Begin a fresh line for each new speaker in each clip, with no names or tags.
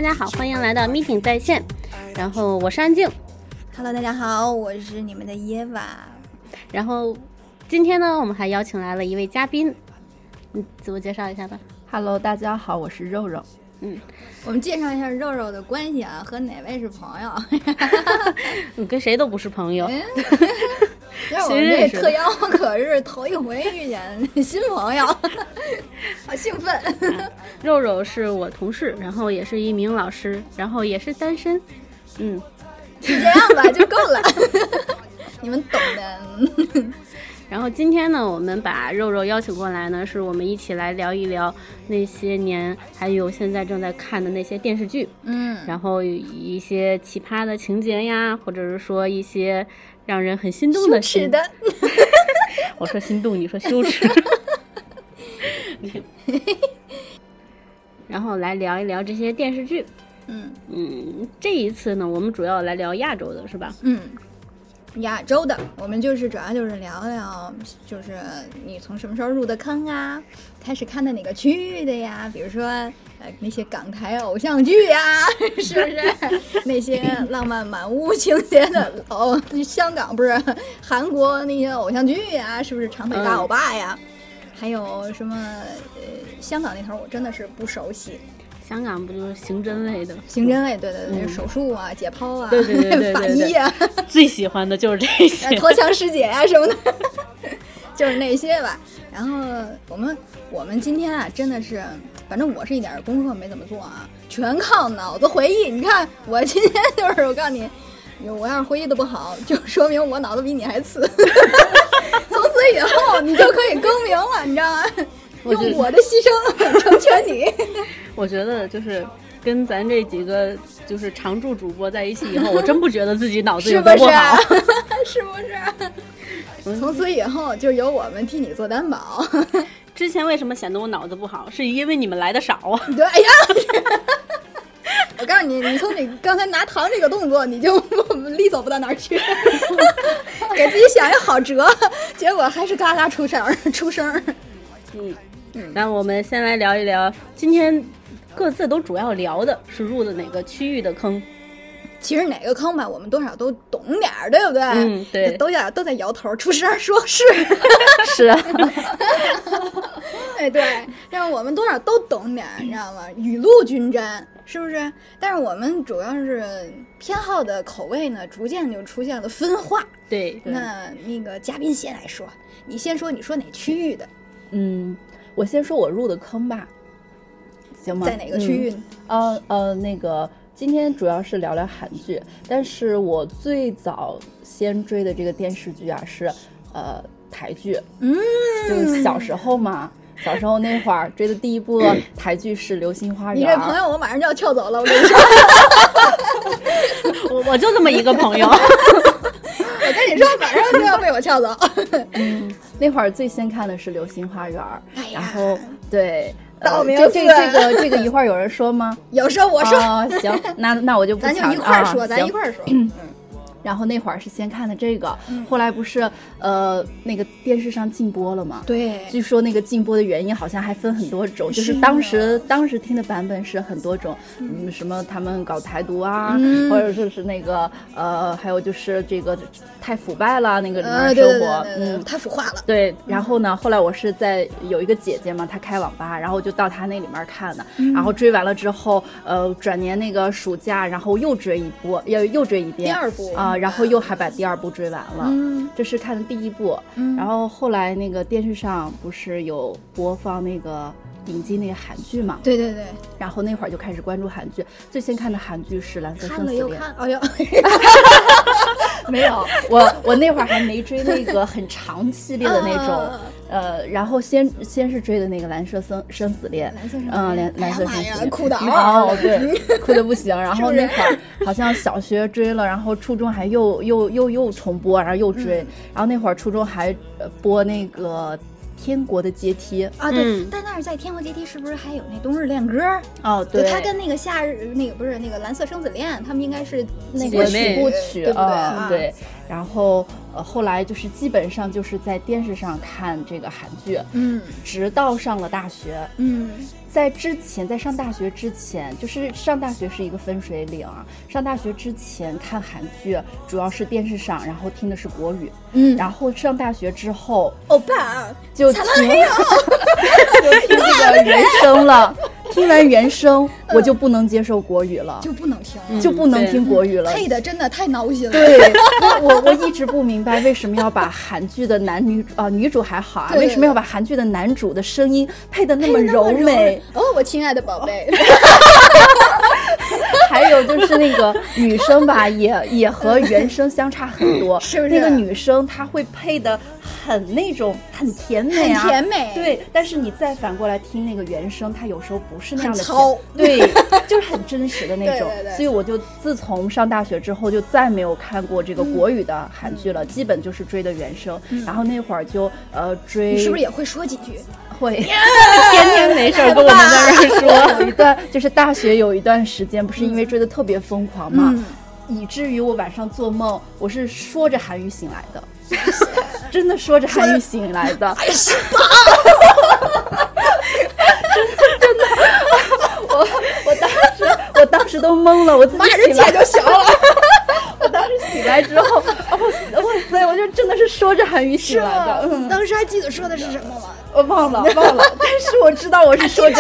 家好，欢迎来到 Meeting 在线。然后我是安静。
Hello， 大家好，我是你们的耶娃。
然后今天呢，我们还邀请来了一位嘉宾，你自我介绍一下吧。
Hello， 大家好，我是肉肉。
我们介绍一下肉肉的关系啊，和哪位是朋友？
你跟谁都不是朋友。
让我们这特邀可是头一回遇见新朋友，好兴奋。
肉肉是我同事，然后也是一名老师，然后也是单身。
就这样吧，就够了。你们懂的。
然后今天呢，我们把肉肉邀请过来呢，是我们一起来聊一聊那些年还有现在正在看的那些电视剧，然后一些奇葩的情节呀，或者是说一些让人很心动的
羞耻的。
我说心动，你说羞耻。然后来聊一聊这些电视剧。这一次呢，我们主要来聊亚洲的，是吧？
亚洲的，我们主要就是聊聊，就是你从什么时候入的坑啊，开始看的哪个区域的呀？比如说那些港台偶像剧呀，是不是？那些浪漫满屋情节的香港不是韩国那些偶像剧呀，是不是长腿大欧巴呀？还有什么香港那头我真的是不熟悉。
香港不就是刑侦类的？
刑侦类，对，手术啊，解剖啊，
对
法医啊，
最喜欢的就是这些，
脱枪师姐啊什么的，就是那些吧。然后我们今天啊，真的是，反正我是一点功课没怎么做啊，全靠脑子回忆。你看我今天就是，我告诉你，我要是回忆的不好，就说明我脑子比你还次。从此以后，你就可以更名了，你知道吗？用我的牺牲成全你。
我觉得就是跟咱这几个就是常驻主播在一起以后，我真不觉得自己脑子有多不好。
是不是？从此以后就由我们替你做担保。
之前为什么显得我脑子不好？是因为你们来的少啊。
对，哎呀，我告诉你，你从你刚才拿糖这个动作，你就力走不到哪儿去。给自己想一好辙，结果还是嘎嘎出声。
那我们先来聊一聊，今天各自都主要聊的是入的哪个区域的坑。
其实哪个坑吧，我们多少都懂点儿，对不对？
对，
都在摇头，出声说是
是啊。
哎，对，但是我们多少都懂点儿，你知道吗？雨露均沾，是不是？但是我们主要是偏好的口味呢，逐渐就出现了分化。
对，
那个嘉宾先来说，你先说，你说哪区域的？
我先说我入的坑吧，行吗？
在哪个区域？
那个今天主要是聊聊韩剧，但是我最早先追的这个电视剧啊是台剧，就小时候嘛。小时候那会儿追的第一部台剧是《流星花园》。
你这朋友我马上就要撬走了，我跟你
说。我就这么一个朋友。
我跟你说，马上就要被我撬走。
那会儿最先看的是《流星花园》，然后对，
道明
这个一会儿有人说吗？
有说，我说。
行，那我就不抢了。
咱就一块儿说，咱一块儿说。
然后那会儿是先看的这个，后来不是那个电视上禁播了吗？
对，
据说那个禁播的原因好像还分很多种，就是当时听的版本是很多种，什么他们搞台独啊，或者说是那个还有就是这个太腐败了，那个里面生活，
太腐化了。
对，然后呢，后来我是在有一个姐姐嘛，她开网吧，然后就到她那里面看的，然后追完了之后，转年那个暑假，然后又追一波，又追一遍，
第二部
然后又还把第二部追完了，这是看的第一部，然后后来那个电视上不是有播放那个引进那个韩剧嘛？
对，
然后那会儿就开始关注韩剧，最先看的韩剧是《蓝色生死恋》。
哎呦，
没有，我那会儿还没追那个很长系列的那种，然后先是追的那个《蓝色生死恋》，蓝色生死恋，
哭的
对，哭的不行。然后那会儿好像小学追了，然后初中还又重播，然后又追，然后那会儿初中还播那个。天国的阶梯
啊，对，但是在天国阶梯是不是还有那冬日恋歌？
哦，对，
他跟那个夏日那个不是那个蓝色生死恋，他们应该是
那个曲部曲，
对不对？
对。 然后后来就是基本上就是在电视上看这个韩剧，直到上了大学，在上大学之前，就是上大学是一个分水岭啊。上大学之前看韩剧主要是电视上，然后听的是国语，然后上大学之后，
欧巴
就听这个原声了。听完原声，我就不能接受国语了，
就不能听，
就不能听国语了。
配的真的太闹心了。
对，我一直不明白为什么要把韩剧的女主还好啊，为什么要把韩剧的男主的声音配得那么柔美？
哦，我亲爱的宝贝。
还有就是那个女生吧，也和原声相差很多，
是不是？
那个女生她会配的很那种很甜美啊，
很甜美。
对，但是你再反过来听那个原声，它有时候不是那样的
糙，
对，就是很真实的那种。
对对对。
所以我就自从上大学之后，就再没有看过这个国语的韩剧了，基本就是追的原声。然后那会儿就追。
你是不是也会说几句？
会，
天天没事跟我们在这儿说。
有一段就是大学有一段时间，不是因为追的特别疯狂嘛，以至于我晚上做梦，我是说着韩语醒来的，真的说着韩语醒来的。
哎呀，
真的，我当时都懵了，我自己醒来
就小了。
我当时醒来之后，哇塞，我就真的是说着韩语醒来的。
当时还记得说的是什么吗？
我忘了，但是我知道我是说着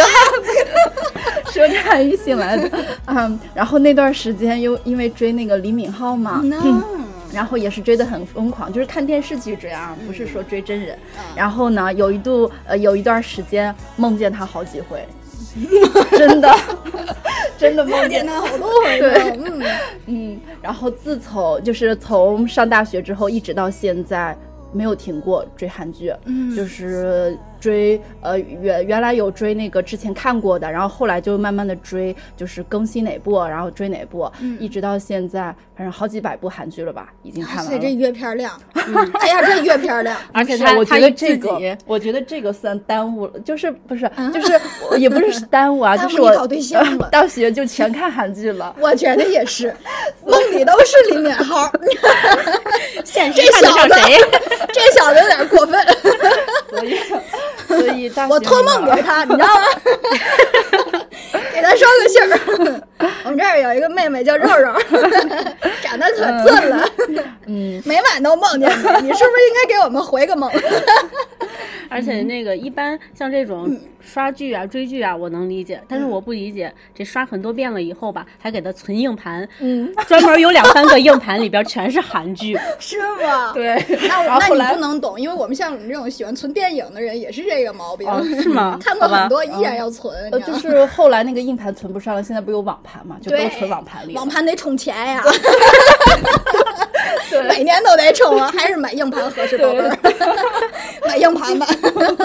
韩语醒来的。然后那段时间又因为追那个李敏镐嘛，然后也是追得很疯狂，就是看电视剧追啊，不是说追真人。然后呢，有一段时间梦见他好几回。真的梦见
他好多回。
对，然后就是从上大学之后一直到现在没有停过追韩剧，就是追原来有追那个之前看过的，然后后来就慢慢的追，就是更新哪部然后追哪部，一直到现在反正好几百部韩剧了吧，已经看完了。
所以这阅片量，哎呀，这阅片量，
而且
我觉得这个算耽误了，就是也不是耽误啊，就是我
搞对象了，
大学就全看韩剧了。
我觉得也是，梦里都是李敏镐，
现实看得上谁？
这小子有点过分。
所以大学
我托梦给他，你知道吗？给他捎个信儿。我们这儿有一个妹妹叫肉肉，长得可俊了，每晚都梦见你，你是不是应该给我们回个梦？
而且那个一般像这种刷剧啊、追剧啊，我能理解，但是我不理解这刷很多遍了以后吧，还给它存硬盘，专门有2-3个硬盘里边全是韩剧，
是吗？
对。
那你不能懂，因为我们像我们这种喜欢存电影的人也是这个毛病，
是吗？
看过很多依然要存，
就是后来那个硬盘存不上了，现在不有网盘嘛，就都存网盘里。
网盘得充钱呀。每年都得充啊，还是买硬盘合适，宝贝儿。买硬盘吧。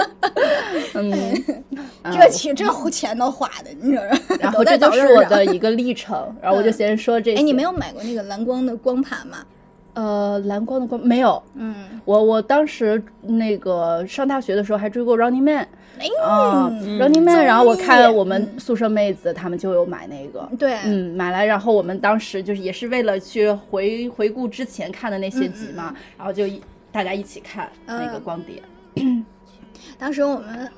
这钱都花的，你说。
然后这就是我的一个历程，然后我就先说这些。
哎，你没有买过那个蓝光的光盘吗？
蓝光的光没有。我当时那个上大学的时候还追过 Running Man。Running Man， 然后我看我们宿舍妹子她们就有买那个，
对，
买来，然后我们当时就是也是为了去回顾之前看的那些集嘛，然后就大家一起看那个光碟。
当时我们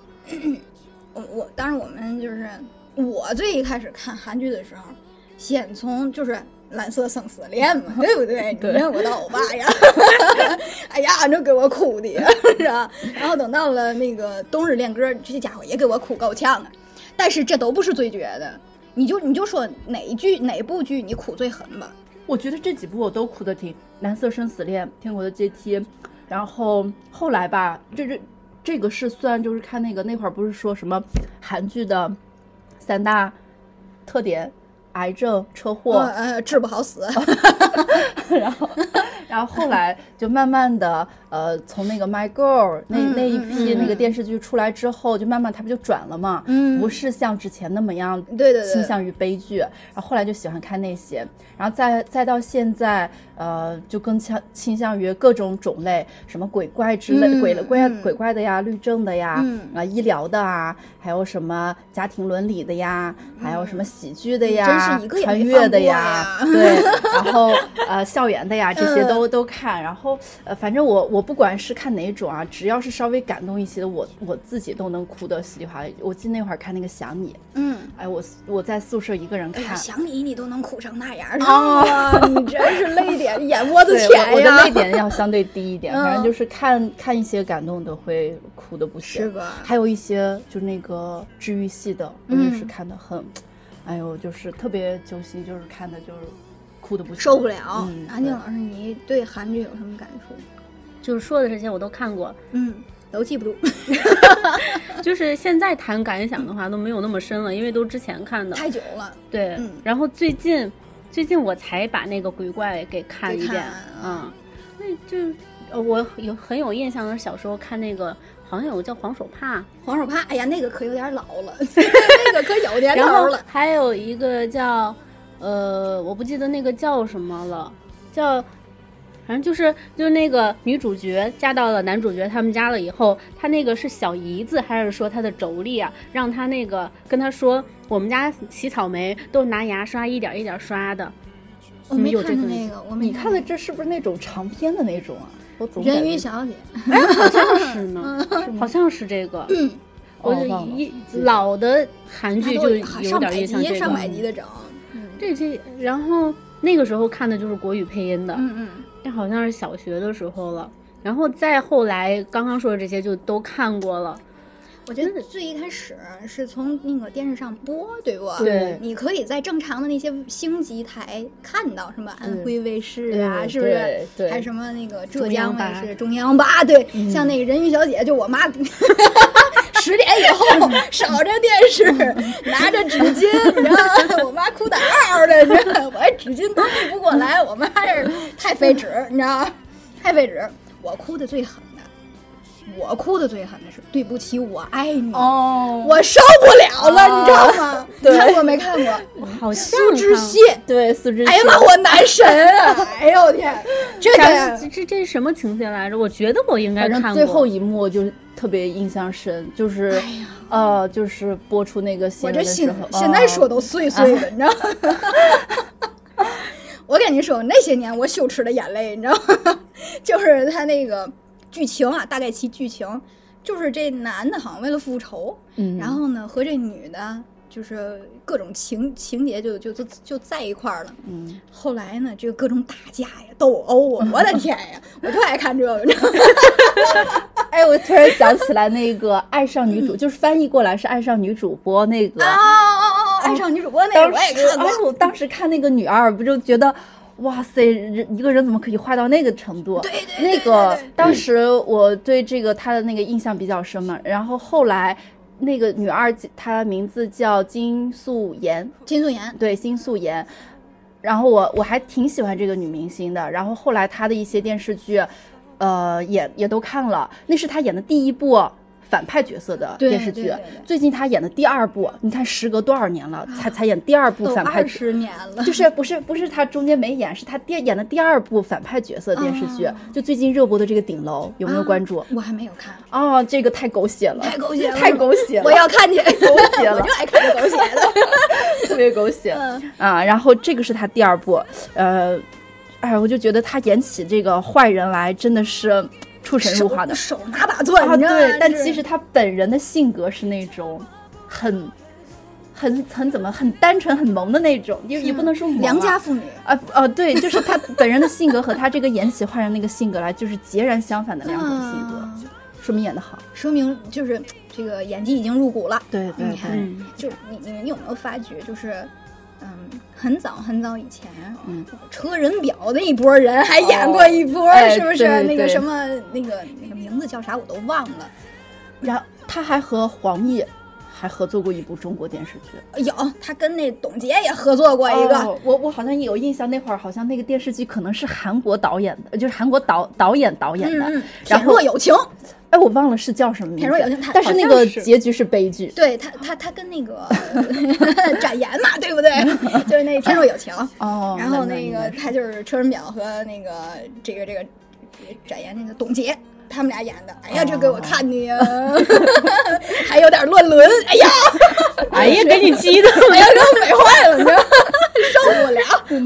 就是我最一开始看韩剧的时候，先从就是蓝色生死恋嘛，对不对？你认我的欧巴呀，哎呀，这给我哭的，是吧？然后等到了那个冬日恋歌，这家伙也给我哭够呛啊。但是这都不是最绝的，你就说哪部剧你哭最狠吧？
我觉得这几部我都哭得挺，蓝色生死恋、天国的阶梯，然后后来吧，这个是算就是看那会儿不是说什么韩剧的3大特点。癌症、车祸，
治不好死。
然后后来就慢慢的，从那个 My Girl 那一批那个电视剧出来之后，就慢慢它不就转了嘛，不是像之前那么样，
对，
倾向于悲剧。然后后来就喜欢看那些，然后再到现在，就更倾向于各种种类，什么鬼怪之类，鬼怪的呀，律政的呀，医疗的啊，还有什么家庭伦理的呀，还有什么喜剧的呀。穿越的呀，对，然后校园的呀，这些都都看，然后反正我不管是看哪种啊，只要是稍微感动一些的，我自己都能哭得稀里哗啦。我记得那会儿看那个想你，哎，我在宿舍一个人看，
想你都能哭成那样啊！你真是泪点眼窝子浅呀！
我的泪点要相对低一点，反正就是看一些感动的会哭的不行，
是吧？
还有一些就那个治愈系的，我也是看的很，哎呦，就是特别揪心，就是看的就是哭的不行，
受不了。安静老师，你对韩剧有什么感触？
就是说的这些我都看过，
都记不住。
就是现在谈感想的话都没有那么深了，因为都之前看的
太久了。
对，然后最近我才把那个鬼怪给看一遍，那就我很有印象的是小时候看那个，好像有个叫黄手帕，
哎呀，那个可有点老了，那个可有点老了。
还有一个叫我不记得那个叫什么了，叫。反正就是那个女主角嫁到了男主角他们家了以后，她那个是小姨子还是说她的妯娌啊，让她那个跟她说，我们家洗草莓都拿牙刷一点一点刷的。
我没看那个，
你看的这是不是那种长篇的那种啊？我总
人鱼小姐，
好像是呢，好像是这个。我老的韩剧就有点印象，
上百集的整。
然后那个时候看的就是国语配音的，这好像是小学的时候了，然后再后来刚刚说的这些就都看过了。
我觉得最一开始是从那个电视上播，对不？
对，
你可以在正常的那些星级台看到，什么安徽卫视啊，是不是？
对，
还什么那个浙江卫视、中央8，对，像那个人鱼小姐，就我妈10点以后守着电视，拿着纸巾，你知道吗？我妈哭得嗷嗷的，你知道吗？我纸巾都递不过来，我妈是太费纸，你知道吗？太费纸。我哭的最狠的是对不起我爱你，我受不了了，你知道吗？你看过没看过？
好像
苏志燮，
对，苏志燮。
哎呀妈，我男神啊！哎呦我天，
这什么情节来着？我觉得我应该看过。
最后一幕就特别印象深，就是，就是播出那个新闻的时候，
现在说都碎碎的，你知道吗？我跟你说，那些年我羞耻的眼泪，你知道吗？就是他那个剧情啊，大概其剧情就是这男的好像为了复仇，然后呢和这女的就是各种情节就在一块儿了。后来呢，这个各种打架呀、斗殴啊，我的天呀，我就爱看这个。
哎，我突然想起来那个爱上女主，就是翻译过来是爱上女主播那个。
爱上女主播那个我也看过。
我当时看那个女二，不就觉得。哇塞，一个人怎么可以坏到那个程度？
对，
那个当时我对这个她的那个印象比较深嘛。然后后来那个女二，她名字叫金素妍，对，金素妍。然后我还挺喜欢这个女明星的。然后后来她的一些电视剧，也都看了。那是她演的第一部反派角色的电视剧，
对，
最近他演的第2部，你看时隔多少年了，才演第2部反派角色
，20年了，
就是不是他中间没演，是他演的第2部反派角色电视剧，就最近热播的这个顶楼，有没有关注？
我还没有看。
这个太狗血了，
太狗血了，
我
要看见
狗血了，
我就爱看这狗血的，
特别狗血然后这个是他第2部，我就觉得他演起这个坏人来真的是。出神入化的，
手拿把攥，
对，但其实他本人的性格是那种很单纯、很萌的那种，也不能说萌，
良家妇女
对，就是他本人的性格和他这个演起坏人那个性格来，就是截然相反的2种性格，说明演得好，
说明就是这个演技已经入骨了。
对，
你看，就你有没有发觉，就是很早以前，车仁表那一波人还演过一波，是不是？
对
那个什么，那个名字叫啥我都忘了。
然后他还和黄奕还合作过一部中国电视剧，
有，他跟那董洁也合作过一个。
我好像有印象，那会儿好像那个电视剧可能是韩国导演的，就是韩国导演的。
然后有情。
我忘了是叫什么名字，但
是
那个结局是悲剧。
对他跟那个展颜嘛，对不对？就是那天若有情。然后那个他就是车仁表和那个这个展颜那个董洁。他们俩演的，哎呀，这给我看的呀，还有点乱伦，哎呀，
给你激的，
哎呀，给我美坏了，你知道，受不了。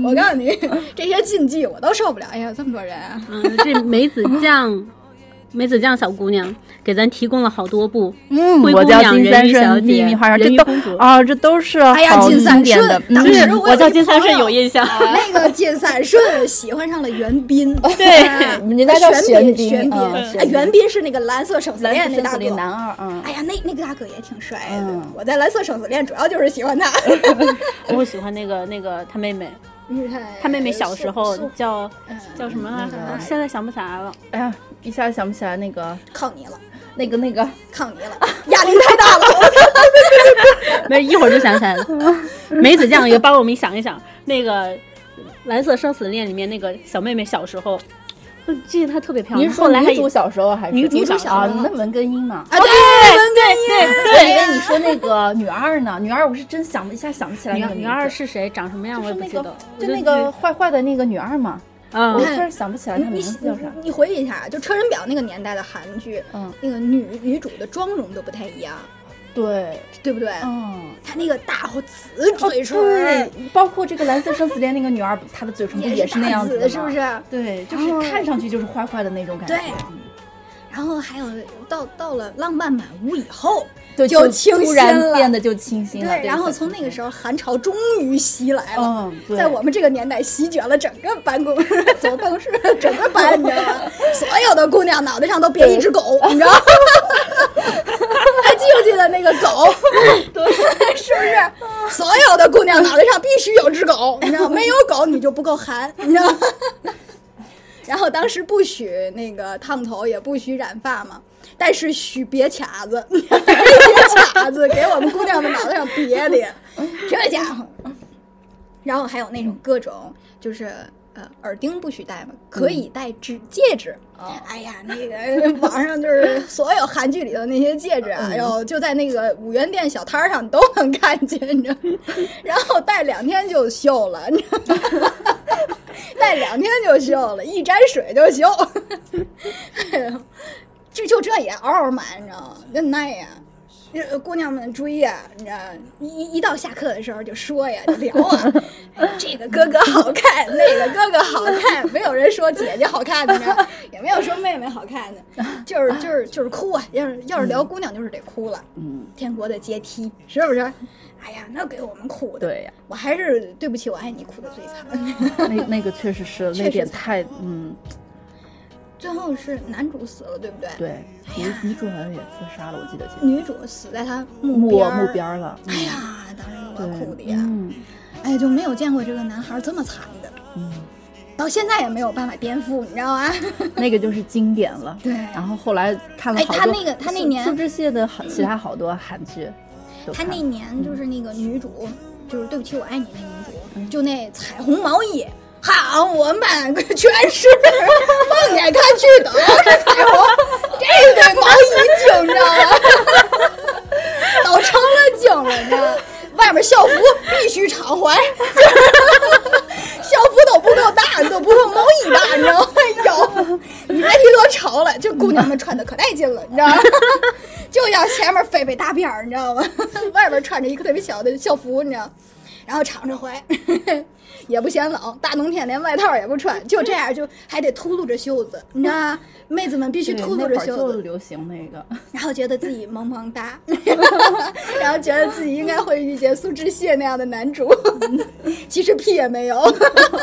我告诉你，这些禁忌我都受不了。哎呀，这么多人啊！
这梅子酱小姑娘给咱提供了好多部，
我叫金三顺，秘密花园，这都这都是好经典的。
我叫金三顺有印象。
那个金三顺喜欢上了袁彬，
对，人家叫玄彬。
袁彬是那个蓝色生死恋那大哥，
男二。
哎呀，那个大哥也挺帅的。我在蓝色生死恋主要就是喜欢他。
我喜欢那个他妹妹。他妹妹小时候叫什么来着？现在想不起来了。
哎呀，一下想不起来。那个
靠你了，
那个
靠你了，压力太大了。
没，一会儿就想起来了。梅子酱也帮我们想一想，那个《蓝色生死恋》里面那个小妹妹小时候，记得她特别漂亮。
后来女主小时候还是
女主小时候？
那文根英嘛。
对，文根
英。对，因为你说那个女二呢？女二我是真一下想不起来那个
女二是谁，长什么样我也不记得。
就那个坏的那个女二嘛。我突然想不起来她名字叫啥。
你回忆一下，就《车仁表》那个年代的韩剧，那个女主的妆容都不太一样。对不对？她那个大紫嘴唇，
包括这个蓝色生死恋那个女儿，她的嘴唇也是那样子的，
是不是？
对，就是看上去就是坏的那种感觉。
对。然后还有到了浪漫满屋以后，
就
清新了，
突然变得就清新了。
对，然后从那个时候，韩潮终于袭来了，在我们这个年代席卷了整个办公室，整个班，你知道吗？所有的姑娘脑袋上都别一只狗，你知道吗？还记不记得那个狗？对，是不是？所有的姑娘脑袋上必须有只狗，你知道吗？没有狗你就不够韩，你知道吗？然后当时不许那个烫头，也不许染发嘛，但是许别卡子，别卡子给我们姑娘的脑袋上别的，这家伙。然后还有那种各种就是耳钉不许戴嘛，可以戴戒指。哎呀，那个网上就是所有韩剧里的那些戒指啊，然后就在那个5元店小摊上都能看见，你知道吗？然后戴2天就锈了，你知道吗？戴2天就锈了，一沾水就锈。哎呦，就这也嗷满，你知道吗？真耐呀！姑娘们注意啊，你知道，一到下课的时候就说呀，就聊啊，这个哥哥好看，那个哥哥好看，没有人说姐姐好看的，你知道，也没有说妹妹好看的，就是哭啊！要是聊姑娘，就是得哭了。天国的阶梯，是不是？哎呀，那给我们哭的。
对呀，
我还是对不起我爱你哭的最惨。
那个确实是那点太
最后是男主死了，对不对？
对，女主好像也自杀了，我记得。
女主死在他
墓边了。
哎呀，当时我哭的呀。哎，就没有见过这个男孩这么惨的。到现在也没有办法颠覆，你知道吗？
那个就是经典了。
对。
然后后来看了好多。
他那年
苏志燮的其他好多韩剧。
他那年就是那个女主，就是对不起我爱你那女主，就那彩虹毛衣。好，我们班全是放眼看去都是彩虹，这对毛衣精，你知道吗？都成了精了，你知道吗？外面校服必须敞怀，校服都不够大，都不够毛衣大，你知道吗？有，你别提多丑了，就姑娘们穿的可带劲了，你知道吗？就要前面飞大辫儿，你知道吗？外边穿着一个特别小的校服，你知道，然后敞着怀。也不嫌冷，大冬天连外套也不穿，就这样就还得秃噜着袖子，你知道吗？妹子们必须秃噜着袖子，
就流行那个，
然后觉得自己萌萌哒，然后觉得自己应该会遇见苏志燮那样的男主，其实屁也没有，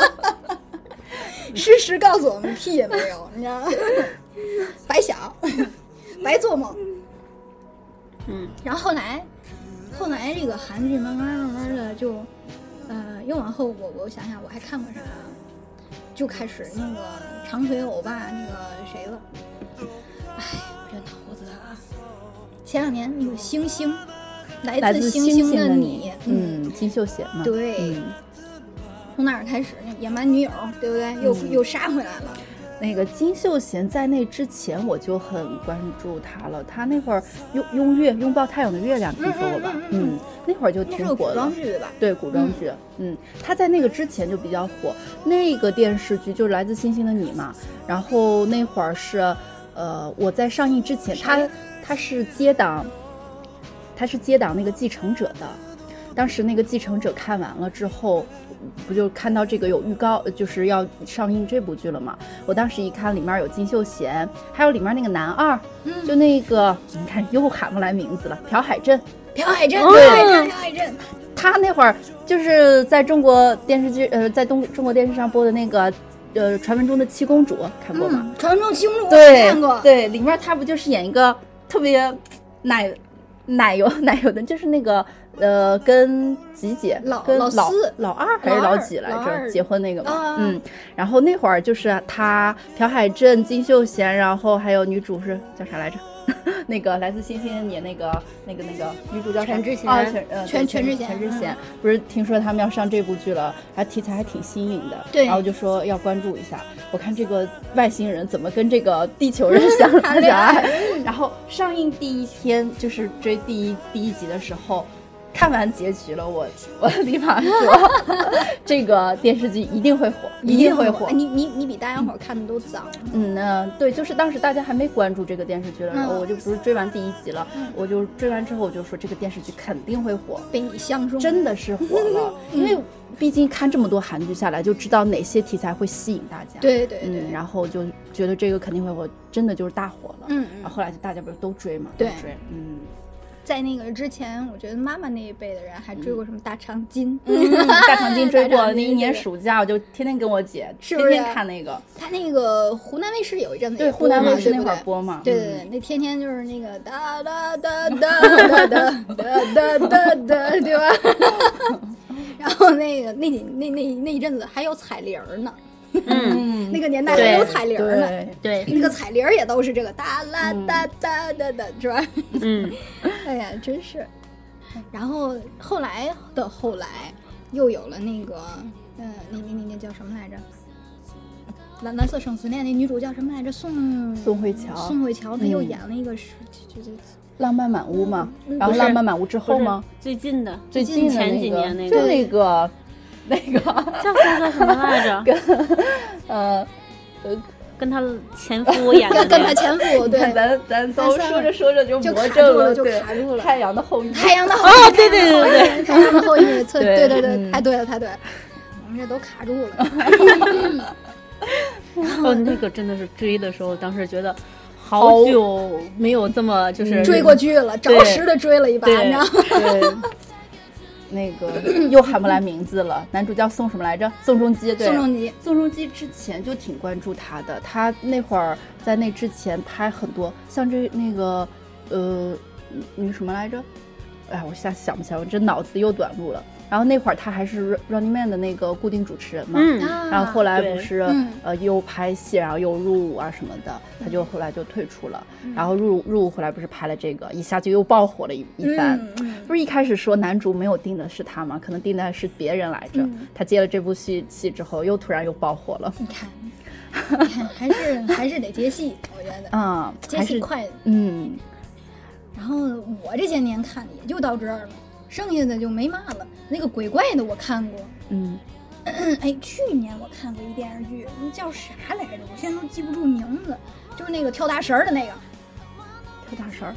事实告诉我们屁也没有，你知道吗？白想，白做梦。然后后来这个韩剧慢慢的就。又往后我想想我还看过啥，就开始那个长腿欧巴那个谁了，哎，这脑子啊！前2年那个星星，来自星星的你，
金秀贤嘛，
对，从那儿开始野蛮女友，对不对？又杀回来了。
那个金秀贤在那之前我就很关注他了，他那会儿拥抱太阳的月亮，听说过吧？那会儿就挺火的。
古装剧对吧？
对，古装剧。他在那个之前就比较火。那个电视剧就是来自星星的你嘛，然后那会儿是我在上映之前，他是接档那个继承者的。当时那个继承者看完了之后， 不就看到这个有预告，就是要上映这部剧了嘛。我当时一看里面有金秀贤，还有里面那个男二，就那个你看又喊不来名字了，朴海镇。
朴海镇，
对，
朴海镇。
他那会儿就是在中国电视剧，在中国电视上播的那个。传闻中的七公主看过吗？
传闻中七公主
对
看过。
对，里面她不就是演一个特别奶油的，就是那个跟吉姐跟老二还是老几来着结婚那个嘛，然后那会儿就是她朴海镇、金秀贤，然后还有女主是叫啥来着？那个来自星星演那个女主叫
全智贤
全智贤，不是听说他们要上这部剧了，还题材还挺新颖的，
对，
然后就说要关注一下。我看这个外星人怎么跟这个地球人相爱，然后上映第一天就是追第一集的时候。看完结局了，我立马说，这个电视剧一定会火，一定会火。
你比大家伙看的都早。
对，就是当时大家还没关注这个电视剧的时候，我就不是追完第一集了，我就追完之后我就说这个电视剧肯定会火，
被你相中，
真的是火了。因为毕竟看这么多韩剧下来，就知道哪些题材会吸引大家。
对，
然后就觉得这个肯定会火，真的就是大火了。然后后来就大家不是都追嘛，都追。
在那个之前，我觉得妈妈那一辈的人还追过什么大长今，
大长今追过。那一年暑假我就天天跟我姐天天看那个。
他那个湖南卫视有一阵子
对湖南卫视那会儿播嘛，
对，那天天就是那个哒哒哒哒哒哒哒哒哒，对吧？然后那一阵子还有彩铃呢。那个年代还有彩铃呢，
对，
那个彩铃也都是这个哒啦哒哒哒哒，是吧？哎呀，真是。然后后来又有了那个，那叫什么来着？蓝色生死恋那女主叫什么来着？宋慧乔，她又演了一个
浪漫满屋嘛，然后浪漫满屋之后吗？
最近
前
几年那个，
就那个
叫什么来着？跟他前夫演的，
跟他前夫，对，
咱都说着就魔怔了，
就卡住了。
太阳的后裔，
对，太阳的后裔，对，太对了，我们这都卡住了。
然后那个真的是追的时候，当时觉得好久没有这么就是
追过剧了，着实的追了一把，你知道吗？
对。那个又喊不来名字了，男主叫宋什么来着？宋仲基。对，宋仲基之前就挺关注他的，他那会儿在那之前拍很多，像那个女什么来着？哎，我现在想不起来，我这脑子又短路了。然后那会儿他还是 Running Man 的那个固定主持人嘛，然后后来不是又拍戏，然后又入伍啊什么的，他就后来就退出了。然后入伍回来不是拍了这个，一下就又爆火了一番。不是一开始说男主没有定的是他吗？可能定的是别人来着。他接了这部戏之后，又突然又爆火了。
你看还是得接戏，我觉得接戏快。然后我这些年看也就到这儿了。剩下的就没嘛了。那个鬼怪的我看过，哎，去年我看过一电视剧，叫啥来着？我现在都记不住名字，就是那个跳大神的那个。
跳大神？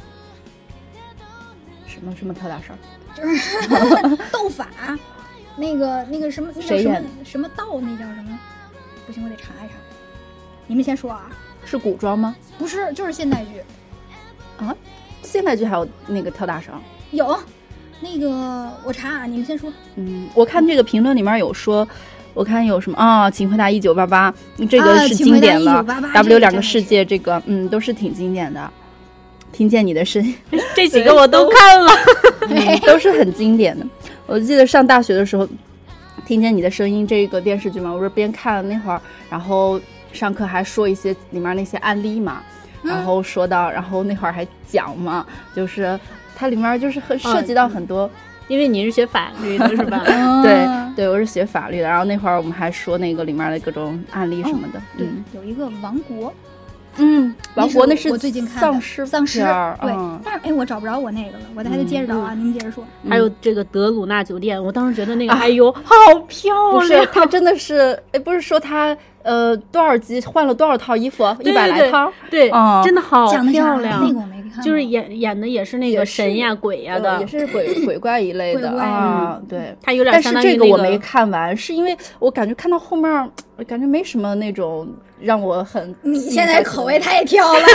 什么跳大神？
就是斗法，那个什么什么道，那叫什么？不行，我得查一查。你们先说啊。
是古装吗？
不是，就是现代剧。
啊？现代剧还有那个跳大绳？
有。那个我查啊，你们先说。
我看这个评论里面有说，我看有什么请回答1988，这个是经典了。W 两个世界，这个都是挺经典的。听见你的声音，
这几个我都看了，
都是很经典的。我记得上大学的时候，听见你的声音这个电视剧嘛，我是边看了那会儿，然后上课还说一些里面那些案例嘛，然后说到，然后那会儿还讲嘛，就是它里面就是涉及到很多，
因为你是学法律的是吧？
对，我是学法律的。然后那会儿我们还说那个里面的各种案例什么的。
对，有一个王国。
王国那是
我最近看
丧尸
对，但是我找不着我那个了，我还得接着找啊。您接着说。
还有这个德鲁纳酒店，我当时觉得那个哎呦好漂亮，
不是它真的是不是说它多少集换了多少套衣服
，100
来套，
对，真的好漂亮。
那个我没看过，
就是演的也是那个神呀鬼呀的，
也是鬼怪一类的啊。对，
它有点相当于
但是这个我没看完，是因为我感觉看到后面，我感觉没什么那种让我很。
你现在口味太挑了。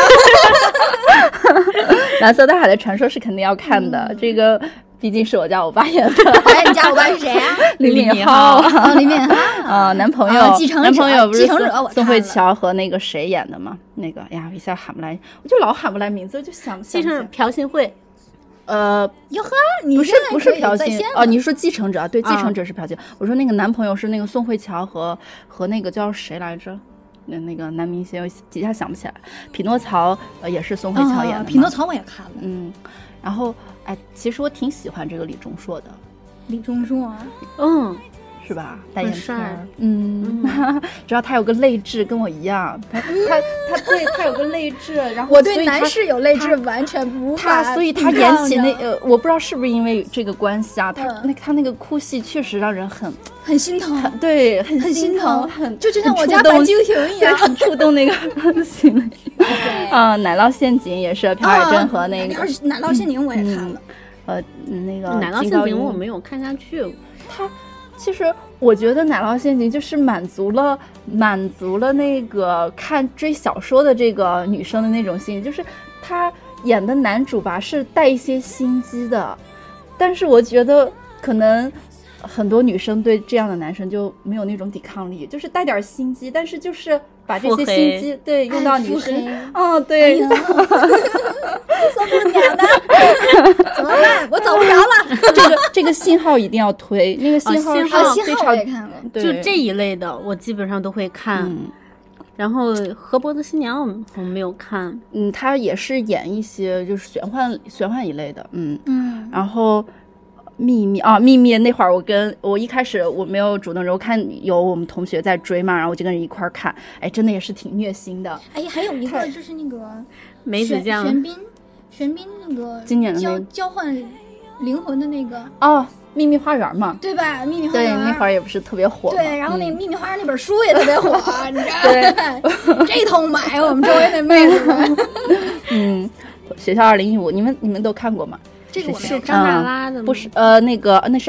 蓝色大海的传说是肯定要看的，这个毕竟是我家我爸演的。
哎，你家我爸是谁啊？
李敏镐。
李敏镐
啊，男朋友不是宋慧乔和那个谁演的吗？那个呀，一下喊不来，我就老喊不来名字，就想
继承
朴信惠。
哟呵，你
不是朴信哦，你说继承者对，继承者是朴信。我说那个男朋友是那个宋慧乔和那个叫谁来着？那个男明星，一下想不起来。匹诺曹也是宋慧乔演的。
匹诺曹我也看了。
然后其实我挺喜欢这个李钟硕的。
李钟硕，
是吧？大眼圈，主要他有个泪痣，跟我一样。他有个泪痣，然后
我对男士有泪痣完全无法。
所以他演起我不知道是不是因为这个关系啊，他那个哭戏确实让人
很心疼，
对，很
心
疼，
就像我家白敬亭一样，
很触动那个心里。奶酪陷阱也是朴海镇和那个
奶酪陷阱我也看了。
那个
奶酪陷阱我没有看下去。
其实我觉得奶酪陷阱就是满足了那个追小说的这个女生的那种心理，就是他演的男主吧是带一些心机的，但是我觉得可能很多女生对这样的男生就没有那种抵抗力，就是带点心机，但是就是把这些心机对用到你身上。对。
受不了的，怎么办？我走不着了。
这个信号一定要推，那个信号
非常也看过，
就这一类的我基本上都会看。然后河伯的新娘我没有看。
他也是演一些就是玄幻一类的。然后秘密那会儿我一开始我没有主动，我看有我们同学在追嘛，然后我就跟人一块看，真的也是挺虐心的。
还有一个就是那个
梅子酱
玄彬那个
今年的
交换灵魂的那个
秘密花园嘛，
对吧？秘密花园
对，那会儿也不是特别火嘛。
对，然后那秘密花园那本书也特别火，你知道吗？这通买我们周围那妹子们。
学校2015，你们都看过吗？
这个
是张娜拉的吗？
不是，那是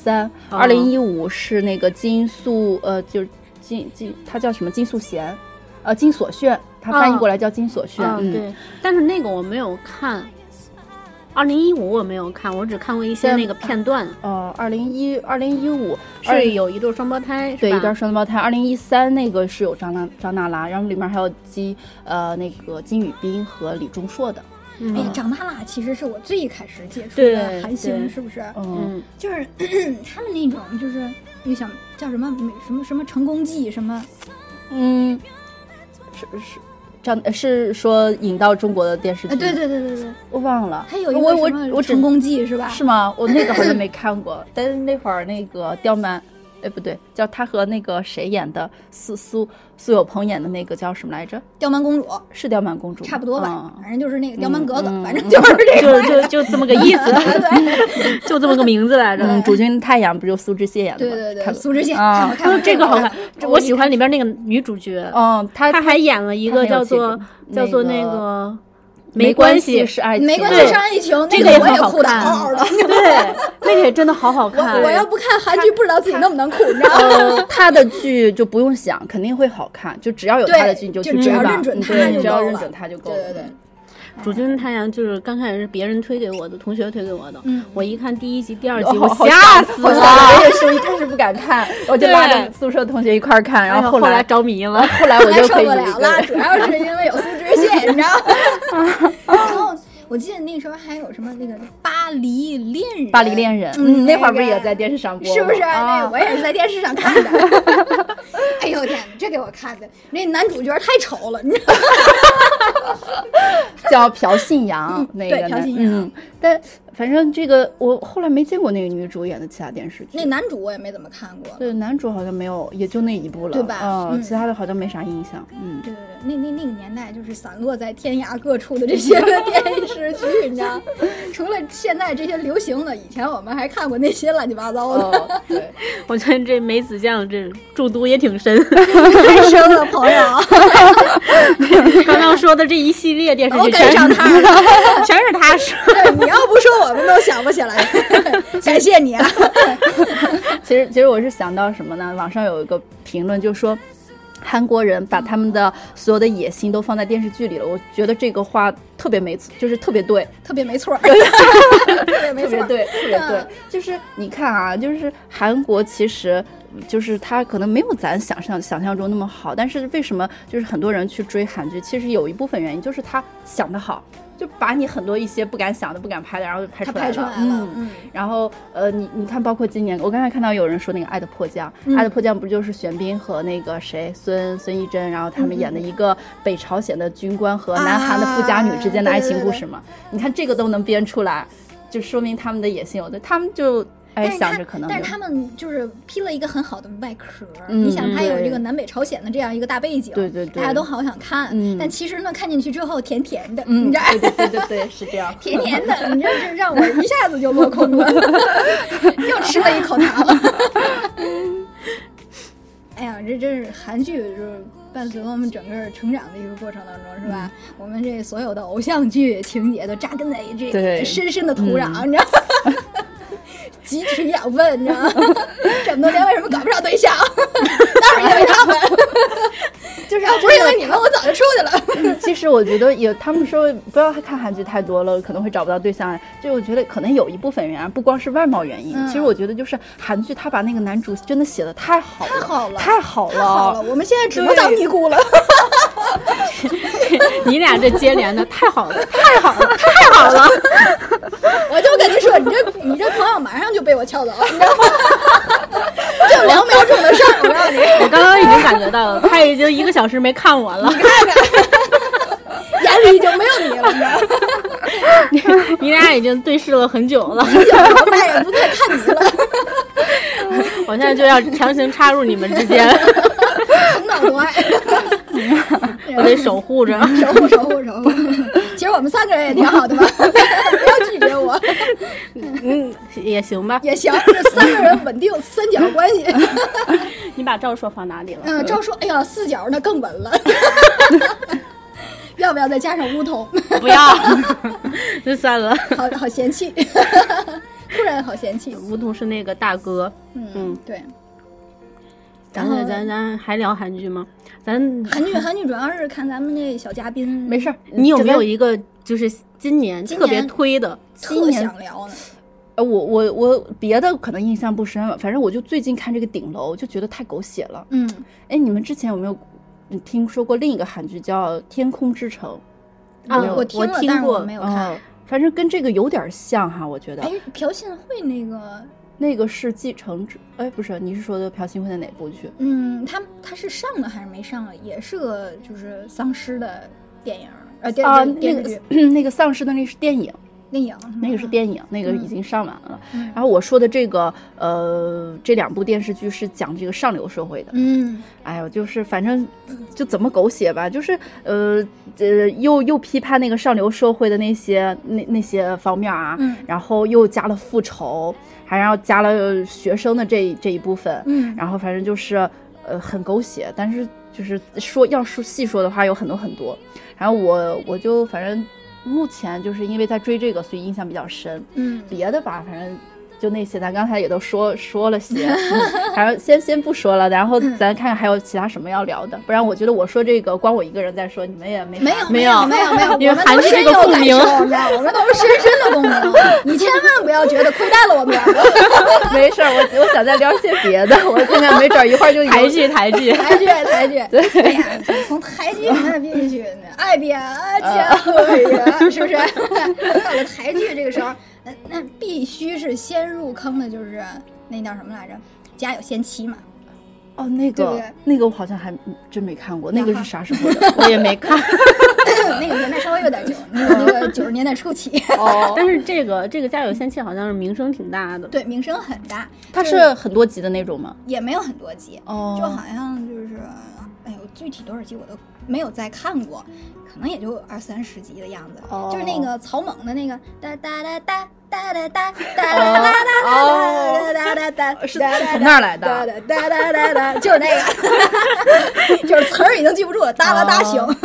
2013，2015是那个金素，就是他叫什么金素贤，金所炫，他翻译过来叫金所炫。
对，但是那个我没有看。2015我没有看，我只看过一些那个片段。
2015
是有一对双胞胎，
对，一对双胞胎。2013那个是有张娜拉，然后里面还有那个金宇彬和李钟硕的。
张娜拉其实是我最开始接触的韩星，是不是？就是他们那种就是又想叫什么成功记什么，
是说引到中国的电视剧。
对，
我忘了。
还有一个什么成功记是吧？
是吗？我那个好像没看过，但是那会儿那个刁曼，不对，叫他和那个谁演的，苏有朋演的那个叫什么来着？
刁蛮公主，
是刁蛮公主，
差不多吧，反正就是那个刁蛮格子，反正就是这
个，就这么个意思，对，就这么个名字来着。
主君太阳不就苏志燮演的吗？
对，苏志燮看
这个好看，我喜欢里边那个女主角。她还演了一个叫做那个。没关系是爱情，
没关系是爱情，
这个也很
哭的嗷嗷的。
对，那个也真的好好看。
我要不看韩剧，不知道自己能不能哭，你知道吗？
他的剧就不用想，肯定会好看，就只要有他的剧你就去追吧。
只要认准他就够了。
只要认准他就够了。
对。
主君太阳就是刚开始是别人推给我的，同学推给我的。我一看第1集、第2集，我吓死了。
我也是一开始不敢看，我就拉着宿舍同学一块看，然后后来
着迷了，
后来我就可以
受不了了，主要是因为有苏志燮，你知道吗？然后我记得那时候还有什么那个巴黎恋人，
那会儿不是也在电视上播吗？
是不是？那我也是在电视上看的。哎呦天，这给我看的，那男主角太丑了，你知道吗？
叫朴信阳，那个
对朴信阳，
但反正这个我后来没见过那个女主演的其他电视剧。
那男主我也没怎么看过。
对，男主好像没有，也就那一部了，
对吧？
其他的好像没啥印象。
对，那个年代就是散落在天涯各处的这些电视剧，你知道，除了现在这些流行的，以前我们还看过那些乱七八糟的。
对，
我觉得这梅子酱这中毒也挺深，
太深了，朋友。
刚刚说的这一系列电视剧
全上他了，
全是他说。
你要不说我们都想不起来。感谢你啊。
其实我是想到什么呢？网上有一个评论就说，韩国人把他们的所有的野心都放在电视剧里了。我觉得这个话特别没，就是特别对，
特别没错，
特别对，特别对。就是你看啊，就是韩国其实就是他可能没有咱想象中那么好，但是为什么就是很多人去追韩剧？其实有一部分原因就是他想得好。就把你很多一些不敢想的、不敢拍的，然后就拍出来了。然后你看，包括今年，我刚才看到有人说那个《爱的迫降》，爱的迫降》不就是玄彬和那个谁孙艺珍，然后他们演的一个北朝鲜的军官和南韩的富家女之间的爱情故事嘛？你看这个都能编出来，就说明他们的野心有的，他们就。想着可能，
但是他们就是披了一个很好的外壳。你想，他有这个南北朝鲜的这样一个大背景，
对，
大家都好想看。但其实呢，看进去之后甜甜的，你知道？
对，是这样，
甜甜的，你这让我一下子就落空了，又吃了一口糖。哎呀，这真是韩剧，就是伴随了我们整个成长的一个过程当中，是吧？我们这所有的偶像剧情节都扎根在这个深深的土壤，你知道吗？汲取养分，你知道吗？这么多年为什么搞不上对象？当然因为他们，就是不是因为你们，我早就出去了。
其实我觉得也，他们说不要看韩剧太多了，可能会找不到对象。就我觉得可能有一部分原因，不光是外貌原因。其实我觉得就是韩剧，他把那个男主真的写的太好了，太好了。
我们现在只能当尼姑了。
你俩这接连的太好了，太好了，太好了！
我就跟你说，你这朋友马上就被我撬走，你知道吗？就2秒钟的事儿，我告诉你。
我刚刚已经感觉到了，他已经1个小时没看我了。
你看看，眼里已经没有你了，你知道吗？
你俩已经对视了很久了，
我再也不再看你了。
我现在就要强行插入你们之间，
横刀夺爱。
我得守护着，
守护。其实我们3个人也挺好的吧，不要拒绝我。
也行吧，
也行，这3个人稳定3角关系。
你把赵硕放哪里了？
赵硕，哎呀，4角那更稳了。要不要再加上乌桐？
不要，就算了。
好嫌弃，突然好嫌弃。
乌桐是那个大哥，
对。
然后咱还聊韩剧吗？咱
韩剧主要是看咱们这小嘉宾。
没事，
你有没有一个就是今年特别推的？
特想聊呢。
我别的可能印象不深了，反正我就最近看这个顶楼就觉得太狗血了。你们之前有没有听说过另一个韩剧叫《天空之城》？
我听了，但是我没有看。
反正跟这个有点像哈，我觉得。
朴信惠
那个是继承者，不是，你是说的朴信惠的哪部剧？
他是上了还是没上了？也是个就是丧尸的电影，
电视剧。那个丧尸的那是电影。那个是电影，那个已经上完了。然后我说的这个这2部电视剧是讲这个上流社会的。哎呦，就是反正就怎么狗血吧，就是又批判那个上流社会的那些方面啊，然后又加了复仇，还然后加了学生的这一部分，然后反正就是很狗血，但是就是要细说的话有很多，然后我就反正。目前就是因为在追这个，所以印象比较深。别的吧，反正就那些，咱刚才也都说了些，还是先不说了，然后咱看看还有其他什么要聊的，不然我觉得我说这个光我一个人在说，你们也没
有，
因为韩剧这个共鸣，
我们都是深深的共鸣，你千万不要觉得亏待了我们2个。
没事，我想再聊些别的，我现在没准一会儿就
台剧。
对，哎呀，从台剧那必须爱变家会呀，是不是？到了台剧这个时候。那必须是先入坑的，就是那叫什么来着，《家有仙妻》嘛。
那个我好像还真没看过，那个是啥时候的？
我也没看。
那个年代稍微有点久，那个90年代初期。
但是这个家有仙妻好像是名声挺大的。
对，名声很大。
它是很多集的那种吗？
也没有很多集，就好像就是，哎呦，具体多少集我都没有再看过，可能也就20-30集的样子。就是那个草蜢的那个哒哒哒哒。哒哒哒哒哒哒哒哒，
是从那儿来的。
哒哒哒哒哒，就是那个，就是词儿已经记不住了，哒啦哒行。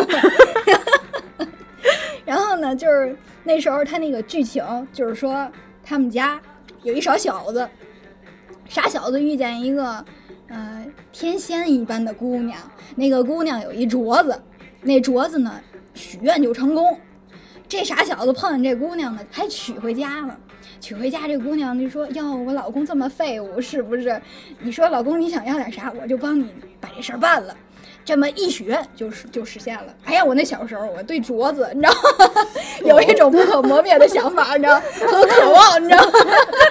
然后呢，就是那时候他那个剧情就是说，他们家有一傻小子遇见一个天仙一般的姑娘，那个姑娘有一镯子，那镯子呢许愿就成功。这傻小子碰见这姑娘呢，还娶回家了。娶回家，这姑娘就说：“哟，我老公这么废物，是不是？你说老公你想要点啥，我就帮你把这事儿办了。”这么一许愿就实现了。哎呀，我那小时候我对镯子，你知道吗？有一种不可磨灭的想法，你知道，和渴望，你知道吗？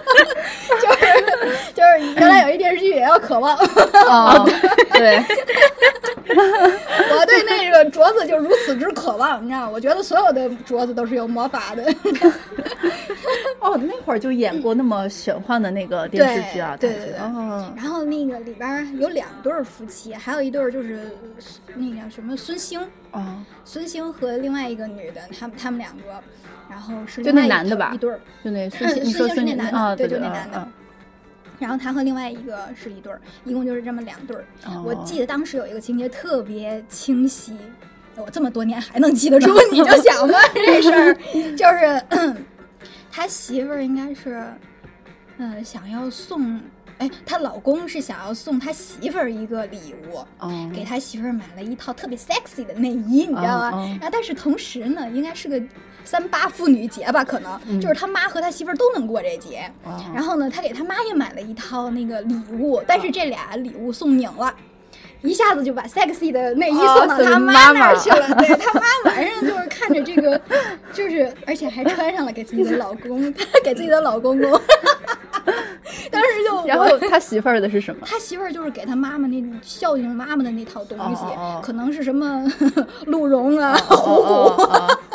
就是原来有一电视剧也叫《渴望》。
对。
我对那个镯子就如此之渴望，你知道吗？我觉得所有的镯子都是有魔法的。
那会儿就演过那么玄幻的那个电视剧啊。
对。然后那个里边有2对夫妻，还有一对就是那个什么孙兴孙兴和另外一个女的，他们2个，然后是
就那男的吧，
一对，
就那孙兴，
你说是那男的，
对，
就那男的。然后他和另外一个是一对儿，一共就是这么2对儿。我记得当时有一个情节特别清晰，我这么多年还能记得住，你就想吧，这事儿就是他媳妇儿应该是想要送，她老公是想要送他媳妇儿一个礼物，给他媳妇儿买了一套特别 sexy 的内衣，你知道吗？然后但是同时呢，应该是个38妇女节吧，可能就是他妈和他媳妇儿都能过这节。然后呢，他给他妈也买了一套那个礼物，但是这俩礼物送拧了。一下子就把 sexy 的内衣送到他妈那儿去了。对，他妈晚上就是看着这个，就是而且还穿上了给自己的老公，给自己的老公公。当时就，
然后他媳妇儿的是什么？
他媳妇儿就是给他妈妈那孝敬妈妈的那套东西，可能是什么鹿茸啊、虎骨。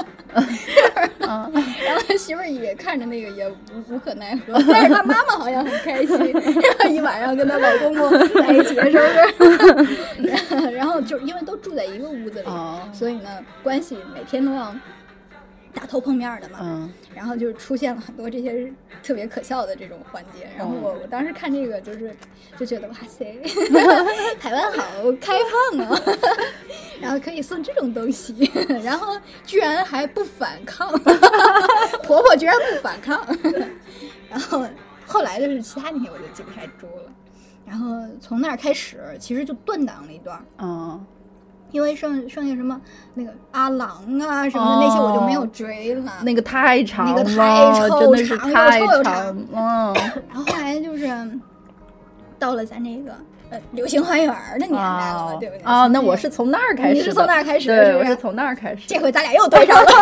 然后他媳妇儿也看着那个也无可奈何，但是他妈妈好像很开心，然后一晚上跟他老公公在一起，是不是？然后就因为都住在一个屋子里，所以呢关系每天都要打头碰面的嘛。然后就出现了很多这些特别可笑的这种环节。然后我当时看这个就觉得哇塞，台湾好开放啊，然后可以送这种东西，然后居然还不反抗，婆婆居然不反抗。然后后来的是其他那些我就记不太住了。然后从那儿开始其实就断档了一段。因为剩下什么那个阿郎啊什么的那些我就没有追了，
那个太长了，
那个太臭
真的是太
长。然后后来就是到了咱这个流星花园的年代了，对不对？
那我是从那儿开始的。
你是从那儿开始？
对，我是从那儿开始。
这回咱俩又对上了。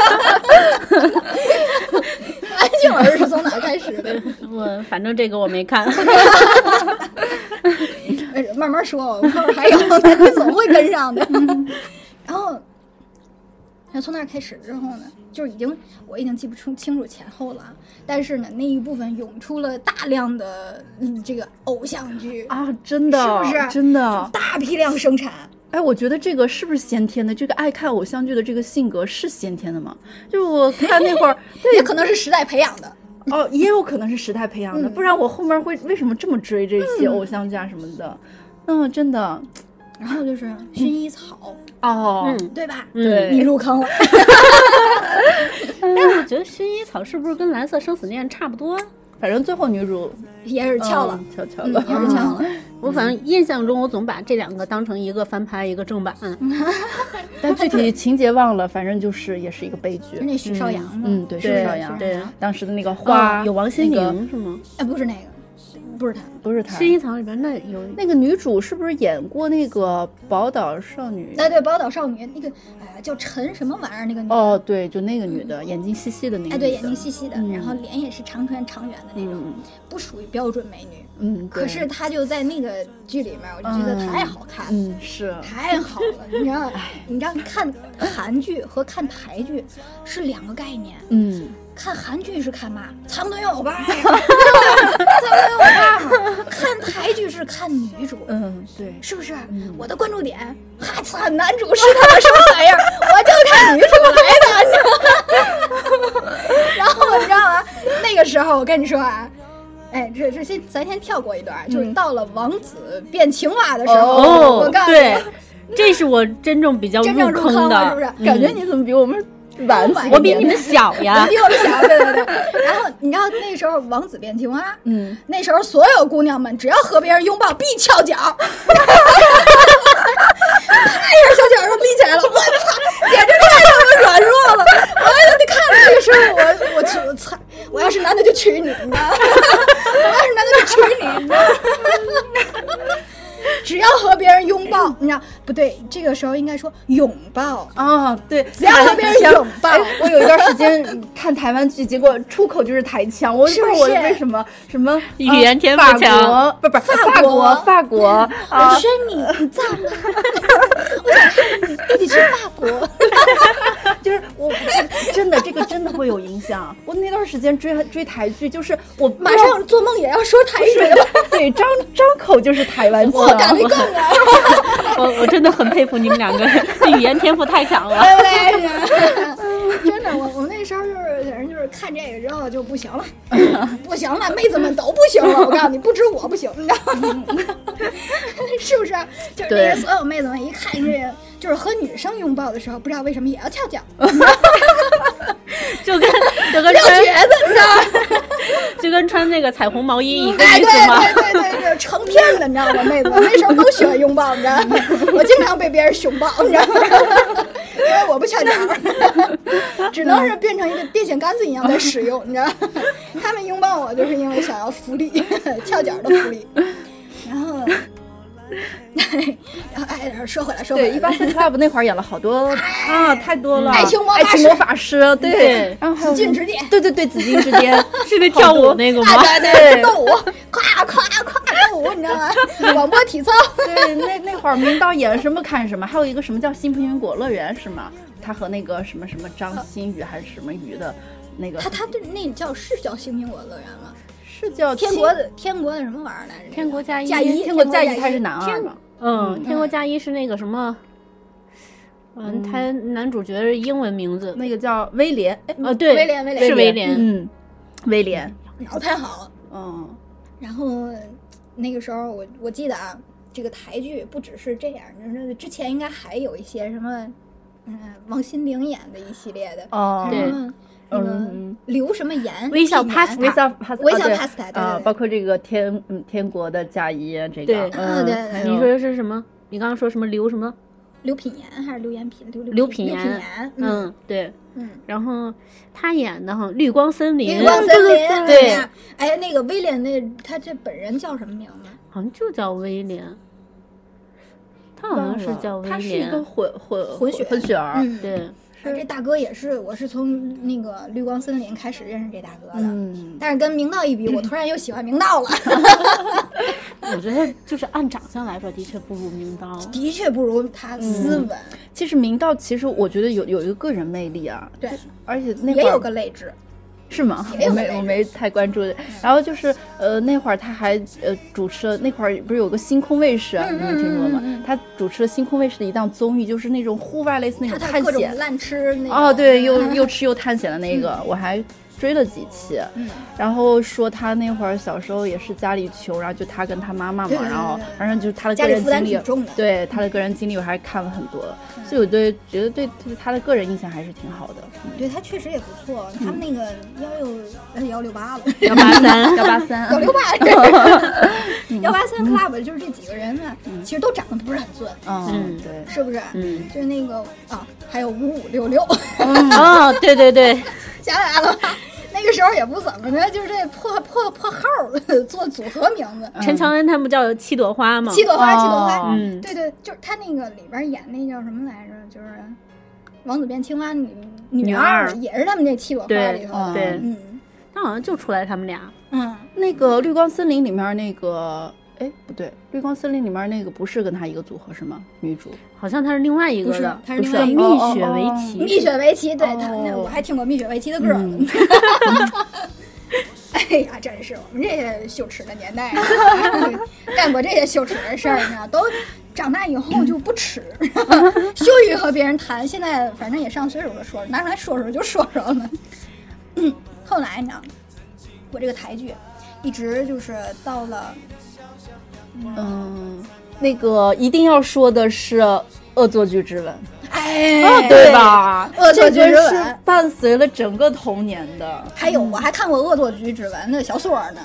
安静儿是从哪儿开始的？
反正这个我没看。
慢慢说，我后面还有，你总会跟上的。然后从那儿开始之后呢，就是我已经记不清楚前后了，但是呢，那一部分涌出了大量的这个偶像剧
啊，真的，
是不是？
真的
大批量生产。
我觉得这个是不是先天的？这个爱看偶像剧的这个性格是先天的吗？就是我看那会儿，
也可能是时代培养的。
也有可能是时代培养的，不然我后面会为什么这么追这些偶像剧啊什么的？真的。
然后就是薰衣草对吧？
对，
你入坑了。
但是我觉得薰衣草是不是跟蓝色生死恋差不多？
反正最后女主
也是翘了，
翘了，
也是翘了。
我反正印象中，我总把这2个当成一个翻拍，一个正版。
但具体情节忘了，反正就是也是一个悲剧。
是那许绍洋吗？
对，许绍洋。
对，
当时的那个花
有王心凌是吗？
不是那个， 不是他，
薰衣草里边那有
那个女主是不是演过那个宝岛少女？
对，宝岛少女那个叫陈什么玩意儿那个女的。
哦，对，就那个女的，眼睛细细的那个。
对，眼睛细细的，然后脸也是长圆的那种，不属于标准美女。可是她就在那个剧里面，我就觉得太好看了。
是
太好了。你知道看韩剧和看台剧是两个概念。看韩剧是看嘛，藏不动有爸呀，藏不动有爸嘛。看台剧是看女主，
对，
是不是？我的关注点，操，男主是他妈什么玩意儿？我就看女主来的，然后你知道吗？那个时候我跟你说啊。咱先跳过一段，就是到了王子变青蛙的时候，我告诉你，
对，这是我真正比较入坑的，
是不是？
感觉你怎么比我们晚？
我比你们小呀，
比我们小，对。然后你知道那时候王子变青蛙，那时候所有姑娘们只要和别人拥抱必翘脚，啪一下小脚就立起来了，我操，简直太他妈软弱了！你看那个时候我操，我要是男的就娶你，你知道吗？我要是男的就娶你，你知道吗？只要和别人拥抱，你知道不对？这个时候应该说拥抱
啊，对，
只要和别人拥抱。
我有一段时间看台湾剧，结果出口就是台腔，我不知道我为什么什么
语言天赋强，
不法国，
我生你在吗？我想看你一起去法国。
就是我真的这个真的会有影响。我那段时间追台剧，就是我
马上做梦也要说台语了，
对，张口就是台湾腔。
我敢那更啊！
我真的很佩服你们两个人，语言天赋太强了。
真的，我那时候就是看这个之后就不行了，不行了，妹子们都不行了。我告诉你，不止我不行，你知道吗？是不是？就是那些所有妹子们一看这个，就是和女生拥抱的时候，不知道为什么也要翘脚，
就跟
撂蹶子，你知道吗？
就跟穿那个彩虹毛衣一个意思吗？
对，成片的，你知道吗？妹子那时候都喜欢拥抱，你知道吗？我经常被别人熊抱，你知道吗？因为我不翘脚，只能是变成一个电线杆子一样在使用，你知道吗？他们拥抱我就是因为想要福利，翘脚的福利，然后说回来，
对，183 Club 那会儿演了好多啊，太多了，
爱情魔
法师，对，然后还有
紫禁之巅，
对，紫禁之巅
是那跳舞那个吗？
对，斗舞，夸斗舞，你知道吗？广播体操，
对，那会儿明道演什么看什么，还有一个什么叫新苹果乐园是吗？他和那个什么张馨予还是什么鱼的那个，
他那叫新苹果乐园吗？
是叫
天国的什么玩意儿来着？
天国嫁衣，
天国嫁衣他是男二嘛？
天国嫁衣是那个什么？他男主角是英文名字，
那个叫威廉。
对，
威廉
是威廉，
威廉
脑太好了。然后那个时候我记得啊，这个台剧不只是这样，之前应该还有一些什么，王心凌演的一系列的
对。
那个刘什么言，
微笑 pasta
啊，包括这个天国的嫁衣这个，
对，
你说的是什么？你刚刚说什么刘什么？
刘品言还是刘延平？
刘品言，对，然后他演的绿光森林，
对，哎，那个威廉他这本人叫什么名字？
好像就叫威廉，他好像是叫威廉，
他是一个混血儿，
对。
这大哥也是，我是从那个绿光森林开始认识这大哥的，但是跟明道一比，我突然又喜欢明道了。
我觉得就是按长相来说，的确不如明道，
的确不如他斯文。
其实明道，其实我觉得有一个个人魅力啊，
对，
而且那会儿
也有个泪痣。
是吗？我没太关注。然后就是那会儿他还主持了，那会儿不是有个星空卫视，你们听说吗？他主持了星空卫视的一档综艺，就是那种户外类似那种探险，
各种乱吃那
哦，对，又吃又探险的那个，我还追了几期。然后说他那会儿小时候也是家里穷，然后就他跟他妈妈嘛，然后反正就是他的个人经历，对他的个人经历我还看了很多，所以我觉得对他的个人印象还是挺好的。
对他确实也不错，他们那个168了
，183
183 Club 就是这几个人呢，其实都长得不是很尊，
对，
是不是？就是那个还有5566，
对，
想起来了吧？那个时候也不怎么着，就是这破号做组合名字。
陈乔恩他们叫七朵花嘛，
七朵花，七朵花，
对
对，就是他那个里边演那叫什么来着，就是《王子变青蛙》女二，也是他们这七朵花里头的。
对，他好像就出来他们俩。
那个《绿光森林》里面那个。哎，不对，《绿光森林》里面那个不是跟他一个组合是吗？女主
好像她是另外一个的，
她是另外一
个蜜雪维奇。
蜜雪维奇，对，我还听过蜜雪维奇的歌呢。哎呀，真是我们这些羞耻的年代，干过这些羞耻的事儿呢，都长大以后就不吃，羞于和别人谈。现在反正也上岁数了，说拿出来说说就说说了。后来呢，我这个台剧一直就是到了。
那个一定要说的是《恶作剧之吻》，
对
吧？
恶作剧之吻
是伴随了整个童年的。
还有，我还看过《恶作剧之吻》那小说呢。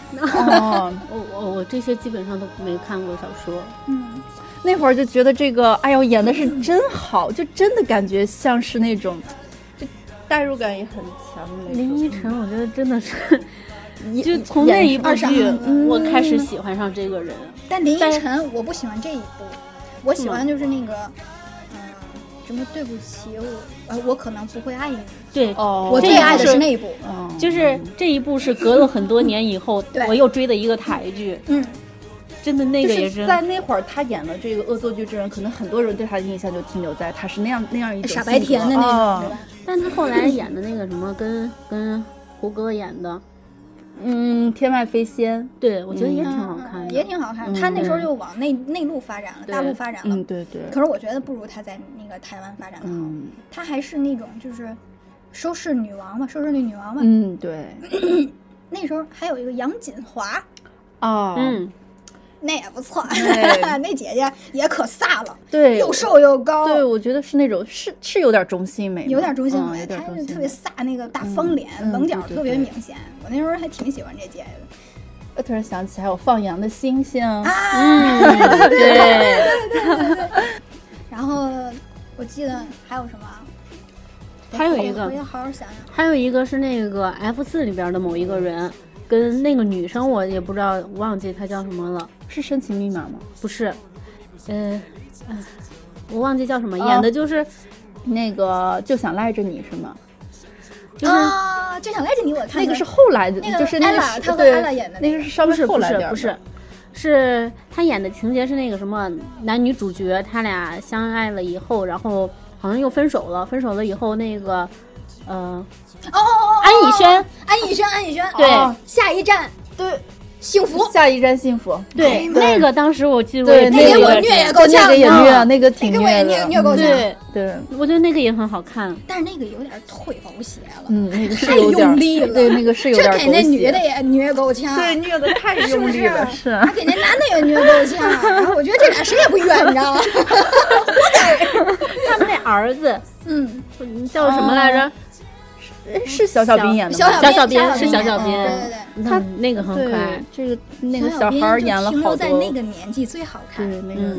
我这些基本上都没看过小说。
那会儿就觉得这个，哎呦，演的是真好，就真的感觉像是那种，就代入感也很强的那种。
林依晨，我觉得真的是。就从那一部剧，我开始喜欢上这个人。
但林依晨我不喜欢这一部，我喜欢就是那个，什么对不起我可能不会爱你。
对，
我最爱的是那一部，
就是这一部是隔了很多年以后，我又追的一个台剧。真的那个也
是在那会儿他演了这个《恶作剧之吻》，可能很多人对他的印象就停留在他是那样一种
傻白甜的那种。
但他后来演的那个什么跟胡歌演的。
天外飞仙，
对，我觉得也挺好看的，
也挺好看。他那时候就往内陆发展了，大陆发展了。
对对。
可是我觉得不如他在那个台湾发展的好。他还是那种就是收视女王嘛，收视率女王嘛。
对。
那时候还有一个杨锦华。那也不错，那姐姐也可飒了，
对，
又瘦又高。
对，我觉得是那种是有点中性美，
有点中性美，她是特别飒，那个大方脸，棱角特别明显。我那时候还挺喜欢这姐姐的。
我突然想起还有放羊的星星
对。然后我记得还有什么？
还有一个，
我要好好想想。
还有一个是那个 F4里边的某一个人。跟那个女生我也不知道，忘记她叫什么了。
是深情密码吗？
不是，我忘记叫什么，演的就是
那个就想赖着你是吗？
就是就想赖着你，我看
那个是后来的，就是
艾拉，他和艾拉演的
那个是稍微后来点，
不是，是他演的情节是那个什么男女主角他俩相爱了以后，然后好像又分手了，分手了以后那个安以轩，对，
下一站，
对，
幸福，
下一站幸福，
对，那个当时我记得，
对，那个我虐也够呛，
那个也虐，那个挺
虐的，虐够呛，
对，
我觉得那个也很好看，
但是那个有点忒狗血了，
那个
太用力了，
对，那个是有点狗血，
这给那女的也虐够呛，
对，虐的太用力了，是，
还给那男的也虐够呛，然后我觉得这俩谁也不冤，你知道吗？
他们那儿子，叫什么来着？
是小彬演的吗？
小彬
是小彬，
对，
他那个很可爱。
这个那个小孩演了好多，
在那个年纪最好看。
对，那个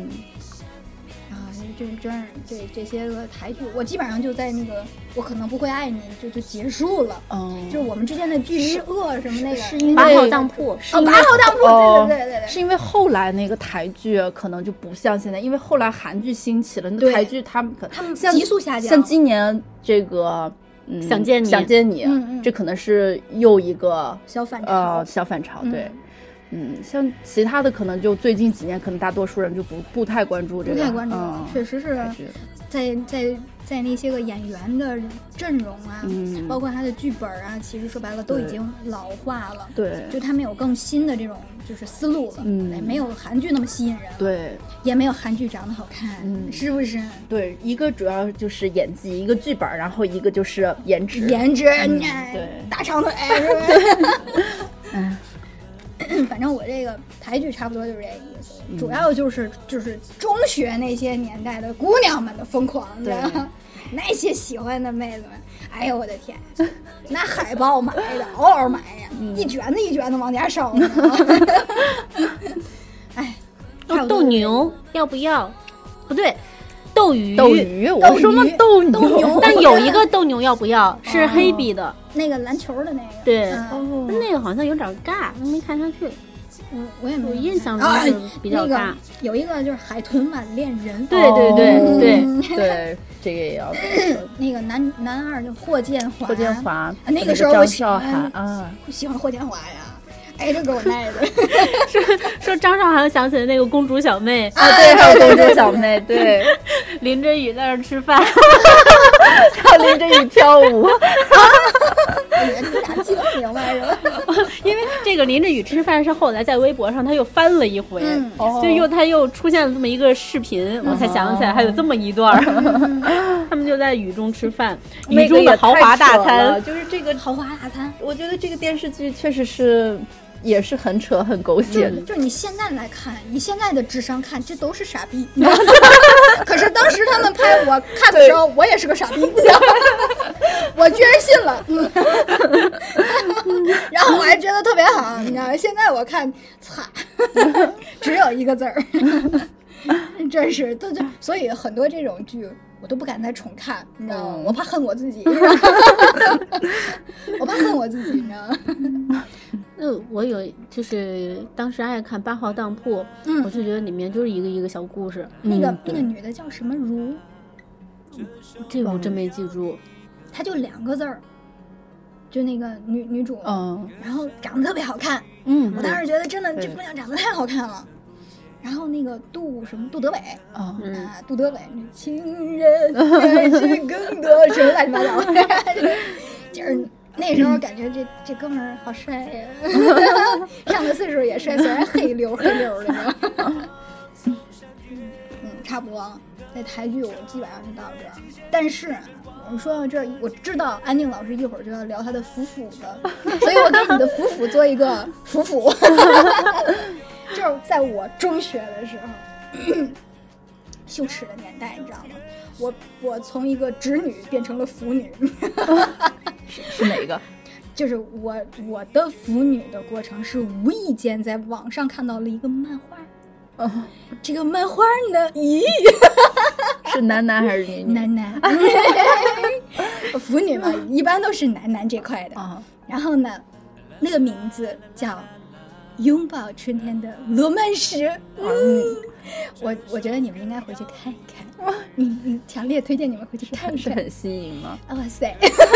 这些个台剧，我基本上就在那个我可能不会爱你就结束了。就是我们之间的距离什么那个。
是因为
8号当铺
，8号当铺，对，
是因为后来那个台剧可能就不像现在，因为后来韩剧兴起了，那台剧他们
急速下降。
像今年这个。
想见
你，这可能是又一个
小反潮，
小反潮，对，像其他的可能就最近几年，可能大多数人就不太关注这个，
不太关注，确实是在那些个演员的阵容啊，包括他的剧本啊，其实说白了都已经老化了，
对，
就他没有更新的这种就是思路了，没有韩剧那么吸引人，
对，
也没有韩剧长得好看，是不是？
对，一个主要就是演技，一个剧本，然后一个就是颜值，
对，大长腿，是吧？反正我这个台剧差不多就是这个意思，主要就是中学那些年代的姑娘们的疯狂，对，那些喜欢的妹子们，哎呦我的天，那海报买的嗷嗷买呀，一卷子一卷子往家烧呢。哎，
斗牛要不要？不对，斗鱼，
我说嘛斗牛，
但有一个斗牛要不要是黑笔的。
那个篮球的那个，
对，那个好像有点尬，没看下去。
我也没有
印象中是比较尬。
有一个就是海豚湾恋人，
对，
这个也要。
那个男二就霍建华，那
个
时候我喜欢霍建华呀。哎，这给我耐的。
说张韶涵想起了那个公主小妹
啊，对，还有公主小妹，对，
林真雨在那儿吃饭，
让林真雨跳舞。
你俩记得明白是吧？
因为这个林真雨吃饭是后来在微博上他又翻了一回，他又出现了这么一个视频，我才想起来还有这么一段。他们就在雨中吃饭，雨中的豪华大餐，
就是这个
豪华大餐。
我觉得这个电视剧确实是。也是很扯很狗血的，
就是你现在来看，以现在的智商看，这都是傻逼。可是当时他们拍我看的时候，我也是个傻逼，我居然信了。然后我还觉得特别好，你知道吗？现在我看，擦，只有一个字儿，真是，所以很多这种剧。我都不敢再重看，你知道吗？我怕恨我自己，我怕恨我自己，你知道吗？
我有就是当时爱看《8号当铺》，我就觉得里面就是一个小故事。
那个女的叫什么如？
这个我真没记住。
她就2个字儿，就那个女主，然后长得特别好看。我当时觉得真的这姑娘长得太好看了。然后那个杜德伟杜德伟情人还是更多什么乱七八糟，就是那时候感觉这哥们儿好帅呀，上了岁数也帅，虽然黑溜的。差不多。那台剧我基本上是到这儿，但是我们说到这儿，我知道安定老师一会儿就要聊他的腐的，所以我给你的腐做一个腐。就是在我中学的时候，羞耻的年代，你知道吗？我从一个直女变成了腐女。
是哪个？
就是我的腐女的过程是无意间在网上看到了一个漫画。这个漫画呢，
是男还是女？
男。腐女嘛，一般都是男这块的。然后呢，那个名字叫拥抱春天的罗曼史。我觉得你们应该回去看一看，强烈推荐你们回去看一看。
是很新颖吗？
哇塞，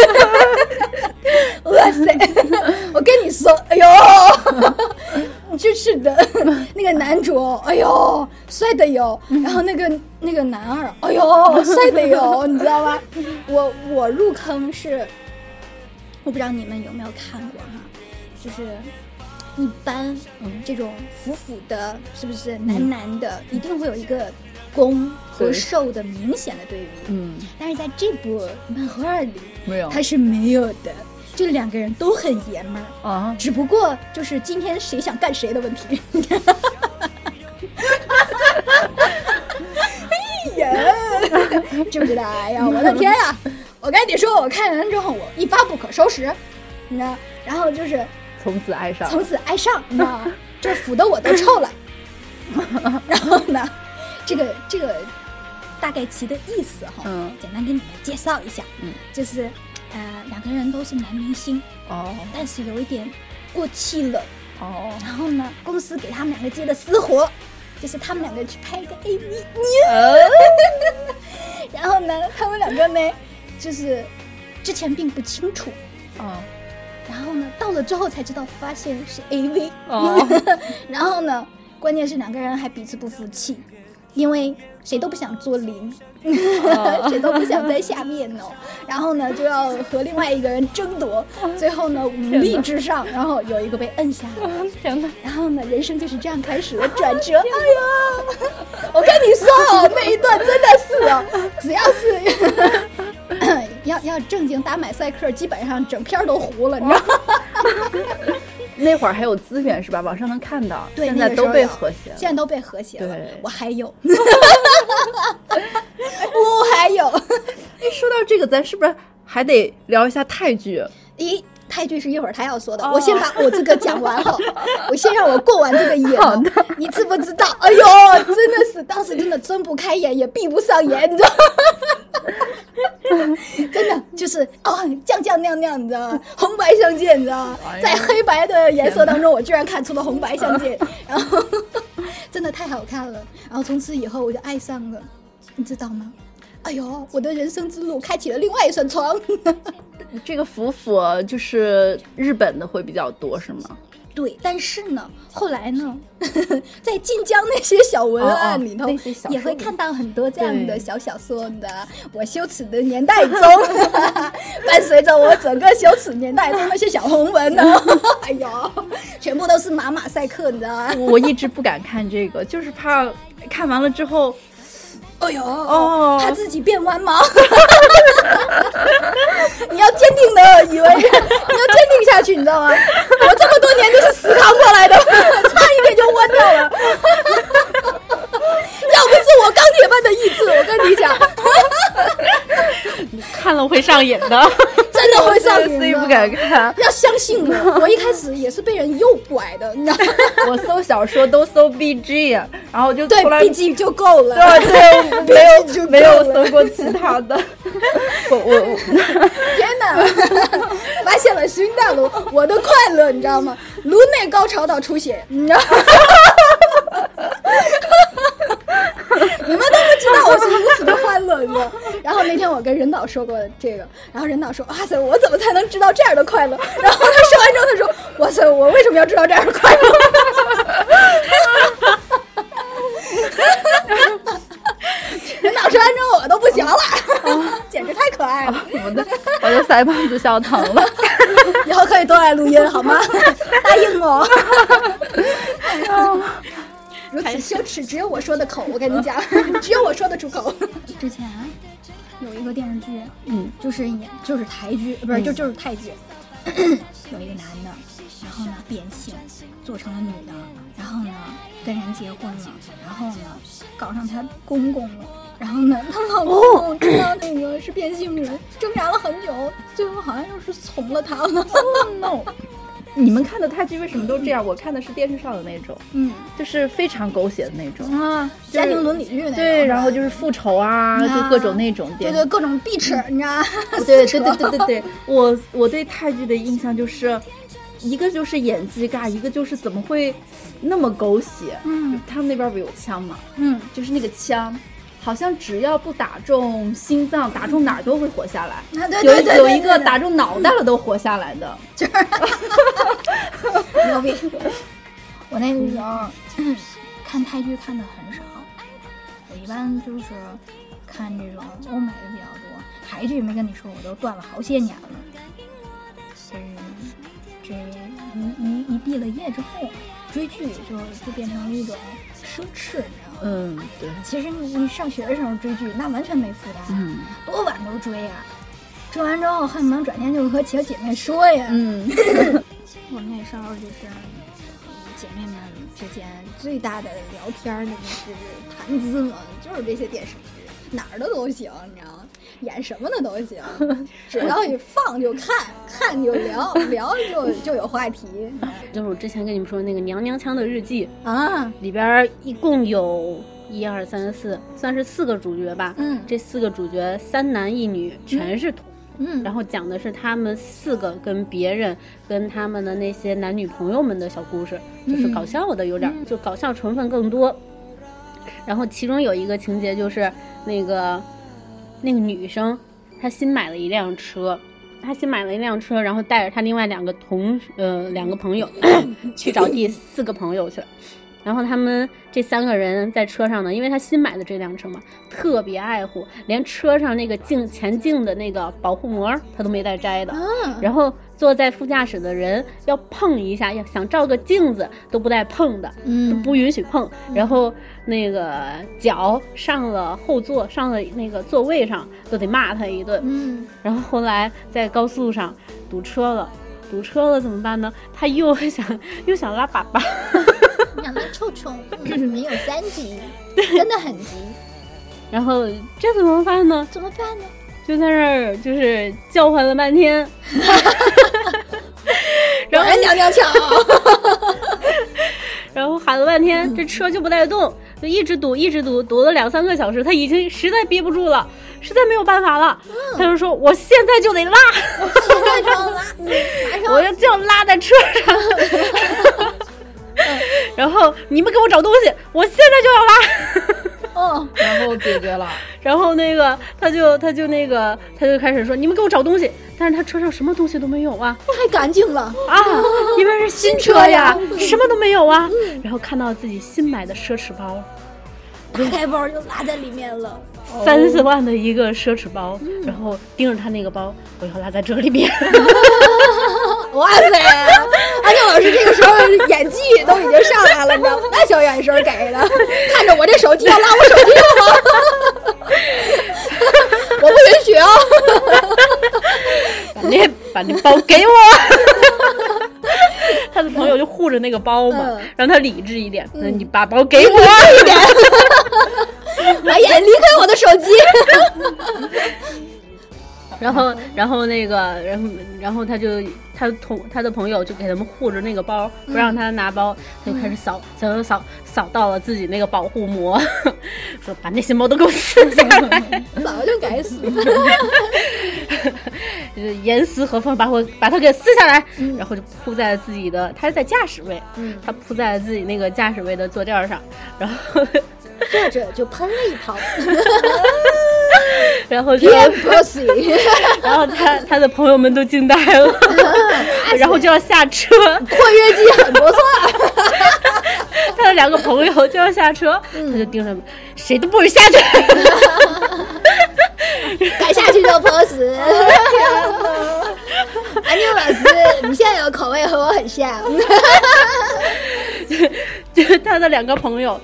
哇塞！我跟你说，哎呦，真是的，那个男主，哎呦，帅的哟。然后那个男二，哎呦，帅的哟，你知道吗？我入坑是，我不知道你们有没有看过哈，就是一般这种腐的，是不是男的一定会有一个攻和受的明显的对比，但是在这部漫画里
没有，
它是没有的，这2个人都很爷们儿啊，只不过就是今天谁想干谁的问题。哎呀，知不知道？哎呀，我的天呀！我跟你说，我看完之后我一发不可收拾，你知道，然后就是
从此爱上，
你知道吗？这腐的我都臭了。然后呢，这个大概其的意思哈，简单给你们介绍一下，就是2个人都是男明星但是有一点过气了然后呢，公司给他们2个接的私活，就是他们2个去拍一个 AV，然后呢，他们2个呢，就是之前并不清楚然后呢，到了之后才知道，发现是 AV。然后呢，关键是2个人还彼此不服气，因为谁都不想做零，谁都不想在下面然后呢，就要和另外一个人争夺，最后呢，武力至上，然后有一个被摁下来。
天哪！
然后呢，人生就是这样开始了转折。哎呀，我跟你说那一段真的是只要是。要正经打马赛克，基本上整片都糊了，你知道吗？
那会儿还有资源是吧？网上能看到，
对，
现在都被和谐了。
现在都被和谐了，
对，
我还有，我还有。
说到这个，咱是不是还得聊一下泰剧？
泰剧是一会儿他要说的，我先把我这个讲完哈，我先让我过完这个瘾。你知不知道？哎呦，真的是当时真的睁不开眼，也闭不上眼，你知道吗？ 真的就是酱亮亮，你知道吗？红白相间，你知道吗？在黑白的颜色当中，我居然看出了红白相间，然后真的太好看了。然后从此以后我就爱上了，你知道吗？哎呦，我的人生之路开启了另外一扇窗。
这个服就是日本的会比较多是吗？
对，但是呢，后来呢，在晋江那些小文案里头，也会看到很多这样的小说的。我羞耻的年代中，伴随着我整个羞耻年代中那些小红文呢，哎呦，全部都是马赛克，你知道吗？
我一直不敢看这个，就是怕看完了之后。
哎呦，他自己变弯吗？你要坚定的以为，你要坚定下去，你知道吗？我这么多年就是死扛过来的，差一点就弯掉了。要不是我钢铁般的意志，我跟你讲，
看了会上瘾的，
真的会上瘾的，
所以不敢看。
要相信我，我一开始也是被人诱拐的，你知道吗？
我搜小说都搜 BG， 然后就
对 BG 就够了，
对，没有搜过其他的。我
天哪，发现了新大陆，我的快乐你知道吗？颅内高潮到出血，你知道吗？你们都不知道我是如此的欢乐，你知道。然后那天我跟任导说过这个，然后任导说：“哇塞，我怎么才能知道这样的快乐？”然后他说完之后，他说：“哇塞，我为什么要知道这样的快乐？”任导说完之后，我都不行了，简直太可爱了。
我的腮帮子笑疼了。
以后可以多来录音好吗？答应我。如此羞耻，只有我说的口，我跟你讲，只有我说得出口。之前有一个电视剧，就是台剧，不是就是泰剧，有一个男的，然后呢变性，做成了女的，然后呢跟人结婚了，然后呢搞上他公公了，然后呢他老公知道那个是变性人，挣扎了很久，最后好像又是从了他了。
no。你们看的泰剧为什么都这样？我看的是电视上的那种，就是非常狗血的那种
啊，家庭伦理剧那种。
对，然后就是复仇啊，就各种那种电视，
对，各种必吃，你知道吗？
对。我对泰剧的印象就是，一个就是演技尬，一个就是怎么会那么狗血？他们那边不有枪吗？就是那个枪。好像只要不打中心脏，打中哪儿都会活下来。有一个打中脑袋了都活下来的，
牛逼！我那个时候看泰剧看的很少，我一般就是看这种欧美的比较多。台剧没跟你说，我都断了好些年了。这一毕了业之后，追剧就变成了一种奢侈，你知道吗？
对。
其实你上学的时候追剧，那完全没负担，多晚都追啊！追完之后恨不能转天就和小姐妹说呀。我们那时候就是姐妹们之间最大的聊天的就是谈资嘛，就是这些电视剧，哪儿的都行，你知道吗？演什么的都行，只要你放就看，看就聊，聊就有话题。
就是我之前跟你们说那个《娘娘腔的日记》
啊，
里边一共有1、2、3、4，算是4个主角吧。这4个主角3男1女，全是同。然后讲的是他们4个跟别人跟他们的那些男女朋友们的小故事，就是搞笑的，有点就搞笑成分更多。然后其中有一个情节就是那个女生她新买了一辆车，然后带着她另外2个朋友去找第4个朋友去。然后他们这3个人在车上呢，因为他新买的这辆车嘛，特别爱护，连车上那个前镜的那个保护膜他都没带摘的。然后坐在副驾驶的人要碰一下，要想照个镜子都不带碰的，都不允许碰。然后那个脚上了后座，上了那个座位上都得骂他一顿。然后后来在高速上堵车了怎么办呢？他又想拉粑粑。
让他臭臭，没有3级，真的很急。
然后这怎么办呢？就在这儿就是叫唤了半天，然后
娘娘腔，
然后喊了半天，这车就不带动，就一直堵了2、3个小时，他已经实在憋不住了， 实在没有办法了，他就说我现在就得拉，
现在就要拉，马上
我要这样拉在车上。然后你们给我找东西，我现在就要拉。
然后解决了。
然后那个他就开始说你们给我找东西，但是他车上什么东西都没有啊，
太干净了
啊，因为是新车呀，什么都没有啊。然后看到自己新买的奢侈包，
打开包就拉在里面了
，30万的一个奢侈包，然后盯着他那个包，我要拉在这里面。
哇塞，安静老师这个时候演技都已经上来了，你知道吗？那小眼神给的，看着我这手机要拉我手机了吗？我不允许啊！
把那包给我。他的朋友就护着那个包嘛，让他理智一点。那你把包给我
一点。哎呀，离开我的手机。
然后那个，然后他的朋友就给他们护着那个包，不让他拿包，他就开始扫到了自己那个保护膜，说把那些猫都给我撕下来，
早就该死，
就是严丝合缝把它给撕下来，然后就铺在了自己的，他是在驾驶位，他铺在了自己那个驾驶位的坐垫上，然后
坐着就喷了一泡。
然后然后他的朋友们都惊呆了，然后就要下车，
括约肌很不错。
他的2个朋友就要下车，他就盯着谁都不许下去，
敢下去就泼死。安静老师，你现在有口味和我很像。
就他的2个朋友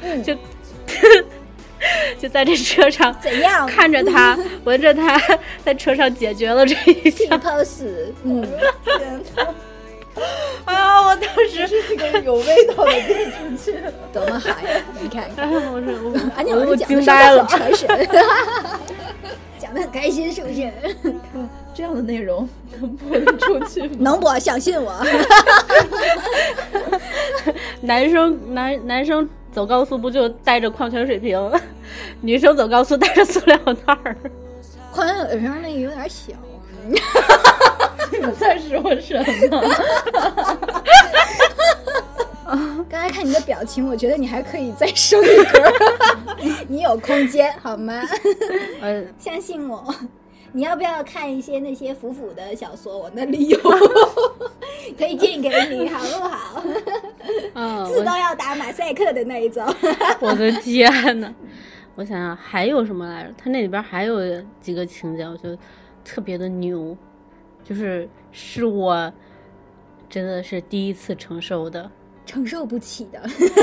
就在这车上
怎样
看着他，闻着他在车上解决了这一项。
天哪！
哎呀，我当时
是一个有味道的电视剧，
多么好呀！你看看，
我惊呆了，
传神，讲得很开心，是不是？
这样的内容能播得出去吗？
能播，相信我。
男生走高速不就带着矿泉水瓶，女生走高速带着塑料袋儿。
矿泉水瓶那个有点小。
你在说什么？
刚才看你的表情，我觉得你还可以再升一格，你有空间好吗？相信我。你要不要看一些那些腐腐的小说？我那里有，推荐给你，好不好？字都要打马赛克的那一种。
我的天哪！我想想还有什么来着？他那里边还有几个情节，我觉得特别的牛，是我真的是第一次承受
不起的。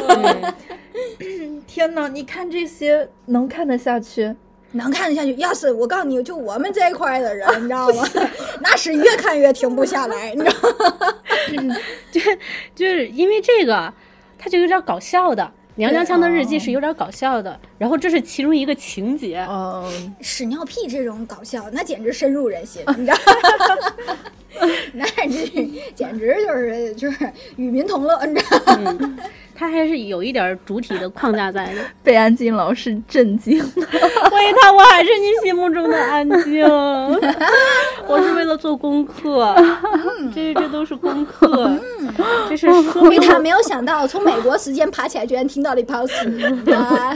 天哪！你看这些能看得下去？
能看得下去，要是我告诉你，就我们这一块的人，你知道吗？那是越看越停不下来，你知道吗？
就是因为这个，它就有点搞笑的。娘娘腔的日记是有点搞笑的，然后这是其中一个情节。
屎尿屁这种搞笑，那简直深入人心，你知道吗？那简直就是与民同乐，你知道吗？
他还是有一点主体的框架在的。
被安静老师震惊了。
我还是你心目中的安静。我是为了做功课，这都是功课。这是说明
他没有想到从美国时间爬起来居然听到了一泡屎啊！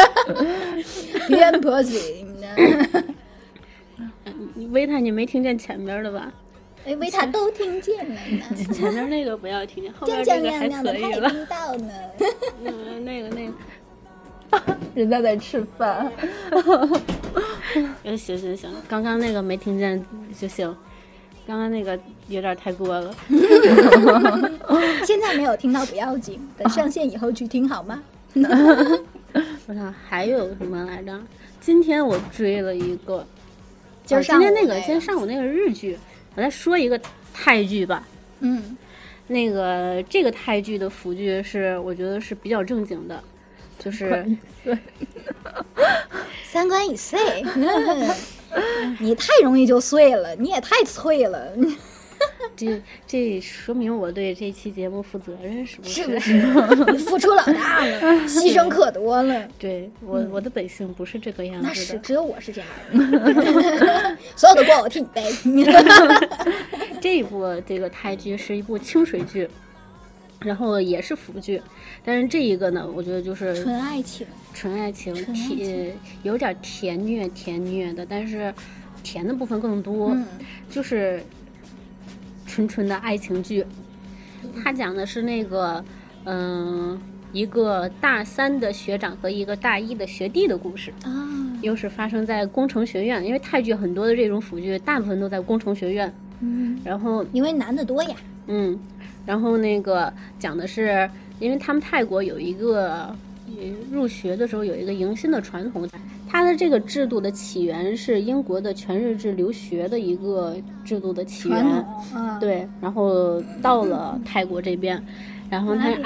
冤泼屎！
维塔，你没听见前面的吧？
哎，维塔都听见了呢。
前面那个不要听见，后面这个还可以了。
听到呢。
那个，
人家在吃饭。
行，刚刚那个没听见就行，刚刚那个有点太过了。
现在没有听到不要紧，等上线以后去听好吗？
我想还有什么来着？今天我追了一个，今天上午那个日剧。我再说一个泰剧吧，这个泰剧的腐剧我觉得是比较正经的，就是
3观已碎，你太容易就碎了，你也太脆了。
这说明我对这期节目负责任，是不是？
是不是？你付出老大了，牺牲可多了。
对我的本性不是这个样子的。
那是只有我是这样的，所有的锅我替你背。
这一部这个泰剧是一部清水剧，然后也是腐剧，但是这一个呢，我觉得就是
纯爱情，
有点甜虐的，但是甜的部分更多，就是纯的爱情剧。它讲的是那个一个大3的学长和一个大1的学弟的故事啊，又是发生在工程学院，因为泰剧很多的这种腐剧大部分都在工程学院，然后
因为男的多呀，
然后那个讲的是，因为他们泰国有一个入学的时候有一个迎新的传统，它的这个制度的起源是英国的全日制留学的一个制度的起源，对，然后到了泰国这边，然后它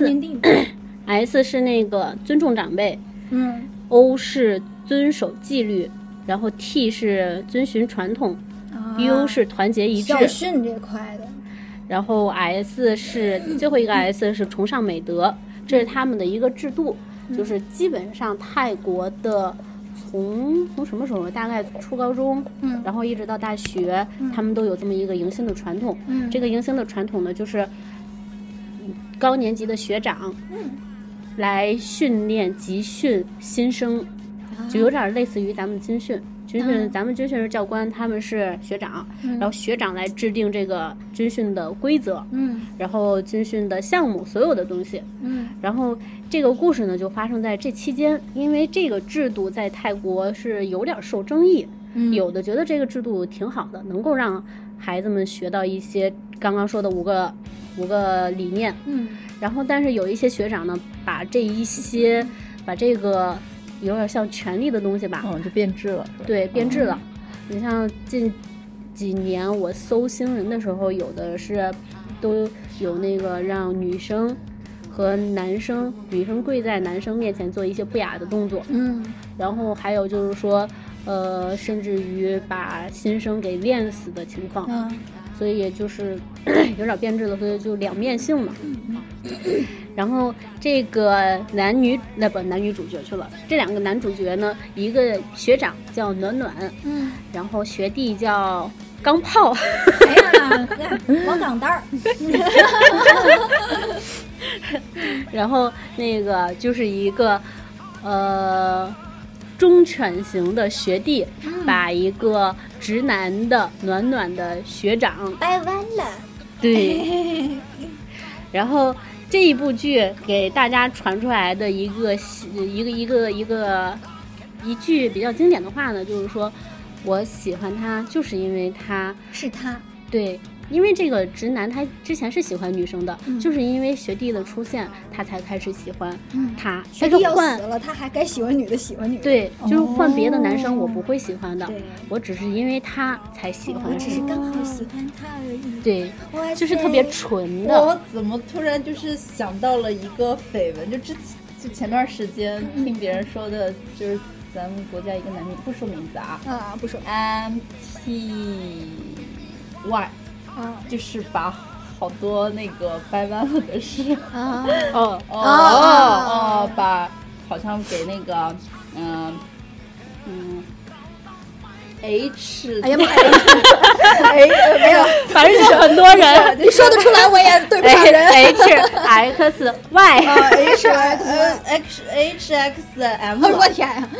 S 是那个尊重长辈，O 是遵守纪律，然后 T 是遵循传统，U 是团结一致，
校训这块的。
然后 S 是最后一个 S 是崇尚美德，这是他们的一个制度，就是基本上泰国的从什么时候，大概初高中，然后一直到大学，他们都有这么一个迎新的传统。这个迎新的传统呢，就是高年级的学长，来训练集训新生，就有点类似于咱们军训。咱们军训是教官，他们是学长，然后学长来制定这个军训的规则，然后军训的项目，所有的东西，然后这个故事呢就发生在这期间，因为这个制度在泰国是有点受争议，有的觉得这个制度挺好的，能够让孩子们学到一些刚刚说的五个理念，然后但是有一些学长呢，把这个有点像权力的东西吧，
就变质了。
对，变质了。你像近几年我搜新闻的时候，有的是都有那个让女生和男生，女生跪在男生面前做一些不雅的动作，然后还有就是说，甚至于把新生给练死的情况，所以也就是有点变质了，所以就两面性嘛。然后这个男女主角去了，这两个男主角呢，一个学长叫暖暖，然后学弟叫钢炮，
哎呀，王钢蛋儿，
然后那个就是一个忠犬型的学弟，把一个直男的暖暖的学长
掰弯了，
对，然后。这一部剧给大家传出来的一句比较经典的话呢，就是说我喜欢他就是因为他
是他，
对，因为这个直男他之前是喜欢女生的，就是因为学弟的出现他才开始喜欢他，
学弟要死了他还该喜欢女的喜欢女的，
对，就是换别的男生我不会喜欢的，我只是因为他才喜欢，
我只是刚好喜欢他而已，
对，就是特别纯的。
我怎么突然就是想到了一个绯闻，就前段时间听别人说的，就是咱们国家一个男明，不说名字啊，
不说
MTY，就是把好多那个掰弯了的事把好像给那个H，
哎呀妈呀，
没有，
反正就很多人，
你说得出来我也对不上人。
HXM，
我天呀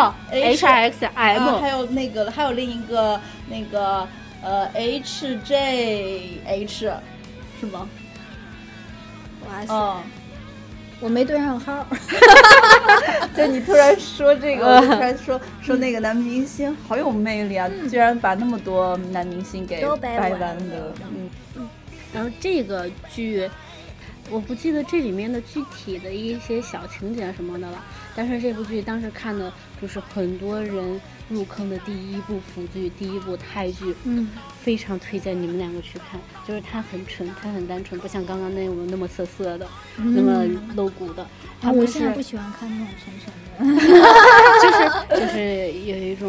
！HXM，
还有另一个那个HJH 是吗？
哇塞！我没对上号。
就你突然说这个，我突然说那个男明星好有魅力啊，居然把那么多男明星给掰弯的。
然后这个剧我不记得这里面的具体的一些小情节什么的了，但是这部剧当时看的就是很多人入坑的第一部腐剧，第一部泰剧，非常推荐你们两个去看，就是它很纯，它很单纯，不像刚刚那么涩涩的，那么露骨的。
我现在不喜欢看那种纯纯的，
就是有一种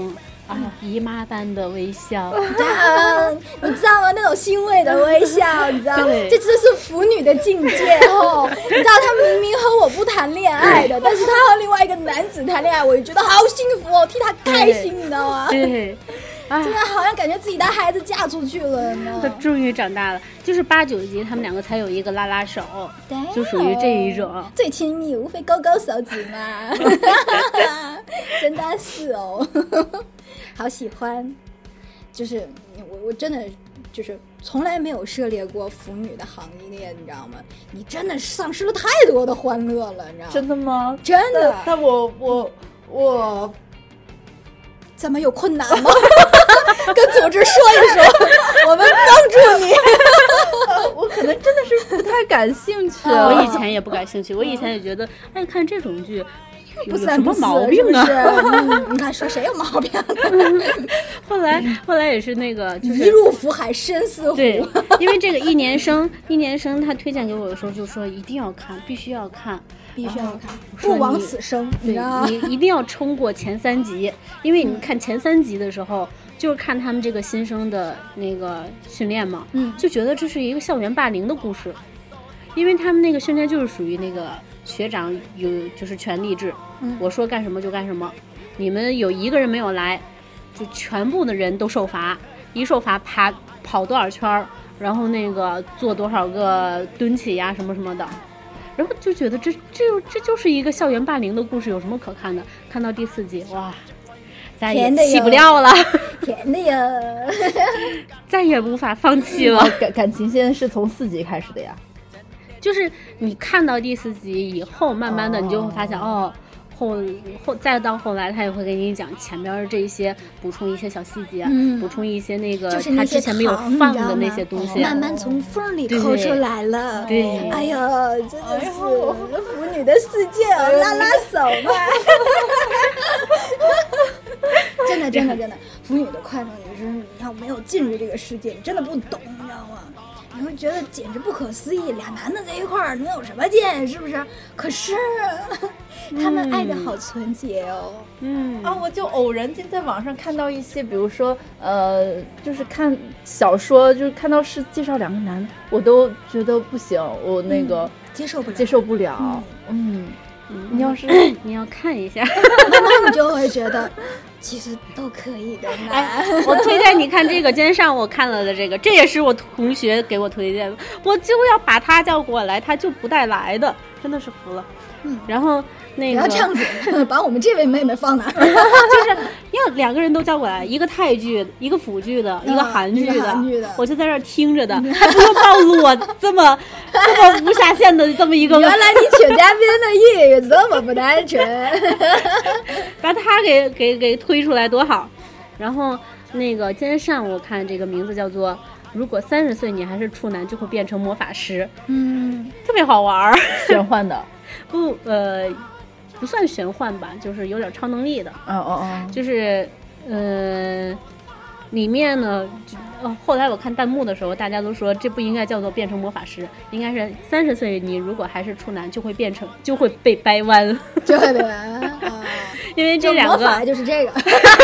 姨妈般的微笑，
你知道吗？那种欣慰的微笑，你知道，这是腐女的境界哦。你知道，他明明和我不谈恋爱的，但是他和另外一个男子谈恋爱，我就觉得好幸福哦，替他开心，你知道吗？
对。
真的好像感觉自己的孩子嫁出去了呢。
他终于长大了，就是8、9集他们2个才有一个拉拉手，就属于这一种。
最亲密无非勾勾手指嘛，真的是哦，好喜欢。就是我真的就是从来没有涉猎过腐女的行业，你知道吗？你真的丧失了太多的欢乐了，你知道吗？
真的吗？
真的。
但我。
怎么有困难吗？跟组织说一说，我们帮助你。
我可能真的是不太感兴趣。
我以前也不感兴趣，我以前也觉得，哎，看这种剧有什么毛病啊？
你看说谁有毛病？
后来也是那个，就是
一入腐海深似虎。
对，因为这个一年生他推荐给我的时候就说一定要看，必须要看。
必须要看，不枉此生，你知道吗？
你一定要冲过前3集，因为你看前3集的时候，就是看他们这个新生的那个训练嘛，就觉得这是一个校园霸凌的故事，因为他们那个训练就是属于那个学长就是权力制，我说干什么就干什么，你们有1个人没有来，就全部的人都受罚，一受罚跑多少圈，然后那个做多少个蹲起呀什么什么的。然后就觉得这就是一个校园霸凌的故事，有什么可看的？看到第4集，哇，再也弃不掉了，
甜的呀，
再也无法放弃了。
感情线是从4集开始的呀，
就是你看到第4集以后，慢慢的你就会发现，再到后来，他也会给你讲前边这些，补充一些小细节，补充一些那个
就是
他之前没有放的那些东西，
慢慢从缝里抠出来了。
对，
哎呦，真的是腐女的世界哦，拉拉手嘛。真的，腐女的快乐，你要没有进入这个世界，你真的不懂，你知道吗？你会觉得简直不可思议，俩男的在一块儿能有什么劲，是不是？可是他们爱的好纯洁哦。
我就偶然间在网上看到一些，比如说就是看小说，就是看到是介绍2个男，我都觉得不行，我那个
接受不了。
你要是
你要看一下，
那你就会觉得其实都可以的嘛。
我推荐你看这个，今天上午我看了的这也是我同学给我推荐的，我就要把他叫过来，他就不带来的，真的是服了。然后那个
不要这样子，把我们这位妹妹放哪儿？
就是要2个人都叫过来，一个泰剧，一个腐剧的，一个韩剧的，我就在这儿听着的，还不用暴露我这么无下限的这么一个。
原来你请嘉宾的意义这么不单纯，
把他给推出来多好。然后那个今天上午我看这个名字叫做如果30岁你还是处男就会变成魔法师，特别好玩，
玄幻的。
不算玄幻吧，就是有点超能力的。就是里面呢，后来我看弹幕的时候，大家都说这不应该叫做变成魔法师，应该是30岁你如果还是处男就会被掰弯，
就会被掰弯。
因为这2个
魔法就是这个，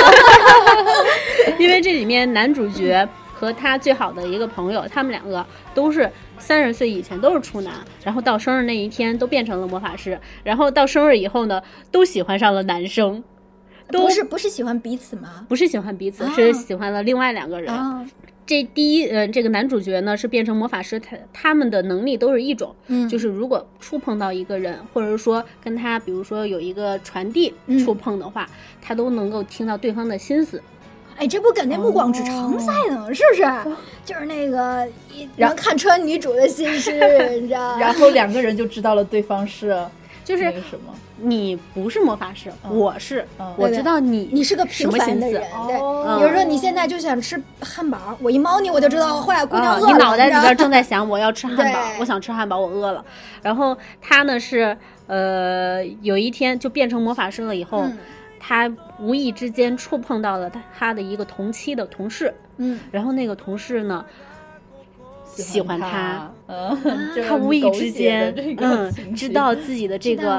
因为这里面男主角和他最好的一个朋友，他们2个都是30岁以前都是处男，然后到生日那一天都变成了魔法师，然后到生日以后呢，都喜欢上了男生，
不是喜欢彼此吗？
不是喜欢彼此，是喜欢了另外2个人。这个男主角呢是变成魔法师，他们的能力都是一种，就是如果触碰到一个人，或者说跟他比如说有一个传递触碰的话，他都能够听到对方的心思。
哎，这不跟那《暮光之城》赛呢，是不是？就是那个能看穿女主的心事，你知道？
然后2个人就知道了对方是
就是
那个什么。
你不是魔法师，我是，我知道你
是个平凡的人。对，比如说你现在就想吃汉堡，我一猫你我就知道坏姑娘饿了。
你脑袋里边正在想我要吃汉堡，我想吃汉堡，我饿了。然后他呢是有一天就变成魔法师了以后。他无意之间触碰到了他的一个同期的同事，然后那个同事呢喜欢他，他无意之间知道自己的这个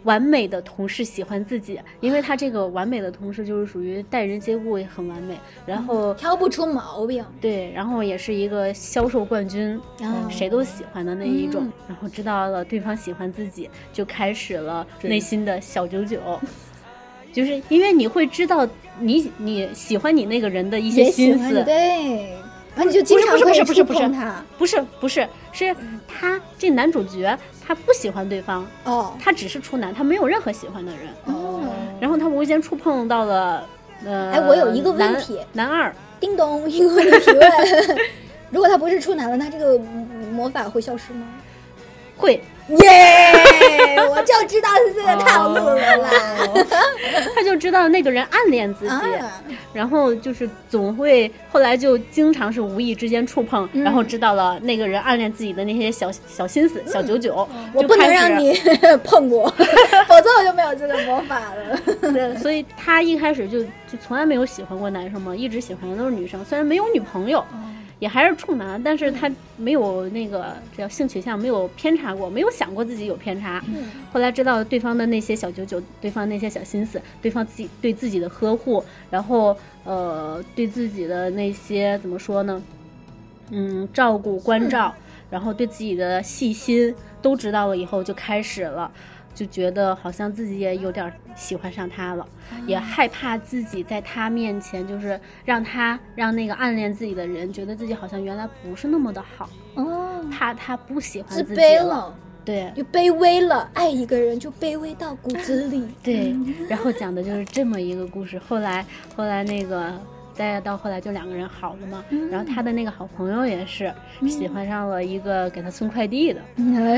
完美的同事喜欢自己，因为他这个完美的同事就是属于待人接物也很完美，然后
挑不出毛病，
对，然后也是一个销售冠军，谁都喜欢的那一种，然后知道了对方喜欢自己，就开始了内心的小九九。就是因为你会知道你喜欢你那个人的一些心思，
对，然后你就经常会触碰他。
不是，是他这男主角他不喜欢对方，他只是处男，他没有任何喜欢的人，然后他无意间触碰到了
我有一个问题，
男二，
叮咚，因为你提问，如果他不是处男了，他这个魔法会消失吗？
会。
耶！我就知道是这个套路了啦。
他就知道那个人暗恋自己，然后就是总会后来就经常是无意之间触碰，然后知道了那个人暗恋自己的那些小心思、小九九。
我不能让你碰我，否则我就没有这个魔法了。
对，所以他一开始就从来没有喜欢过男生嘛，一直喜欢的都是女生，虽然没有女朋友。也还是处男，但是他没有那个叫性取向，没有偏差过，没有想过自己有偏差。后来知道对方的那些小九九，对方那些小心思，对方对自己的呵护，然后对自己的那些怎么说呢？照顾关照，然后对自己的细心都知道了以后，就开始了。就觉得好像自己也有点喜欢上他了，也害怕自己在他面前就是让那个暗恋自己的人觉得自己好像原来不是那么的好，怕他不喜欢自己了，对，
就卑微了，爱一个人就卑微到骨子里。
对，然后讲的就是这么一个故事。后来那个再到后来就两个人好了嘛，然后他的那个好朋友也是喜欢上了一个给他送快递的，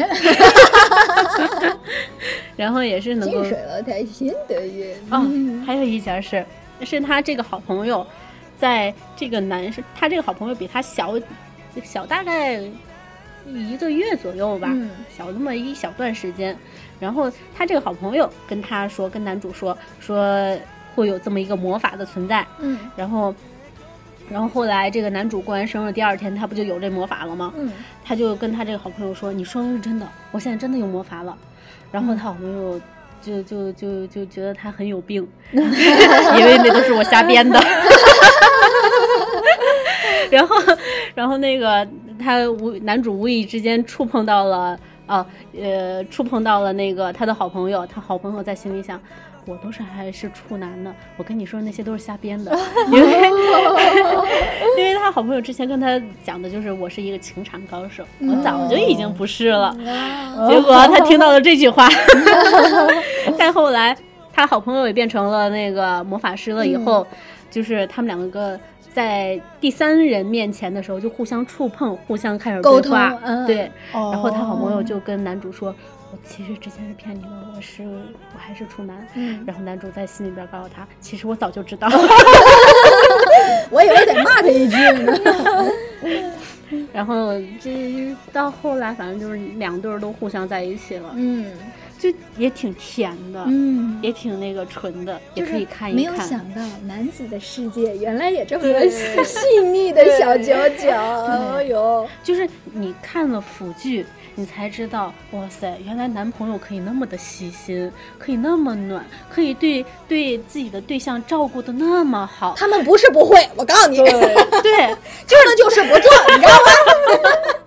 然后也是能够
近水楼台先得月。
还有一件是他这个好朋友，在这个男生，他这个好朋友比他小大概1个月左右吧，小那么一小段时间。然后他这个好朋友跟男主说会有这么一个魔法的存在，然后后来这个男主过完生日第2天，他不就有这魔法了吗？他就跟他这个好朋友说：“你说的是真的，我现在真的有魔法了。”然后他好朋友就觉得他很有病，因为那都是我瞎编的。然后那个男主无意之间触碰到了那个他的好朋友，他好朋友在心里想，我还是处男呢，我跟你说那些都是瞎编的，因为他好朋友之前跟他讲的就是我是一个情场高手，我早就已经不是了，结果他听到了这句话，再后来他好朋友也变成了那个魔法师了以后，就是他们两个在第3人面前的时候就互相触碰，互相开始对话，对，然后他好朋友就跟男主说，我其实之前是骗你的，我还是处男，然后男主在心里边告诉他，其实我早就知道。
我以为得骂他一句呢。
然后这到后来反正就是2对都互相在一起了，就也挺甜的，也挺那个纯的，也可以看一看。
没有想到男子的世界原来也这么细腻的小九九，哎呦，
就是你看了腐剧，你才知道，哇塞，原来男朋友可以那么的细心，可以那么暖，可以对自己的对象照顾的那么好。
他们不是不会，我告诉你，对，就是不做，你知道吗？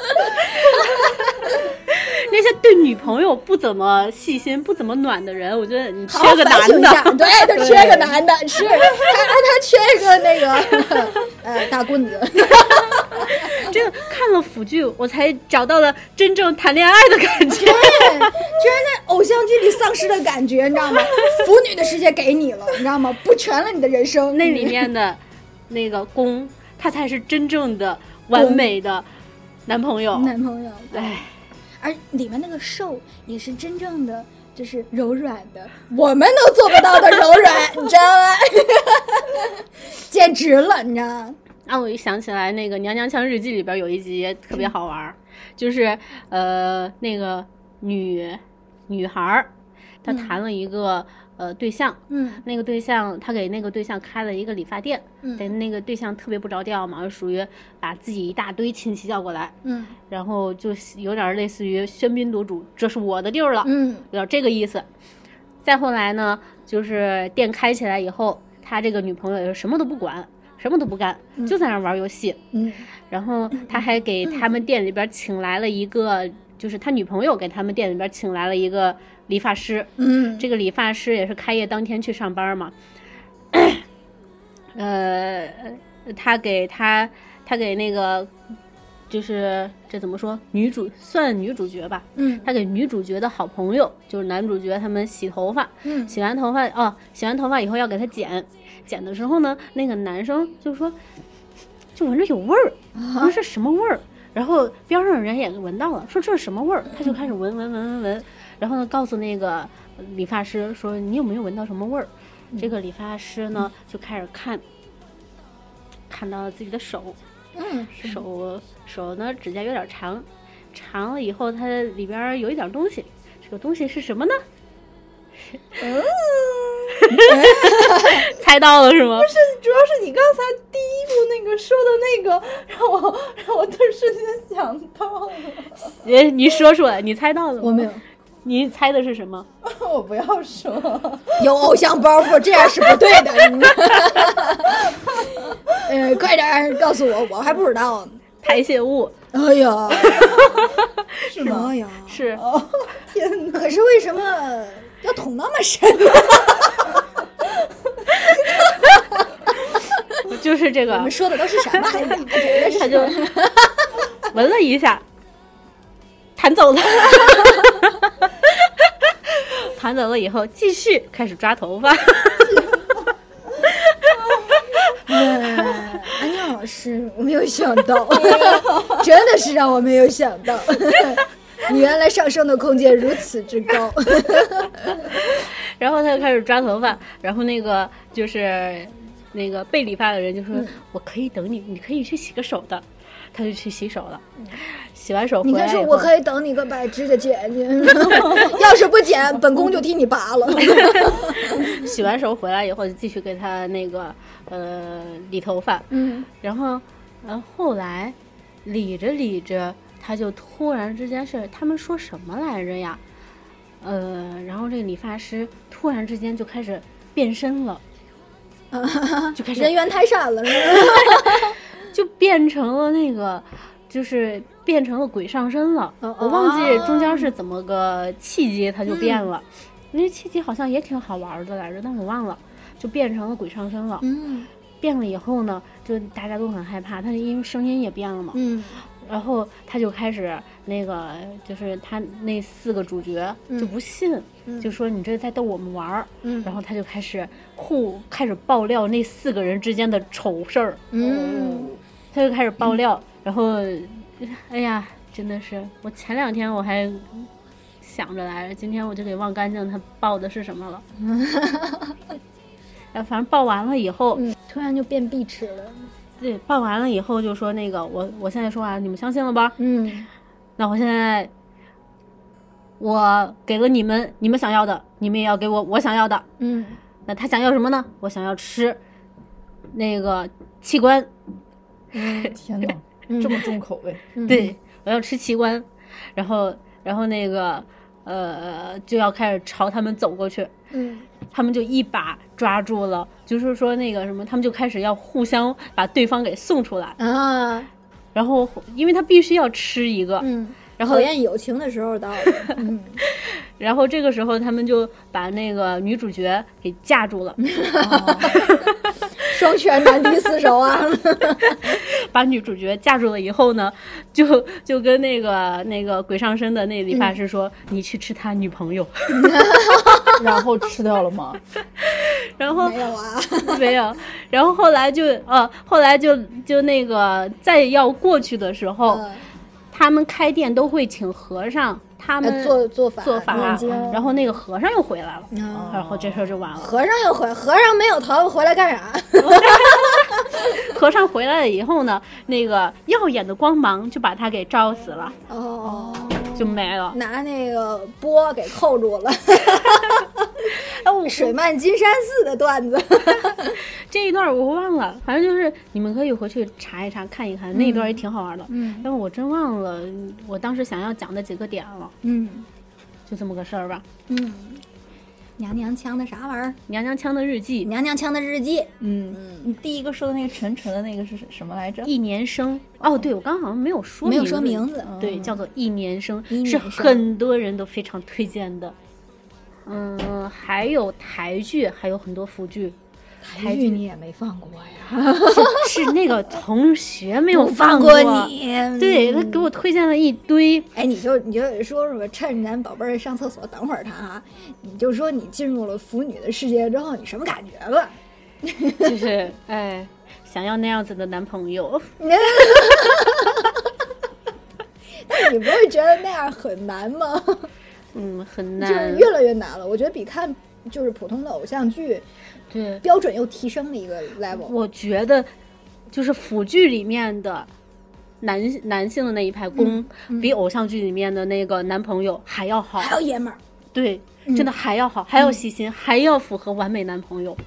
那些对女朋友不怎么细心、不怎么暖的人，我觉得你缺个男的。
对，他缺个男的，是他缺一个那个大棍子。
这个看了腐剧，我才找到了真正谈恋爱的感觉，
居然在偶像剧里丧失的感觉，你知道吗？腐女的世界给你了，你知道吗？补全了你的人生。
那里面的那个攻，他才是真正的完美的男朋友。
哎。而里面那个受也是真正的就是柔软的，我们都做不到的柔软，你知道吗？简直了，你知道吗？
我一想起来那个《娘娘腔日记》里边有一集特别好玩，就是那个女孩她谈了一个对象，那个对象他给那个对象开了一个理发店，那个对象特别不着调嘛，属于把自己一大堆亲戚叫过来，然后就有点类似于喧宾夺主，这是我的地儿了，有点这个意思。 再后来呢，就是店开起来以后，他这个女朋友也是什么都不管，什么都不干，就在那玩游戏。然后他还给他们店里边请来了一个，就是他女朋友给他们店里边请来了一个理发师。这个理发师也是开业当天去上班嘛。他给那个，就是这怎么说，算女主角吧。他给女主角的好朋友，就是男主角他们洗头发。洗完头发以后要给他剪的时候呢，那个男生就说，就闻着有味儿，说是什么味儿？然后边上人也闻到了，说这是什么味儿？他就开始闻，然后呢告诉那个理发师说，你有没有闻到什么味儿？这个理发师呢就开始看到了自己的手。手呢指甲有点长了以后它里边有一点东西，这个东西是什么呢？猜到了是吗？
不是，主要是你刚才第一步那个说的那个让我顿时间想到了。
你说出来，你猜到了吗？
我没有。
你猜的是什么？
我不要说，
有偶像包袱，这样是不对的。快点告诉我，我还不知道呢。
排泄物。
哎呀，
是吗？
哎呀，
是。
天哪！
可是为什么要捅那么深呢？
就是这个。
我们说的都是什么？
他就闻了一下，弹走了。弹走了以后，继续开始抓头发。
安妮老师，我没有想到，真的是让我没有想到，你原来上升的空间如此之高。
然后他就开始抓头发，然后那个就是那个被理发的人就说：“我可以等你，你可以去洗个手的。”他就去洗手了。洗完手回来以后，
你看说我可以等你个把指甲剪去，要是不剪，本宫就替你拔了。
洗完手回来以后，就继续给他那个理头发。然后后来理着，他就突然之间是他们说什么来着呀？然后这个理发师突然之间就开始变身了，就开始
人猿泰山了，是吧？
就变成了那个，就是变成了鬼上身了。我忘记中间是怎么个契机，它就变了。那契机好像也挺好玩的来着，但我忘了，就变成了鬼上身了。变了以后呢，就大家都很害怕，他因为声音也变了嘛。然后他就开始那个，就是他那4个主角就不信，就说你这在逗我们玩儿。然后他就开始爆料那4个人之间的丑事儿。他就开始爆料，然后，哎呀，真的是，我前2天我还想着来着，今天我就给忘干净他爆的是什么了。反正爆完了以后，
突然就变碧池了。
对，爆完了以后就说那个我现在说完，你们相信了吧？那我现在我给了你们想要的，你们也要给我想要的。那他想要什么呢？我想要吃那个器官。
天哪，这么重口味。
对，我要吃器官。然后那个就要开始朝他们走过去。他们就一把抓住了，就是说那个什么，他们就开始要互相把对方给送出来啊。然后因为他必须要吃一个，然后
考验友情的时候到了。
然后这个时候他们就把那个女主角给架住了。
双拳难敌4手啊。
把女主角架住了以后呢，就跟那个鬼上身的那理发师说，你去吃他女朋友。
然后吃掉了吗？
然后
没有啊，
没有。然后后来就那个再要过去的时候，他们开店都会请和尚，他们
做法，
然后那个和尚又回来了，然后这事儿就完了。
和尚没有逃回来干啥？
和尚回来了以后呢，那个耀眼的光芒就把他给照死了。就没了，
拿那个钵给扣住了。水漫金山寺的段子。
这一段我忘了，反正就是你们可以回去查一查看一看，那一段也挺好玩的。但我真忘了我当时想要讲的几个点了。就这么个事儿吧。
娘娘腔的啥玩意儿？
娘娘腔的日记。
娘娘腔的日记。
你第一个说的那个纯纯的那个是什么来着？
一年生。哦，对，我刚刚好像没有说
名字。
对，叫做一年生，是很多人都非常推荐的。还有台剧，还有很多腐剧。
台剧你也没放过呀？
是那个同学没有
放
过
你。
对，他给我推荐了一堆。
哎，你就说说，趁咱宝贝儿上厕所等会儿他啊，你就说你进入了腐女的世界之后，你什么感觉吧？
就是想要那样子的男朋友。
但是你不会觉得那样很难吗？
很难，
就是越来越难了。我觉得比看就是普通的偶像剧，
对，
标准又提升了一个 level。
我觉得就是腐剧里面的男性的那一派攻，比偶像剧里面的那个男朋友还要好，
还要爷们儿。
对，真的还要好，还要细心，还要符合完美男朋友。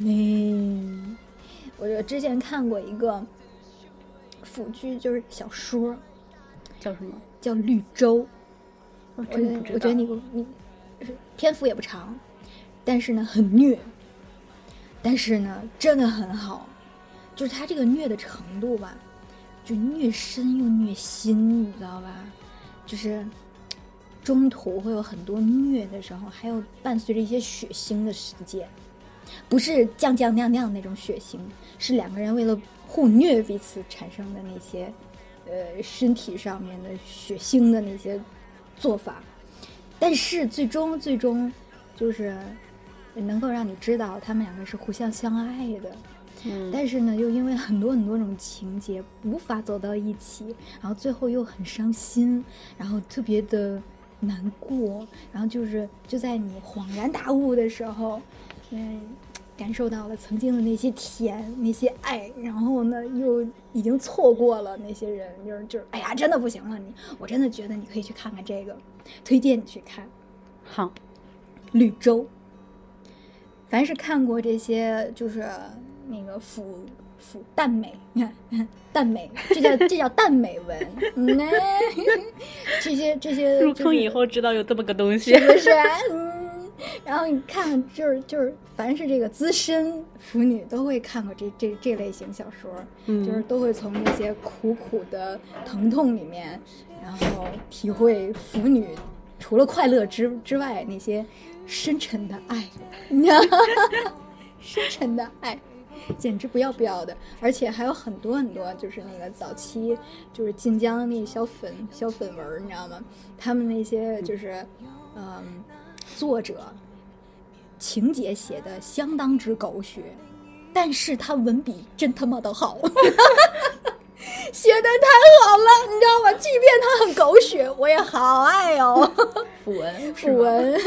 我之前看过一个腐剧，就是小说，
叫什么？
叫《绿洲》。
我真的不知道。
我觉得你篇幅也不长，但是呢很虐，但是呢真的很好，就是他这个虐的程度吧，就虐身又虐心，你知道吧？就是中途会有很多虐的时候，还有伴随着一些血腥的事件，不是酱酿那种血腥，是两个人为了互虐彼此产生的那些身体上面的血腥的那些做法，但是最终就是能够让你知道他们两个是互相相爱的。但是呢又因为很多种情节无法走到一起，然后最后又很伤心，然后特别的难过，然后就在你恍然大悟的时候感受到了曾经的那些甜那些爱，然后呢又已经错过了那些人，就是哎呀真的不行了，我真的觉得你可以去看看这个，推荐你去看。
好，
绿洲。凡是看过这些就是那个腐耽美，耽美，这叫耽美文。这些
入坑以后知道有这么个东西，
是不是？然后你看，就是凡是这个资深腐女都会看过这类型小说，就是都会从那些苦的疼痛里面，然后体会腐女除了快乐之外那些深沉的爱，深沉的爱，简直不要的。而且还有很多就是那个早期就是晋江的那小粉文，你知道吗？他们那些就是作者情节写的相当之狗血，但是他文笔真他妈的好。写的太好了，你知道吗？即便它很狗血，我也好爱哦。
腐文，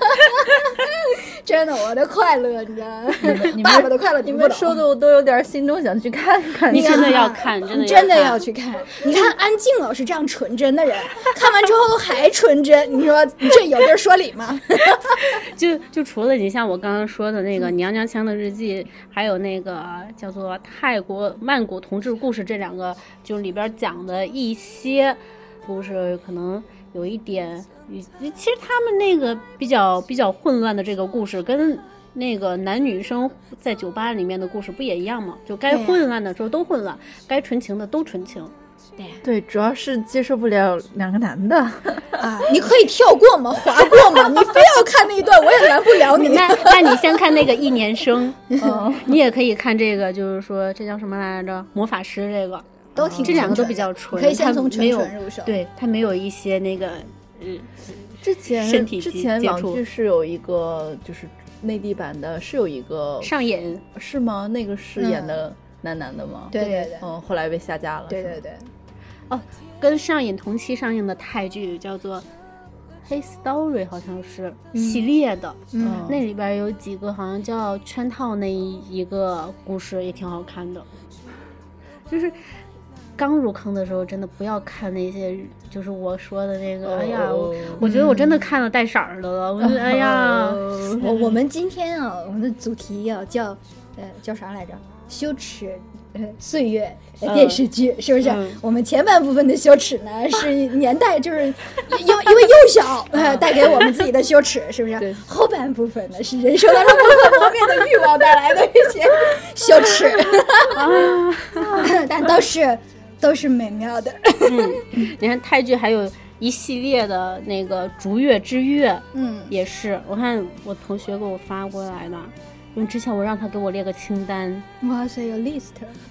真的，我的快乐，你知道吗？爸爸的快乐，
你们说的我都有点心动，想去看看。
你真的要看，
真的要去看。你看安静老师这样纯真的人，看完之后还纯真，你说这有地儿说理吗？
就除了你像我刚刚说的那个娘娘腔的日记，还有那个叫做泰国曼谷同志故事，这两个就里边讲的一些故事可能有一点，其实他们那个比较混乱的这个故事跟那个男女生在酒吧里面的故事不也一样吗？就该混乱的时候都混乱，该纯情的都纯情。
对，主要是接受不了两个男的
啊！你可以跳过吗？划过吗？你非要看那一段，我也拦不了你。
那你先看那个一年生，你也可以看这个，就是说这叫什么来着？魔法师这个
都挺，
这两个都比较纯，
可以先从纯入手。
对，它没有一些那个
之前网剧是有一个就是内地版的，是有一个
上瘾
是吗？那个是演的男的吗？
对，
后来被下架了。
对。
哦，跟上瘾同期上映的泰剧叫做《黑 Story》，好像是系列的，那里边有几个好像叫圈套那一个故事也挺好看的。就是刚入坑的时候，真的不要看那些，就是我说的那个。哎呀，我觉得我真的看了带色儿的了。我觉得，哎呀，
我们今天啊，我们的主题要叫啥来着？ 羞耻岁月电视剧，是不是？我们前半部分的羞耻呢，是年代就是因为幼小带给我们自己的羞耻，是不是？后半部分呢，是人生当中不可磨灭的欲望带来的一些羞耻，但都是美妙的。
你看泰剧还有一系列的那个逐月之月，也是我看我同学给我发过来的，因为之前我让他给我列个清单。
哇塞，有 list。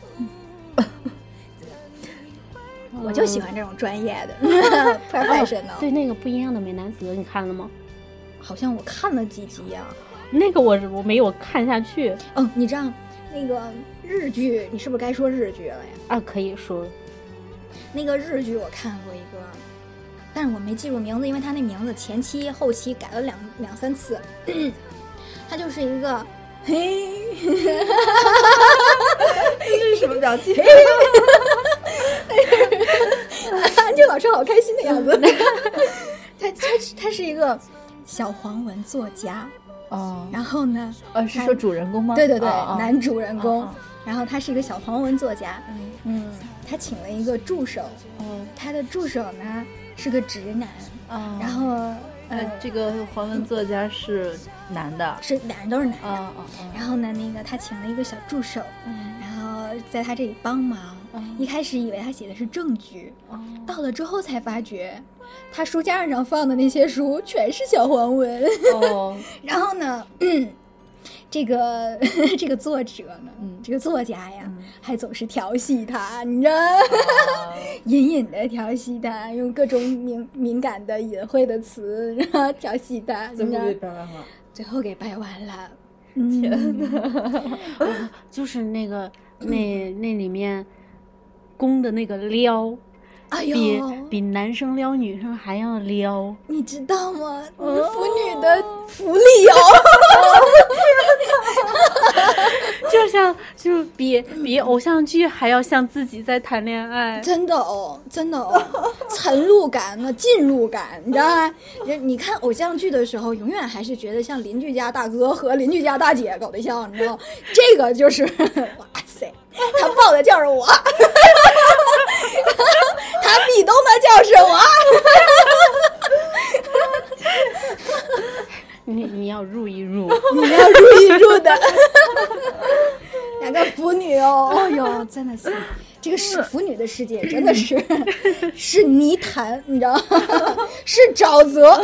我就喜欢这种专业的professional。
对，那个不一样的美男子你看了吗？
好像我看了几集啊。
那个我没有看下去。
你知道那个日剧，你是不是该说日剧了呀？
可以说。
那个日剧我看过一个，但是我没记住名字，因为他那名字前期后期改了两三次。他就是一个这
是什么表情？
安静老师好开心的样子。他是一个小黄文作家然后呢
是说主人公吗？
对对对，男主人公。然后他是一个小黄文作家，他请了一个助手，他的助手呢是个直男，然后
这个黄文作家是男的，
是俩人都是男的，然后呢那个他请了一个小助手，然后在他这里帮忙，一开始以为他写的是正剧，到了之后才发觉他书架上放的那些书全是小黄文，然后呢这个作者呢，这个作家呀，还总是调戏他，你知道隐隐的调戏他，用各种敏感的隐晦的词，然后调戏他，
最后给掰完了。
最后给掰完了。
天哪！
就是那个那里面公的那个撩。比男生撩女生还要撩，
你知道吗？腐女的福利
就比偶像剧还要像自己在谈恋爱，
真的沉入感呢，进入感，你知道吗？你看偶像剧的时候，永远还是觉得像邻居家大哥和邻居家大姐搞对象，你知道吗？这个就是哇塞，他抱的就是我。他壁咚的就是我。
你要入一入，
你要入一入的。两个腐女哟，真的是这个是腐女的世界，真的是泥潭，你知道吗？是沼泽，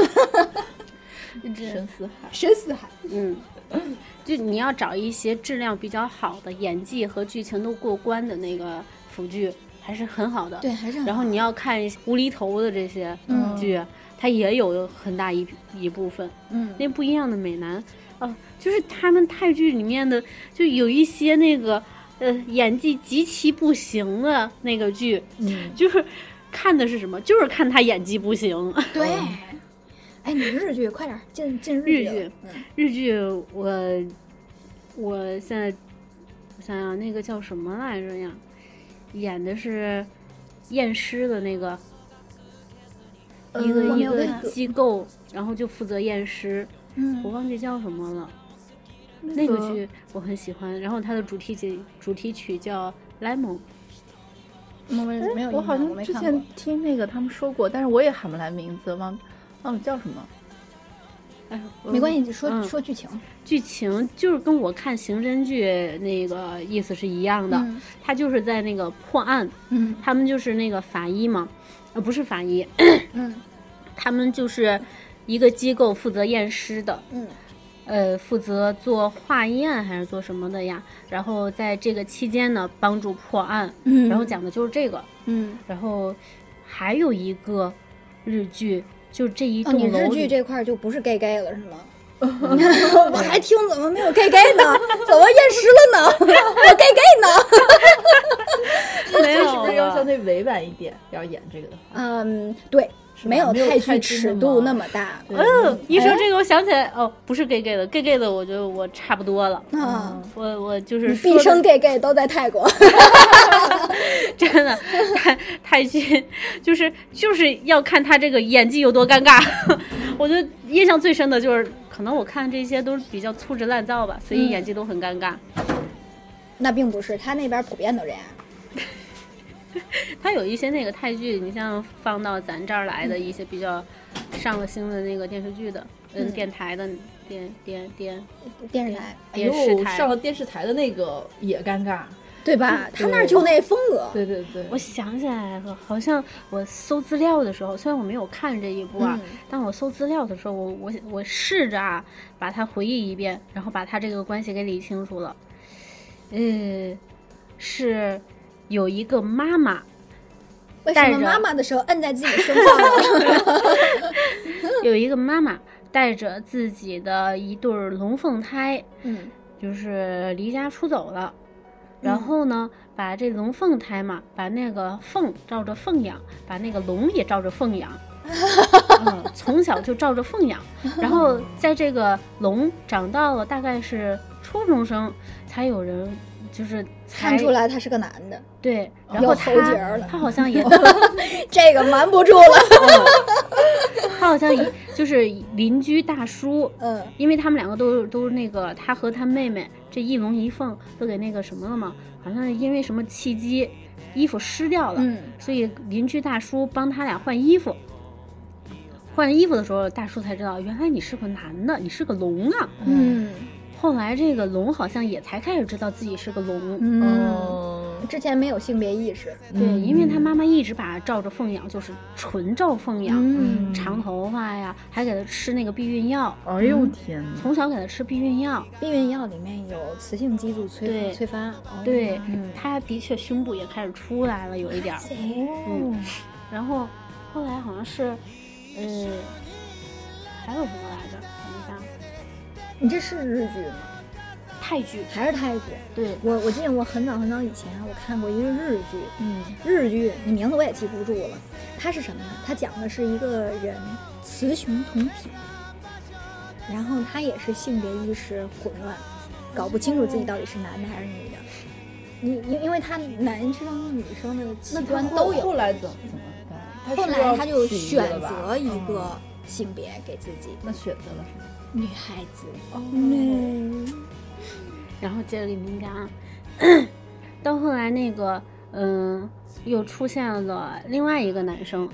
深似海。
就你要找一些质量比较好的，演技和剧情都过关的那个腐剧。还是很好的，
对，还是很好。
然后你要看无厘头的这些剧，它也有很大一部分，那不一样的美男，就是他们泰剧里面的，就有一些那个演技极其不行的那个剧，就是看的是什么？就是看他演技不行。
对，你日剧快点进日剧。
日剧我现在我想想那个叫什么来着呀？演的是验尸的那个一个机构，然后就负责验尸，我忘记叫什么了。那个剧我很喜欢，然后它的主题曲叫 Lemon。
没有，
我好像之前听那个他们说过，但是我也喊不来名字，忘了叫什么。
没关系，你说剧情。
剧情就是跟我看刑侦剧那个意思是一样的，他就是在那个破案，他们就是那个法医嘛，不是法医，他们就是一个机构负责验尸的，负责做化验还是做什么的呀？然后在这个期间呢，帮助破案，然后讲的就是这个，然后还有一个日剧。就这一栋楼，
你日剧这块就不是 gay 了是吗？我还听怎么没有 gay 呢？怎么验尸了呢？我 gay 呢？
没有，是不是要相对委婉一点？要演这个的话，
对，没有泰剧尺度那么大。
一说这个，我想起来，不是 gay 的 ，gay 的，我觉得我差不多了。我就是
毕生 gay 都在泰国。
真的，泰剧就是要看他这个演技有多尴尬。我觉得印象最深的就是，可能我看这些都是比较粗制滥造吧，所以演技都很尴尬。
那并不是，他那边普遍都这样。
他有一些那个泰剧，你像放到咱这儿来的一些比较上了星的那个电视剧的，电台的电视台，
上了电视台的那个也尴尬，
对吧？他那就那风格。
对对对，
我想起来了，好像我搜资料的时候，虽然我没有看这一部啊，但我搜资料的时候，我试着啊把它回忆一遍，然后把它这个关系给理清楚了。是有一个妈妈，
为什么妈妈的时候摁在自己身上了？
有一个妈妈带着自己的一对龙凤胎，就是离家出走了。然后呢，把这龙凤胎嘛，把那个凤照着凤养，把那个龙也照着凤养，从小就照着凤养。然后在这个龙长到了大概是初中生，才有人就是
看出来他是个男的。
对，然后他好像也
这个瞒不住了。
他好像就是邻居大叔，因为他们两个都那个，他和他妹妹这一龙一凤都给那个什么了嘛，好像因为什么契机，衣服湿掉了，所以邻居大叔帮他俩换衣服。换衣服的时候，大叔才知道原来你是个男的，你是个龙啊。后来这个龙好像也才开始知道自己是个龙，
之前没有性别意识。
对，因为他妈妈一直把他照着凤养，就是纯照凤养，长头发呀，还给他吃那个避孕药。
哎呦天哪！
从小给他吃避孕药，
避孕药里面有雌性激素催发。
对，他的确胸部也开始出来了，有一点。然后后来好像是，还有什么来着？等一下。
你这是日剧吗？
泰剧，
还是泰剧？
对，
我记得我很早以前我看过一个日剧，日剧那名字我也记不住了。它是什么呢？它讲的是一个人雌雄同体，然后他也是性别意识混乱，搞不清楚自己到底是男的还是女的。因为他男生女生的器官都有。
后来怎么办？
后来他就选择一个性别给自己。
那选择了什么？
女孩子。
然后接着给您讲啊，到后来那个又出现了另外一个男生，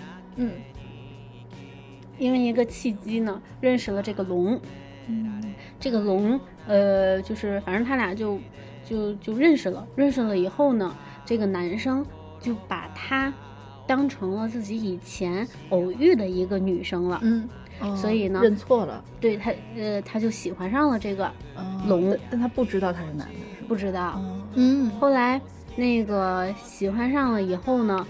因为一个契机呢，认识了这个龙，这个龙就是反正他俩就认识了以后呢，这个男生就把他当成了自己以前偶遇的一个女生了，所以呢
认错了，
对他就喜欢上了这个龙，
但他不知道他是男的，是
不知道。后来那个喜欢上了以后呢，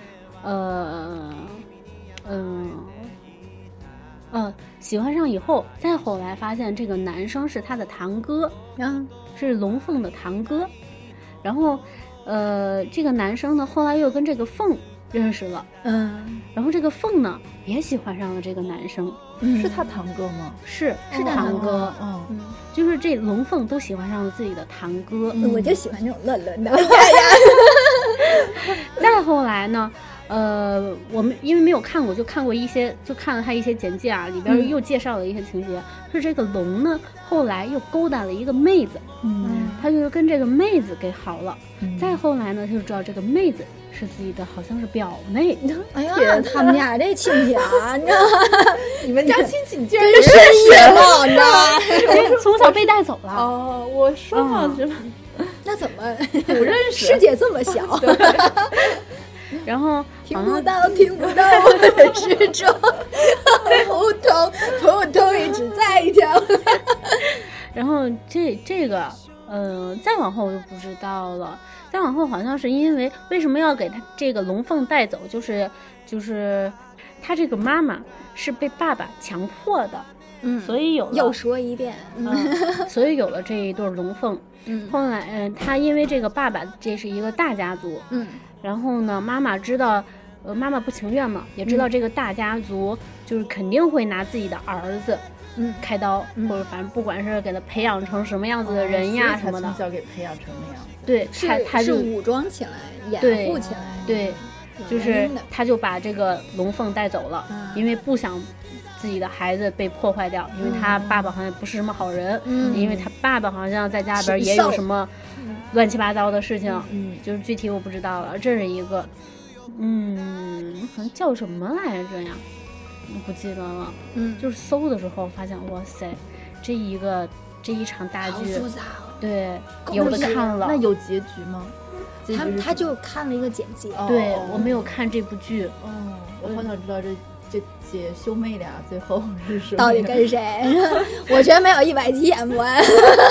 喜欢上以后，再后来发现这个男生是他的堂哥，是龙凤的堂哥。然后这个男生呢，后来又跟这个凤认识了，然后这个凤呢也喜欢上了这个男生。
是他堂哥吗？
是堂哥，就是这龙凤都喜欢上了自己的堂哥。
我就喜欢这种乱伦的。
再后来呢，我们因为没有看过，就看了他一些简介啊，里边又介绍了一些情节。是这个龙呢，后来又勾搭了一个妹子，他就是跟这个妹子给好了。再后来呢，他就知道这个妹子是自己的，好像是表妹。
哎呀，他们家这亲戚啊，你知道吗？
你们家亲戚你居然
跟神一样，你知道吗？
从小被带走了。
哦，我说嘛，
那怎么
不认识？
世界这么小。
然后
听不到我的执着，头痛一直在跳。
然后这个再往后我就不知道了。再往后好像是因为为什么要给他这个龙凤带走，就是他这个妈妈是被爸爸强迫的，所以有了
又说一遍，
所以有了这一对龙凤。后来他因为这个爸爸这是一个大家族，然后呢妈妈知道妈妈不情愿嘛，也知道这个大家族就是肯定会拿自己的儿子开刀，或者反正不管是给他培养成什么样子的人呀什么的，
从小给培养成那样。
对，他
是武装起来，掩护起来。
对，就是他就把这个龙凤带走了，因为不想自己的孩子被破坏掉，因为他爸爸好像不是什么好人，因为他爸爸好像在家里边也有什么乱七八糟的事情，就是具体我不知道了。这是一个，好像叫什么来着呀？不记得了。就是搜的时候发现，哇塞，这一场大剧，
好复杂。
对，有的看了。
那有结局吗？
他就看了一个简介。
对，我没有看这部剧。
我好想知道这姐兄妹俩最后是什么，
到底跟谁？我觉得没有100集演不完。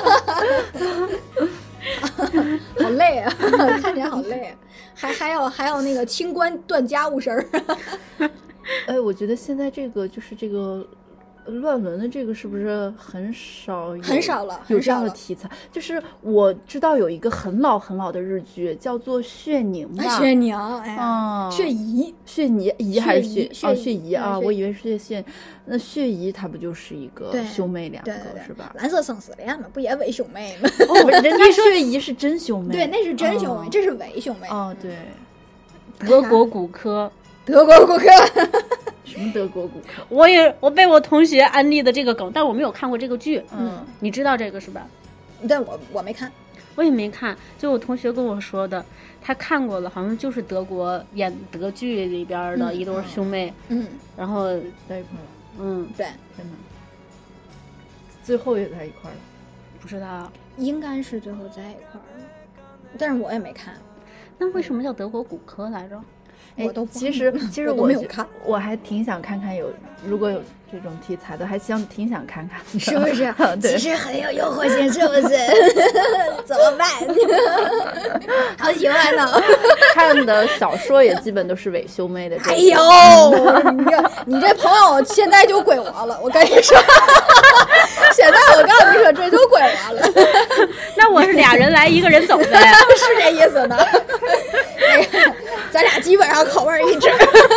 好累啊，看起来好累啊。还有那个清官断家务事儿。
我觉得现在这个就是这个乱伦的这个是不是很少
了
有这样的题材？就是我知道有一个很老很老的日剧叫做《血凝》吧，
血凝，血
疑还是血疑
啊？
我以为是血。那血疑它不就是一个兄妹两个是吧？
蓝色生死恋嘛，不也伪兄妹吗？
人家血疑是真兄妹，
对，那是真兄妹，这是伪兄妹。
对，
德国骨科。
什么德国骨科？
我被我同学安利的这个梗，但我没有看过这个剧。你知道这个是吧？
但我没看，
我也没看，就我同学跟我说的，他看过了，好像就是德国演德剧里边的一对兄妹，然后
在一块
了，对，
真的，最后也在一块了，
不知道，
应该是最后在一块了，但是我也没看。
那为什么叫德国骨科来着？
其实
我没有看，
我还挺想看看如果有这种题材的，还挺想看看的，
是不是？其实很有诱惑性，是不是？怎么办？好喜欢呢！
看的小说也基本都是伪兄妹的。
哎呦，你这朋友现在就归我了，我跟你说。现在我告诉你说，这就归我了。
那我是俩人来，一个人走呗，
是这意思呢。咱俩基本上口味一致。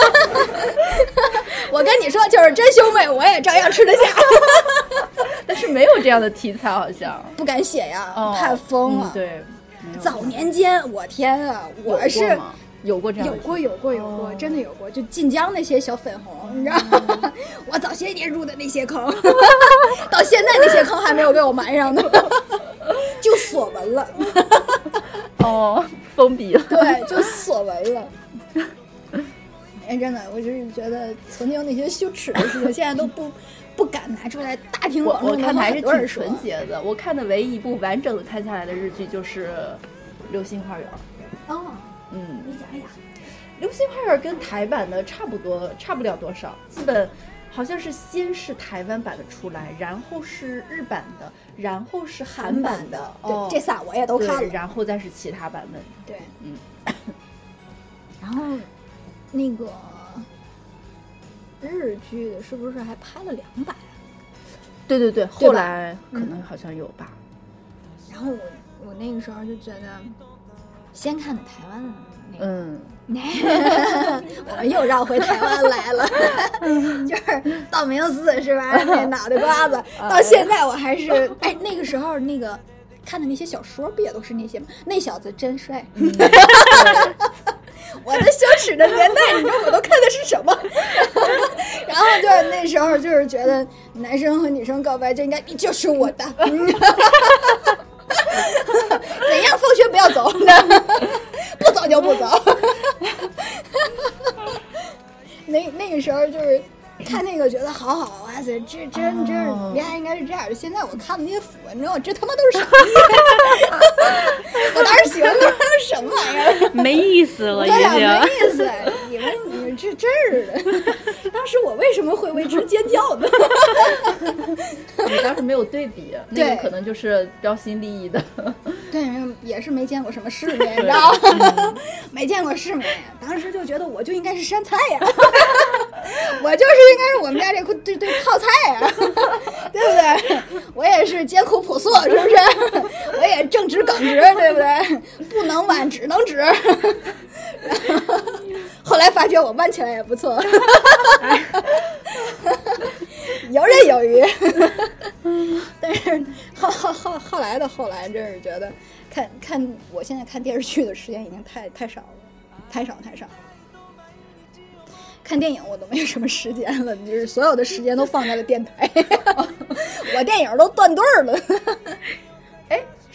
我跟你说，就是真兄妹，我也照样吃得下。
但是没有这样的题材，好像
不敢写呀，怕疯了。
对，
早年间，我天啊，我是
有过这样的，
有过，真的有过。就晋江那些小粉红，你知道吗？我早些年入的那些坑，到现在那些坑还没有被我埋上呢，就锁文了。
封闭了。
对，就锁文了。真的，我就是觉得曾经那些羞耻的事情，现在都不敢拿出来大庭广众。
我看的还是挺纯洁的。我看的唯一一部完整的看下来的日剧就是《流星花园》。你讲一讲。《流星花园》跟台版的差不了多少，基本好像是先是台湾版的出来，然后是日版的，然后是韩版的。
对，这仨我也都看了。
然后再是其他版本。
对，然后那个日剧的是不是还拍了2版？
对，后来可能好像有吧。
然后我那个时候就觉得，先看的台湾的那个，我们又绕回台湾来了，就是道明寺是吧？那脑袋瓜子，到现在我还是那个时候那个看的那些小说不也都是那些吗？那小子真帅。我的羞耻的年代，你知道我都看的是什么？然后就是那时候就是觉得男生和女生告白就应该你就是我的。怎样？放学不要走，不走就不走。那个时候就是看那个觉得好好，哇塞，这恋爱应该是这样的。现在我看的那些腐文，你知道这他妈都是什么？我当时喜欢的是什么玩意儿？
没意思了，已经
没意思。你们这真是的。当时我为什么会为之尖叫呢？
你当时没有对比，那个可能就是标新立异的。
对，也是没见过什么世面，你知道吗？没见过世面，当时就觉得我就应该是山菜呀，我就是应该是我们家这对泡菜呀，对不对？我也是艰苦朴素，是不是？我也正直耿直，对不对？不能弯，只能直。后来发觉我弯起来也不错，游刃有余。但是后来真是觉得看我现在看电视剧的时间已经太少了，太少。看电影我都没有什么时间了，就是所有的时间都放在了电台。我电影都断队了。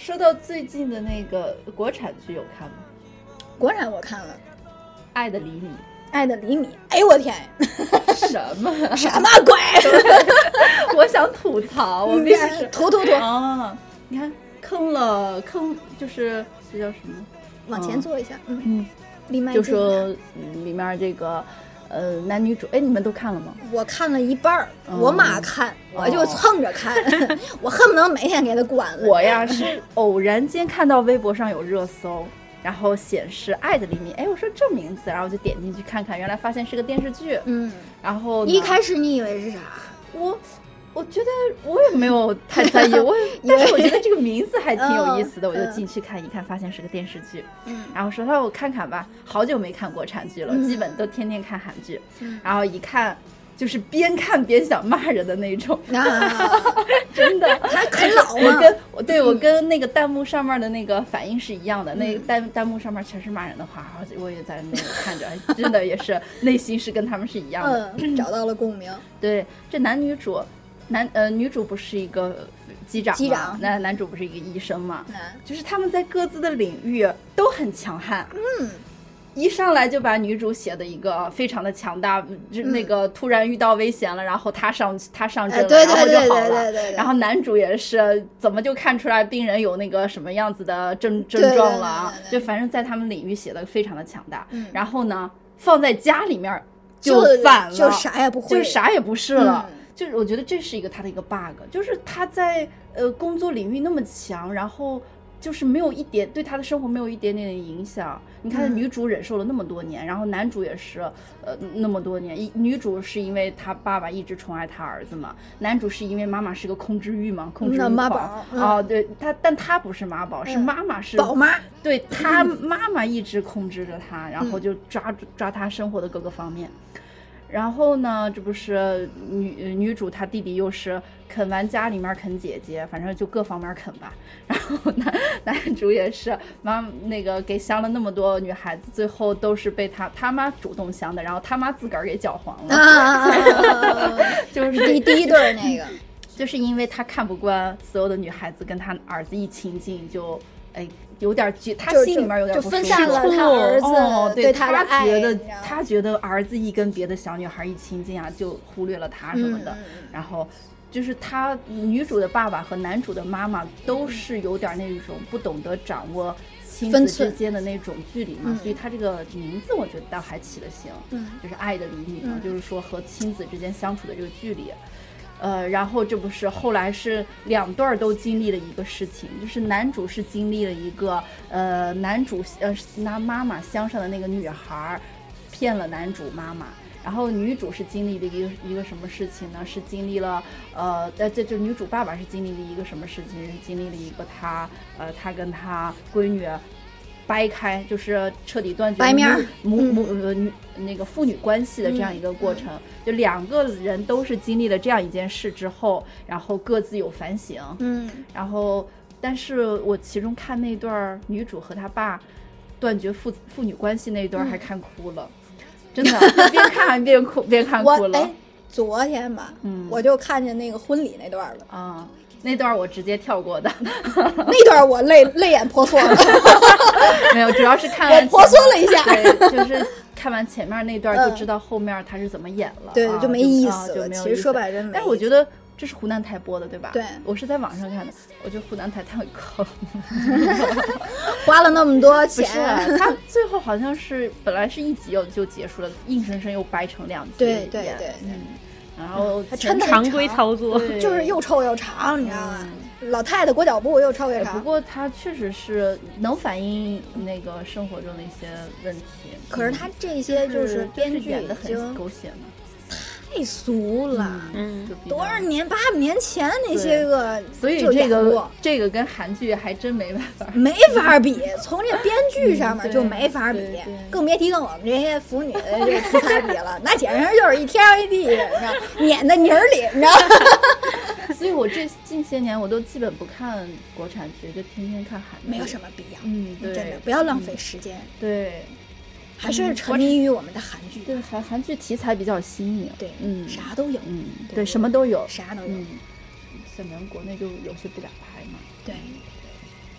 说到最近的那个国产剧有看吗？
国产我看了，
爱的厘米。
爱的厘米，哎呦我天，
什么
鬼？
我想吐槽，我必须是
吐
啊！你看坑就是这叫什么？
往前坐一下，离麦
就说里面这个男女主，哎，你们都看了吗？
我看了一半，我妈看，我就蹭着看，我恨不能每天给她关了。
我呀是偶然间看到微博上有热搜。然后显示爱的厘米，哎，我说这名字，然后我就点进去看看，原来发现是个电视剧。然后
一开始你以为是啥？
我觉得我也没有太在意，但是我觉得这个名字还挺有意思的，我就进去看一看，发现是个电视剧。然后说那我看看吧，好久没看国产剧了，基本都天天看韩剧。然后一看。就是边看边想骂人的那种，真的，
还很老吗？
我跟那个弹幕上面的那个反应是一样的，那个弹幕上面全是骂人的话，我也在那个看着，真的也是内心是跟他们是一样的，
找到了共鸣。
对，这男女主，女主不是一个机长吗？男主不是一个医生嘛？就是他们在各自的领域都很强悍。一上来就把女主写的一个非常的强大，那个突然遇到危险了，然后他上阵了，然后就好了。然后男主也是怎么就看出来病人有那个什么样子的症状了啊？就反正在他们领域写的非常的强大。然后呢，放在家里面就反了，
就啥也不会，
就啥也不是了。就是我觉得这是一个他的一个 bug， 就是他在工作领域那么强，然后。就是没有一点对他的生活没有一点点的影响。你看女主忍受了那么多年，然后男主也是那么多年。女主是因为他爸爸一直宠爱他儿子嘛，男主是因为妈妈是个控制欲嘛，控制欲
妈宝
对他，但他不是妈宝，是妈妈是
宝妈，
对他妈妈一直控制着他，然后就抓他生活的各个方面。然后呢，这不是女主她弟弟又是啃完家里面啃姐姐，反正就各方面啃吧。然后男主也是那个给相了那么多女孩子，最后都是被他妈主动相的，然后他妈自个儿给搅黄了。就是
第一对那个，
就是因为他看不惯所有的女孩子跟他儿子一亲近，就有点他心里面有点不舒服，
就分散了他儿子对他的爱。
他觉得儿子一跟别的小女孩一亲近啊，就忽略了他什么的。然后就是女主的爸爸和男主的妈妈都是有点那种不懂得掌握亲子之间的那种距离嘛，所以他这个名字我觉得倒还起得行，就是爱的厘米嘛，就是说和亲子之间相处的这个距离。然后这不是后来是两段都经历了一个事情，就是男主是经历了一个男主拿妈妈相上的那个女孩骗了男主妈妈，然后女主是经历了一个什么事情呢？是经历了这就女主爸爸是经历了一个什么事情？是经历了一个他跟他闺女掰开，就是彻底断绝那个父女关系的这样一个过程。就两个人都是经历了这样一件事之后，然后各自有反省。然后但是我其中看那段女主和她爸断绝父女关系那段还看哭了，真的边看边看哭了。
昨天吧，我就看见那个婚礼那段了
那段我直接跳过的，
那段我泪眼婆娑了。
没有，主要是看完
我婆娑了一下，
对，就是看完前面那段就知道后面他是怎么演了，
对，就没意思
了。
其实说白了，
但是我觉得这是湖南台播的，对吧？
对，
我是在网上看的，我觉得湖南台太坑，
花了那么多钱。
不是，他最后好像是本来是一集就结束了，硬生生又掰成2集。
对。
然后
常规操作，
就是又臭又长，你知道吗？老太太裹脚布又臭又长。
不过他确实是能反映那个生活中的一些问题。
可是他这些就是编剧
演的很狗血嘛，
太俗了。多少年800年前那些个，
所以这个跟韩剧还真没
法比，从这编剧上面就没法比，更别提跟我们这些腐女的这个题材比了，那简直就是一天一地，你知道，撵在泥里，你知道。
所以我这近些年我都基本不看国产剧，就天天看韩剧，
没有什么必要。
对，
真的不要浪费时间。
对。
还是沉迷于我们的韩剧，
对，韩剧题材比较新颖，
对，啥都有，
对，什么都有，
啥都有，
像咱们国内就有些不敢拍嘛，
对，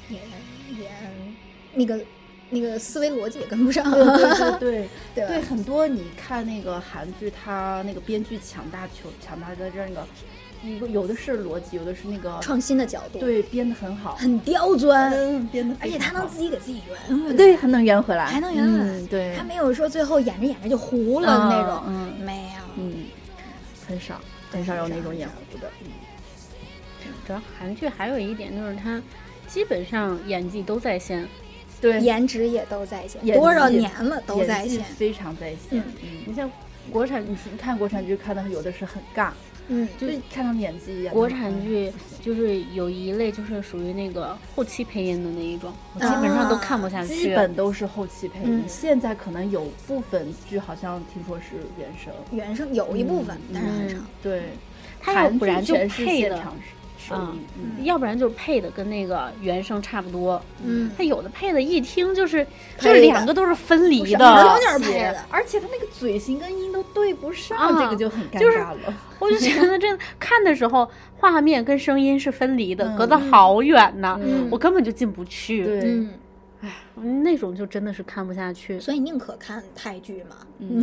也那个思维逻辑也跟不上。
对，很多你看那个韩剧，它那个编剧强大的这个。有的是逻辑，有的是那个
创新的角度，
对，编得很好，
很刁钻，
编得，
而且他能自己给自己圆回来，
对，还能圆回来，
对，他没有说最后演着就糊了的那种，没有，很少有那种演糊的。
主要韩剧还有一点就是他基本上演技都在线，
对，
颜值也都在线，多少年了都在线，
非常在线。
你像国产，
你看国产剧看的有的是很尬。就是看他们演技。
国产剧就是有一类就是属于那个后期配音的那一种，我基本上都看不下去。
基本都是后期配音。现在可能有部分剧好像听说是
原声有一部分，但是很少。
对，
他要不然就配的。要不然就是配的跟那个原声差不多。他有的配的一听就是两个都是分离的，
有点配的，
而且他那个嘴型跟音都对不上，这个就很尴尬了。
我就觉得这看的时候，画面跟声音是分离的，隔得好远呢，我根本就进不去。
对。
那种就真的是看不下去，
所以宁可看泰剧嘛，宁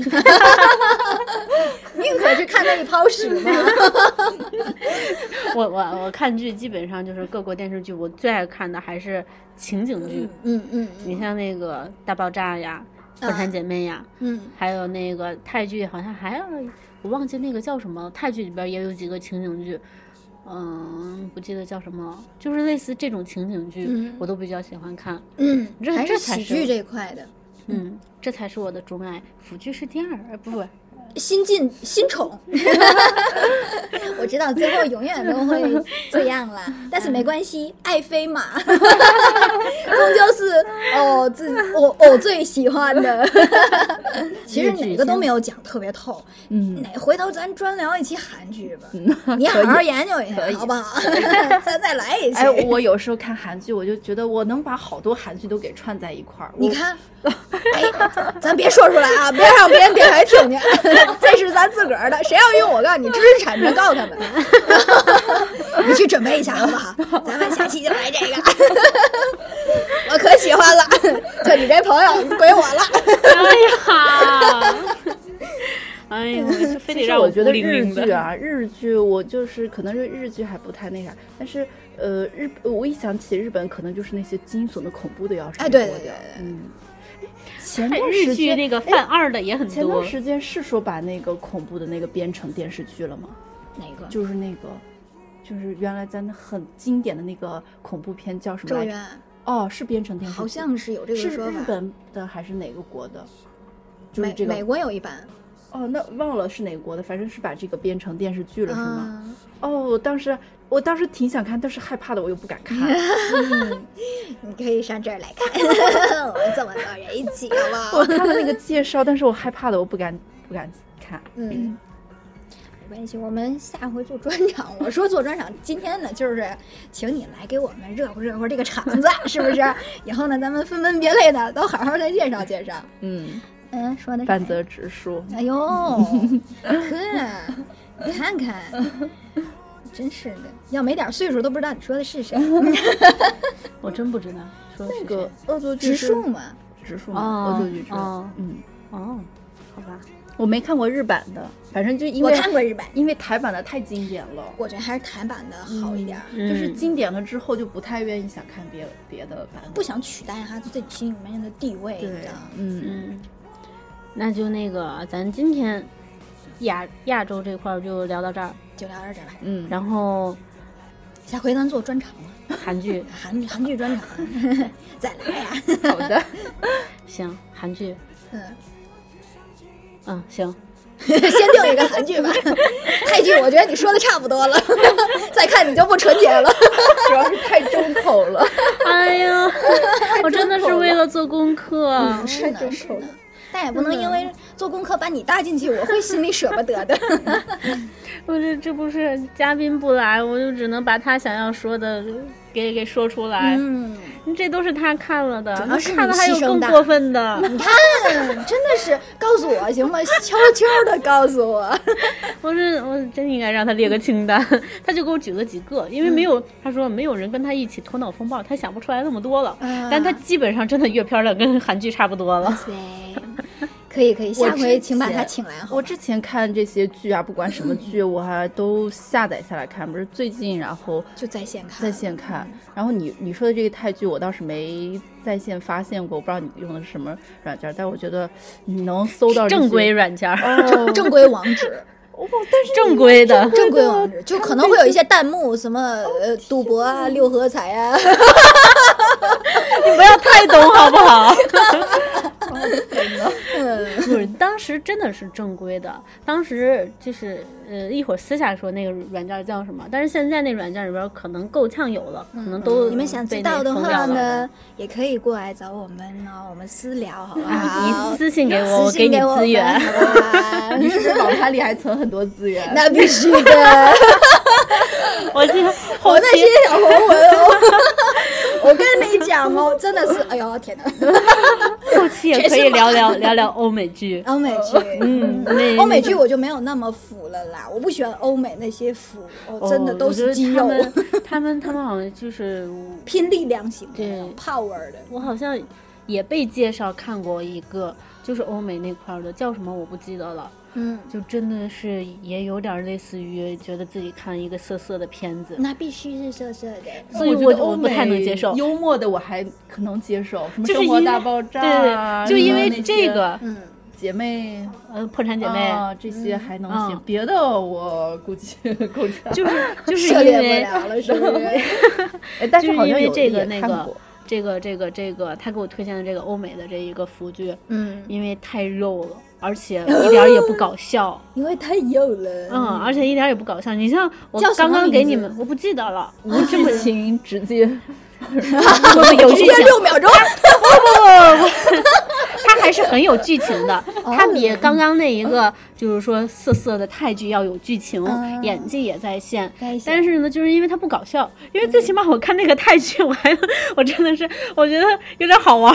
可去看那一泡屎嘛。
我看剧基本上就是各国电视剧，我最爱看的还是情景剧。你像那个大爆炸呀，破产姐妹呀，还有那个泰剧，好像还有我忘记那个叫什么，泰剧里边也有几个情景剧。不记得叫什么，就是类似这种情景剧，我都比较喜欢看。
还是喜剧这一块的。
这才是我的钟爱。腐剧是第二，不是
新宠。我知道最后永远都会这样啦，但是没关系，爱妃嘛，终究是我最喜欢的。其实哪个都没有讲特别透，回头咱专聊一期韩剧吧，你好好研究一下，好不好？咱再来一期。
我有时候看韩剧，我就觉得我能把好多韩剧都给串在一块儿。
你看，咱别说出来啊，别让别人电台听见。这是咱自个儿的，谁要用我告诉你知识产权，告诉他们。你去准备一下好不好？咱们下期就来这个。我可喜欢了，就你这朋友归我了。
哎呀，非得让
我觉得日剧我就是可能是日剧还不太那啥，但是我一想起日本，可能就是那些惊悚的、恐怖的要是
对，
前段时间
那个犯二的也很多。
前段时间是说把那个恐怖的那个编成电视剧了吗？
哪个？
就是那个，就是原来咱很经典的那个恐怖片叫什么来着？是编成电视剧，
好像是有这个说法。
是日本的还是哪个国的？就是这个
美国有一版。
那忘了是哪国的，反正是把这个编成电视剧了，是吗？我当时挺想看，但是害怕的我又不敢看。
你可以上这儿来看，我们这么多人一起，好不好？
我看了那个介绍，但是我害怕的我不敢看。
没关系，我们下回做专场。我说做专场，今天呢就是请你来给我们热乎热乎这个场子，是不是？以后呢咱们分门别类的都好好再介绍介绍。说的
半泽直树。
哎呦，你看看，真是的，要没点岁数都不知道你说的是谁。
我真不知道说
那个恶作剧
直树嘛，
恶作剧之
好吧，
我没看过日版的，反正就因为
我看过日版，
因为台版的太经典了，
我觉得还是台版的好一点。
就是经典了之后就不太愿意想看别的版，
不想取代他在心里面的地位。
对，
那就那个咱今天亚洲这块就聊到这儿，
吧。
然后
下回咱做专场了，
韩剧
专场，再来呀。
好的，
行，韩剧，行，
先定一个韩剧吧。泰剧我觉得你说的差不多了，再看你就不纯洁了，
主要是太重口了。
哎呀，我真的是为了做功课，
是的。但也不能因为做功课把你搭进去，我会心里舍不得的。
这不是嘉宾不来，我就只能把他想要说的给说出来。这都是他看了的，他看了还有更过分的。
你看，真的是告诉我行吗？悄悄的告诉我。
我真应该让他列个清单。他就给我举了几个，因为他说没有人跟他一起头脑风暴，他想不出来那么多了。但他基本上真的阅片了，跟韩剧差不多了。
可以，下回请把他请来。
我之前看这些剧啊，不管什么剧，我还都下载下来看，不是最近然后
就在线看。
然后你说的这个泰剧，我倒是没在线发现过，我不知道你用的是什么软件，但我觉得你能搜到
正规软件，
正规网址。
但是正规
网址就可能会有一些弹幕，什么赌博啊、六合彩啊。
你不要太懂好不好？不是，当时真的是正规的，当时就是一会儿私下说那个软件叫什么，但是现在那软件里边可能够呛有了，可能都
你们想知道的话呢，也可以过来找我们哦，我们私聊好不好？
你私信给我，我给你资源。
你是不是脑海里还存很多资源？
那必须的。
我记得
我那些小红文哦，我跟你讲哦，真的是，哎呦天哪！
后期也可以聊聊欧美剧。
欧美剧，欧美剧我就没有那么腐了啦，我不喜欢欧美那些腐，真的都是肌肉。
他们好像就是
拼力量型的 power 的。
我好像也被介绍看过一个，就是欧美那块的，叫什么我不记得了。就真的是也有点类似于觉得自己看一个色色的片子，
那必须是色色的，
所以我不太能接受。
幽默的我还可能接受，什么生活大爆炸，
对，就因为这个，
姐妹，
破产姐妹
这些还能行，别的我估计够呛，
就是因为
不了了，是不是？
但是好像有
这个那个。这个，他给我推荐的这个欧美的这一个腐剧，因为太肉了，而且一点也不搞笑，
因为太肉了，
而且一点也不搞笑。你像我刚刚给你们，我不记得了，
无剧情直接，
有剧情
6秒钟，
不，它还是很有剧情的，它比刚刚那一个就是说色色的泰剧要有剧情，演技也在线，但是呢，就是因为它不搞笑，因为最起码我看那个泰剧，我真的是我觉得有点好玩。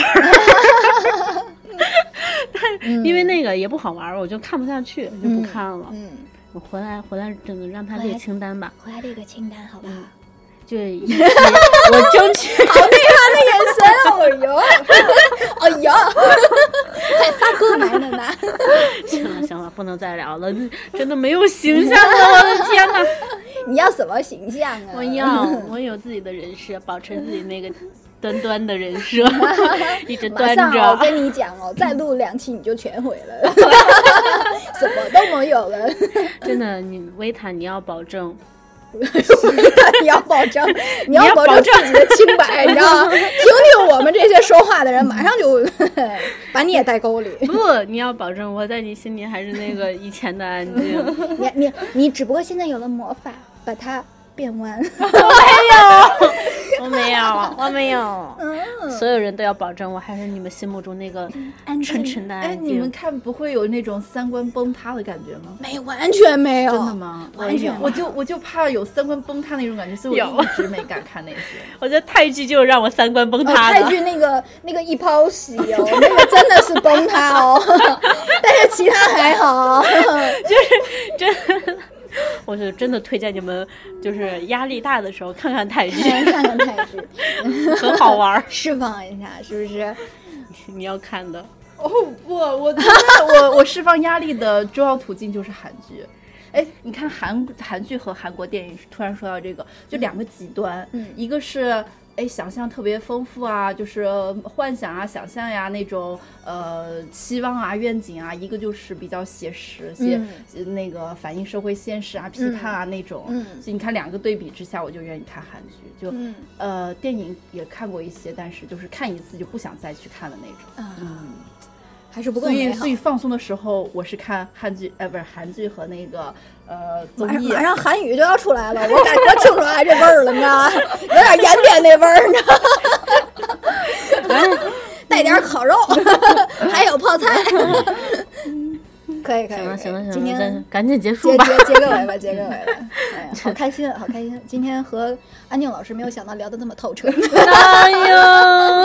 但因为那个也不好玩，我就看不下去，就不看了。我回来真的让他列清单吧，
回来列个清单好不好？
就我争取。
好内涵的眼神，哎呦，哎呦，还发过来了呢。
行了，不能再聊了，真的没有形象了，我的天哪！
你要什么形象啊？
我有自己的人设，保持自己那个端的人设，一直端着。
马上我跟你讲哦，再录2期你就全毁了，什么都没有了。
真的，维塔你要保证。
你要保证自己的清白，你知道吗？听我们这些说话的人，马上就把你也带沟里。
不，你要保证我在你心里还是那个以前的安静。
你只不过现在有了魔法，把它变弯。
我没有。所有人都要保证我还是你们心目中那个纯纯的安静。
你们看不会有那种三观崩塌的感觉吗？
没有，完全没有。
真的吗？
完全。
我就怕有三观崩塌那种感觉，所以我一直没敢看那些。
我觉得泰剧就是让我三观崩塌的。
泰剧那个一泡洗哦，那个真的是崩塌哦，但是其他还好，
就是真的。我是真的推荐你们，就是压力大的时候看看泰剧，
看泰剧，
很好玩，
释放一下，是不是？
你要看的。
不，我觉得我释放压力的重要途径就是韩剧。你看韩剧和韩国电影，突然说到这个，就2个极端，一个是想象特别丰富啊，就是幻想啊、想象呀那种期望啊、愿景啊，一个就是比较写实那个反映社会现实啊、批判啊那种。所以你看2个对比之下，我就愿意看韩剧。就电影也看过一些，但是就是看一次就不想再去看的那种。
还是不够美好。
所以放松的时候，我是看韩剧，不是韩剧和那个综艺。
马上韩语就要出来了，我感觉听出来这味儿了，你知道吗？有点盐点那味儿，你知道吗？带点烤肉，还有泡菜。 可以，
行了，
今天
赶紧结束吧，
结个尾吧，结个尾吧。哎，好开心，好开心！今天和安静老师没有想到聊得那么透彻。
哎呀，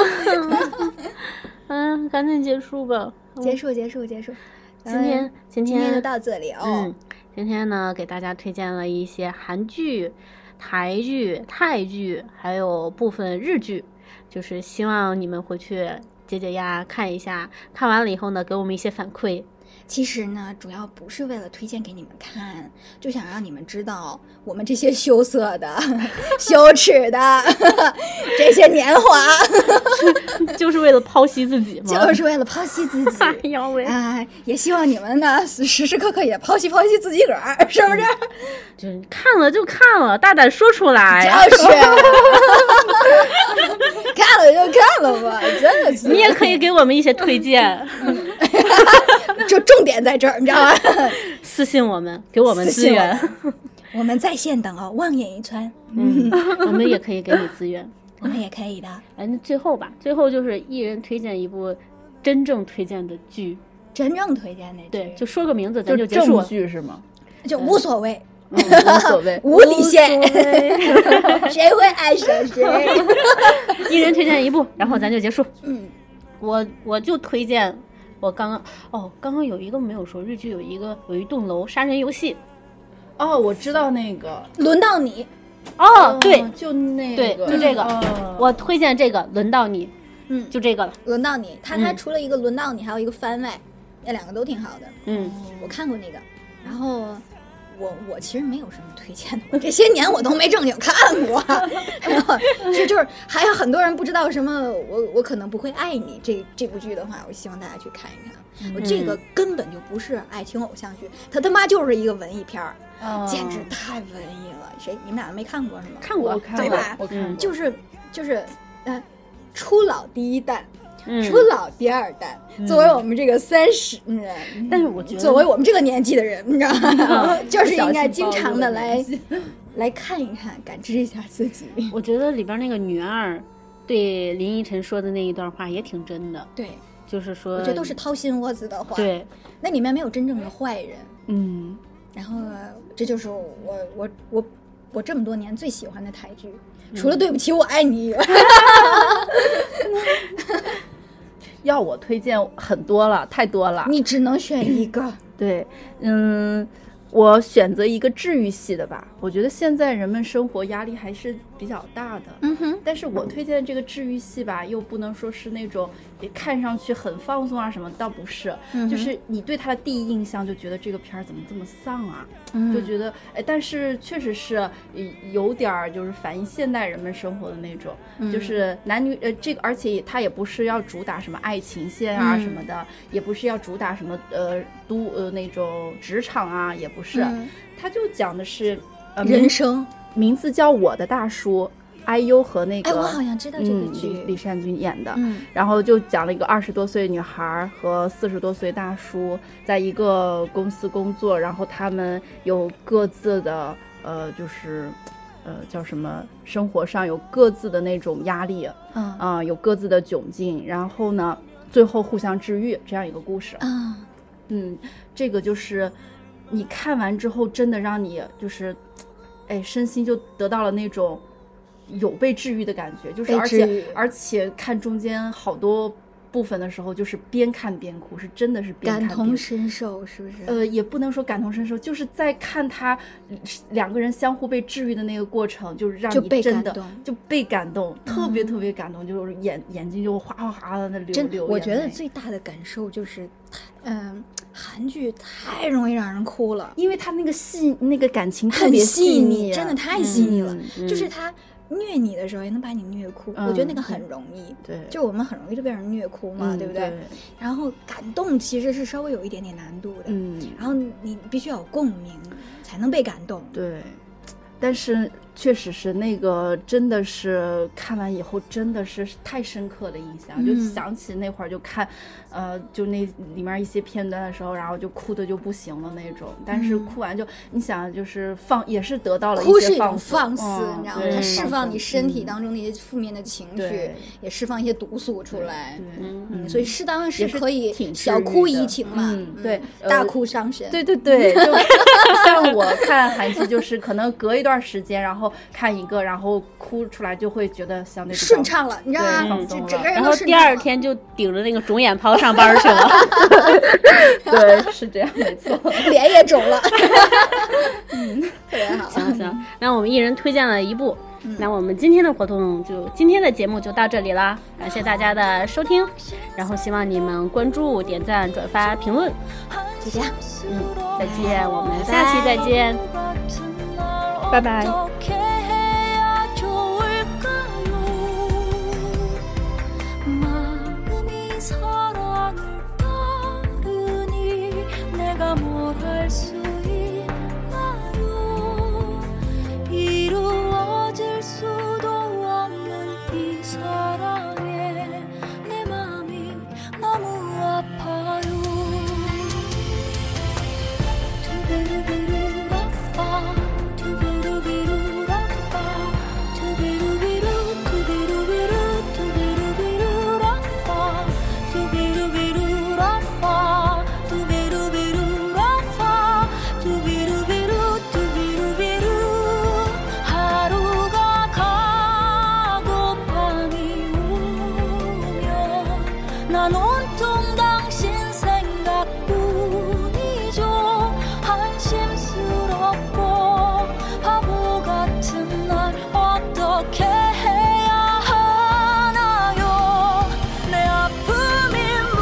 赶紧结束吧，
结束。今天就到这里哦。
今天呢，给大家推荐了一些韩剧、台剧、泰剧，还有部分日剧，就是希望你们回去解解压，看一下，看完了以后呢，给我们一些反馈。
其实呢，主要不是为了推荐给你们看，就想让你们知道我们这些羞涩的、羞耻的这些年华，
就是为了剖析自己吗？
就是为了剖析自己。
哎呦喂！
也希望你们呢时时刻刻也剖析自己个儿，是不是？
就是看了就看了，大胆说出来。
就是看了就看了吧，真的是。
你也可以给我们一些推荐。
就重点在这儿，你知道吗？
私信我们，给我们资源，
我们在线等哦，望眼一穿。
我们也可以给你资源，
我们也可以的。
那最后就是一人推荐一部真正推荐的剧，
真正推荐的剧，
对，就说个名字，咱就结束了。
正剧是吗？
就无所谓，
无所谓，
无底线，谁会爱上谁？
一人推荐一部，然后咱就结束。我就推荐。我刚刚有一个没有说，日剧有一栋楼杀人游戏。
我知道那个。
轮到你。
对，
就那个，
对，就这个。我推荐这个，轮到你。就这个了。
轮到你，它除了一个轮到你，还有一个番外，那两个都挺好的。我看过那个，然后。我其实没有什么推荐的，我这些年我都没正经看过。就是还有很多人不知道什么，我可能不会爱你这部剧的话，我希望大家去看一看。我这个根本就不是爱情偶像剧，它他妈就是一个文艺片儿，简直太文艺了。你们俩没看过是吗？
看过，
对吧？
我看过。
就是初老第一弹。初老第二弹，作为我们这个30，
但是我觉得
作为我们这个年纪的人，你知道吗？就是应该经常的来看一看，感知一下自己。
我觉得里边那个女二对林依晨说的那一段话也挺真的。
对，
就是说，
我觉得都是掏心窝子的话。
对，
那里面没有真正的坏人。然后这就是我这么多年最喜欢的台剧，除了对不起我爱你以外。
要我推荐很多了，太多了，
你只能选一个。
对，我选择一个治愈系的吧。我觉得现在人们生活压力还是比较大的，但是我推荐这个治愈系吧，又不能说是那种看上去很放松啊什么，倒不是，就是你对他的第一印象就觉得这个片儿怎么这么丧啊，就觉得但是确实是有点就是反映现代人们生活的那种，就是男女这个，而且他也不是要主打什么爱情线啊什么的，也不是要主打什么那种职场啊，也不是，他就讲的是
人生，
名字叫我的大叔，IU 和那个
我好像知道这个剧，
李善均演的，然后就讲了一个20多岁女孩和40多岁大叔在一个公司工作，然后他们有各自的就是叫什么，生活上有各自的那种压力，有各自的窘境，然后呢最后互相治愈这样一个故事。这个就是你看完之后真的让你就是身心就得到了那种有被治愈的感觉，就是而且看中间好多部分的时候就是边看边哭，是真的是边看边哭，
感同身受，是不是？
也不能说感同身受，就是在看他两个人相互被治愈的那个过程，就是让你真的就被感动，特别特别感动，就是眼睛就哗哗哗的那流。
我觉得最大的感受就是韩剧太容易让人哭了，
因为他那个感情特别细腻，
真的太细腻了，就是他虐你的时候也能把你虐哭，我觉得那个很容易，
对，
就我们很容易就被人虐哭嘛，对不对？然后感动其实是稍微有一点点难度的，然后你必须要有共鸣才能被感动，
对。但是确实是那个，真的是看完以后真的是太深刻的印象，就想起那会儿就看，就那里面一些片段的时候，然后就哭的就不行了那种。但是哭完就，你想就是也是得到了一些放
肆，你知道吗？它释放你身体当中那些负面的情绪，也释放一些毒素出来。所以适当是可以小哭怡情嘛，
对，
大哭伤神。
对，就像我看韩剧，就是可能隔一段时间，然后看一个，然后哭出来就会觉得相对
顺畅了，你知道吗？整个人
然后第二天就顶着那个肿眼泡上班去了。
对，是这样，没错，
脸也肿了。特别好。
行，那我们一人推荐了一部。那我们今天的活动今天的节目就到这里啦，感谢大家的收听，然后希望你们关注、点赞、转发、评论，
就这样，
再见，我们下期再见，拜拜。
난 온통 당신 생각뿐이죠. 한심스럽고 바보 같은 날 어떻게 해야 하나요. 내 아픔이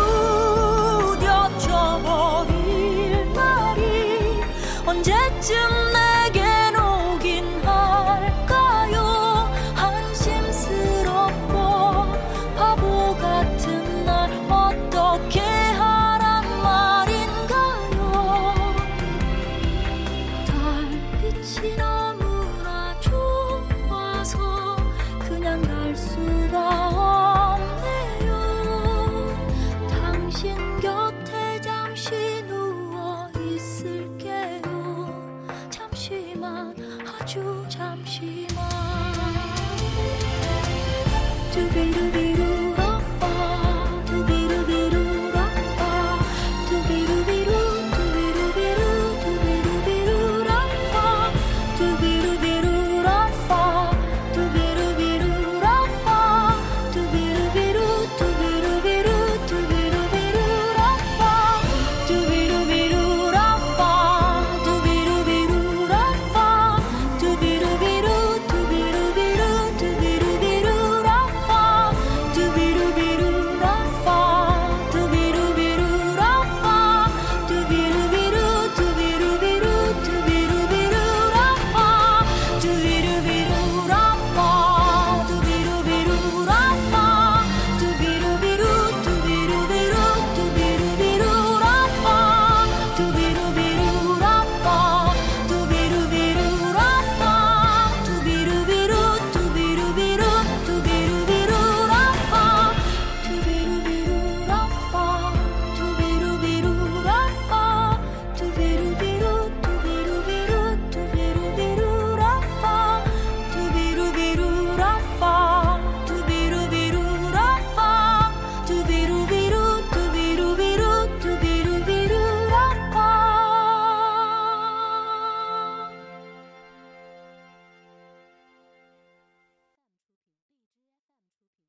무뎌져 버릴 날이 언제쯤 내겐 오긴 할까요. 한심스럽고 바보 같은 어떻게 하란 말인가요. 달빛이 너무나 좋아서 그냥 갈 수가 없네요. 당신 곁에 잠시 누워 있을게요. 잠시만, 아주 잠시만. 두비두비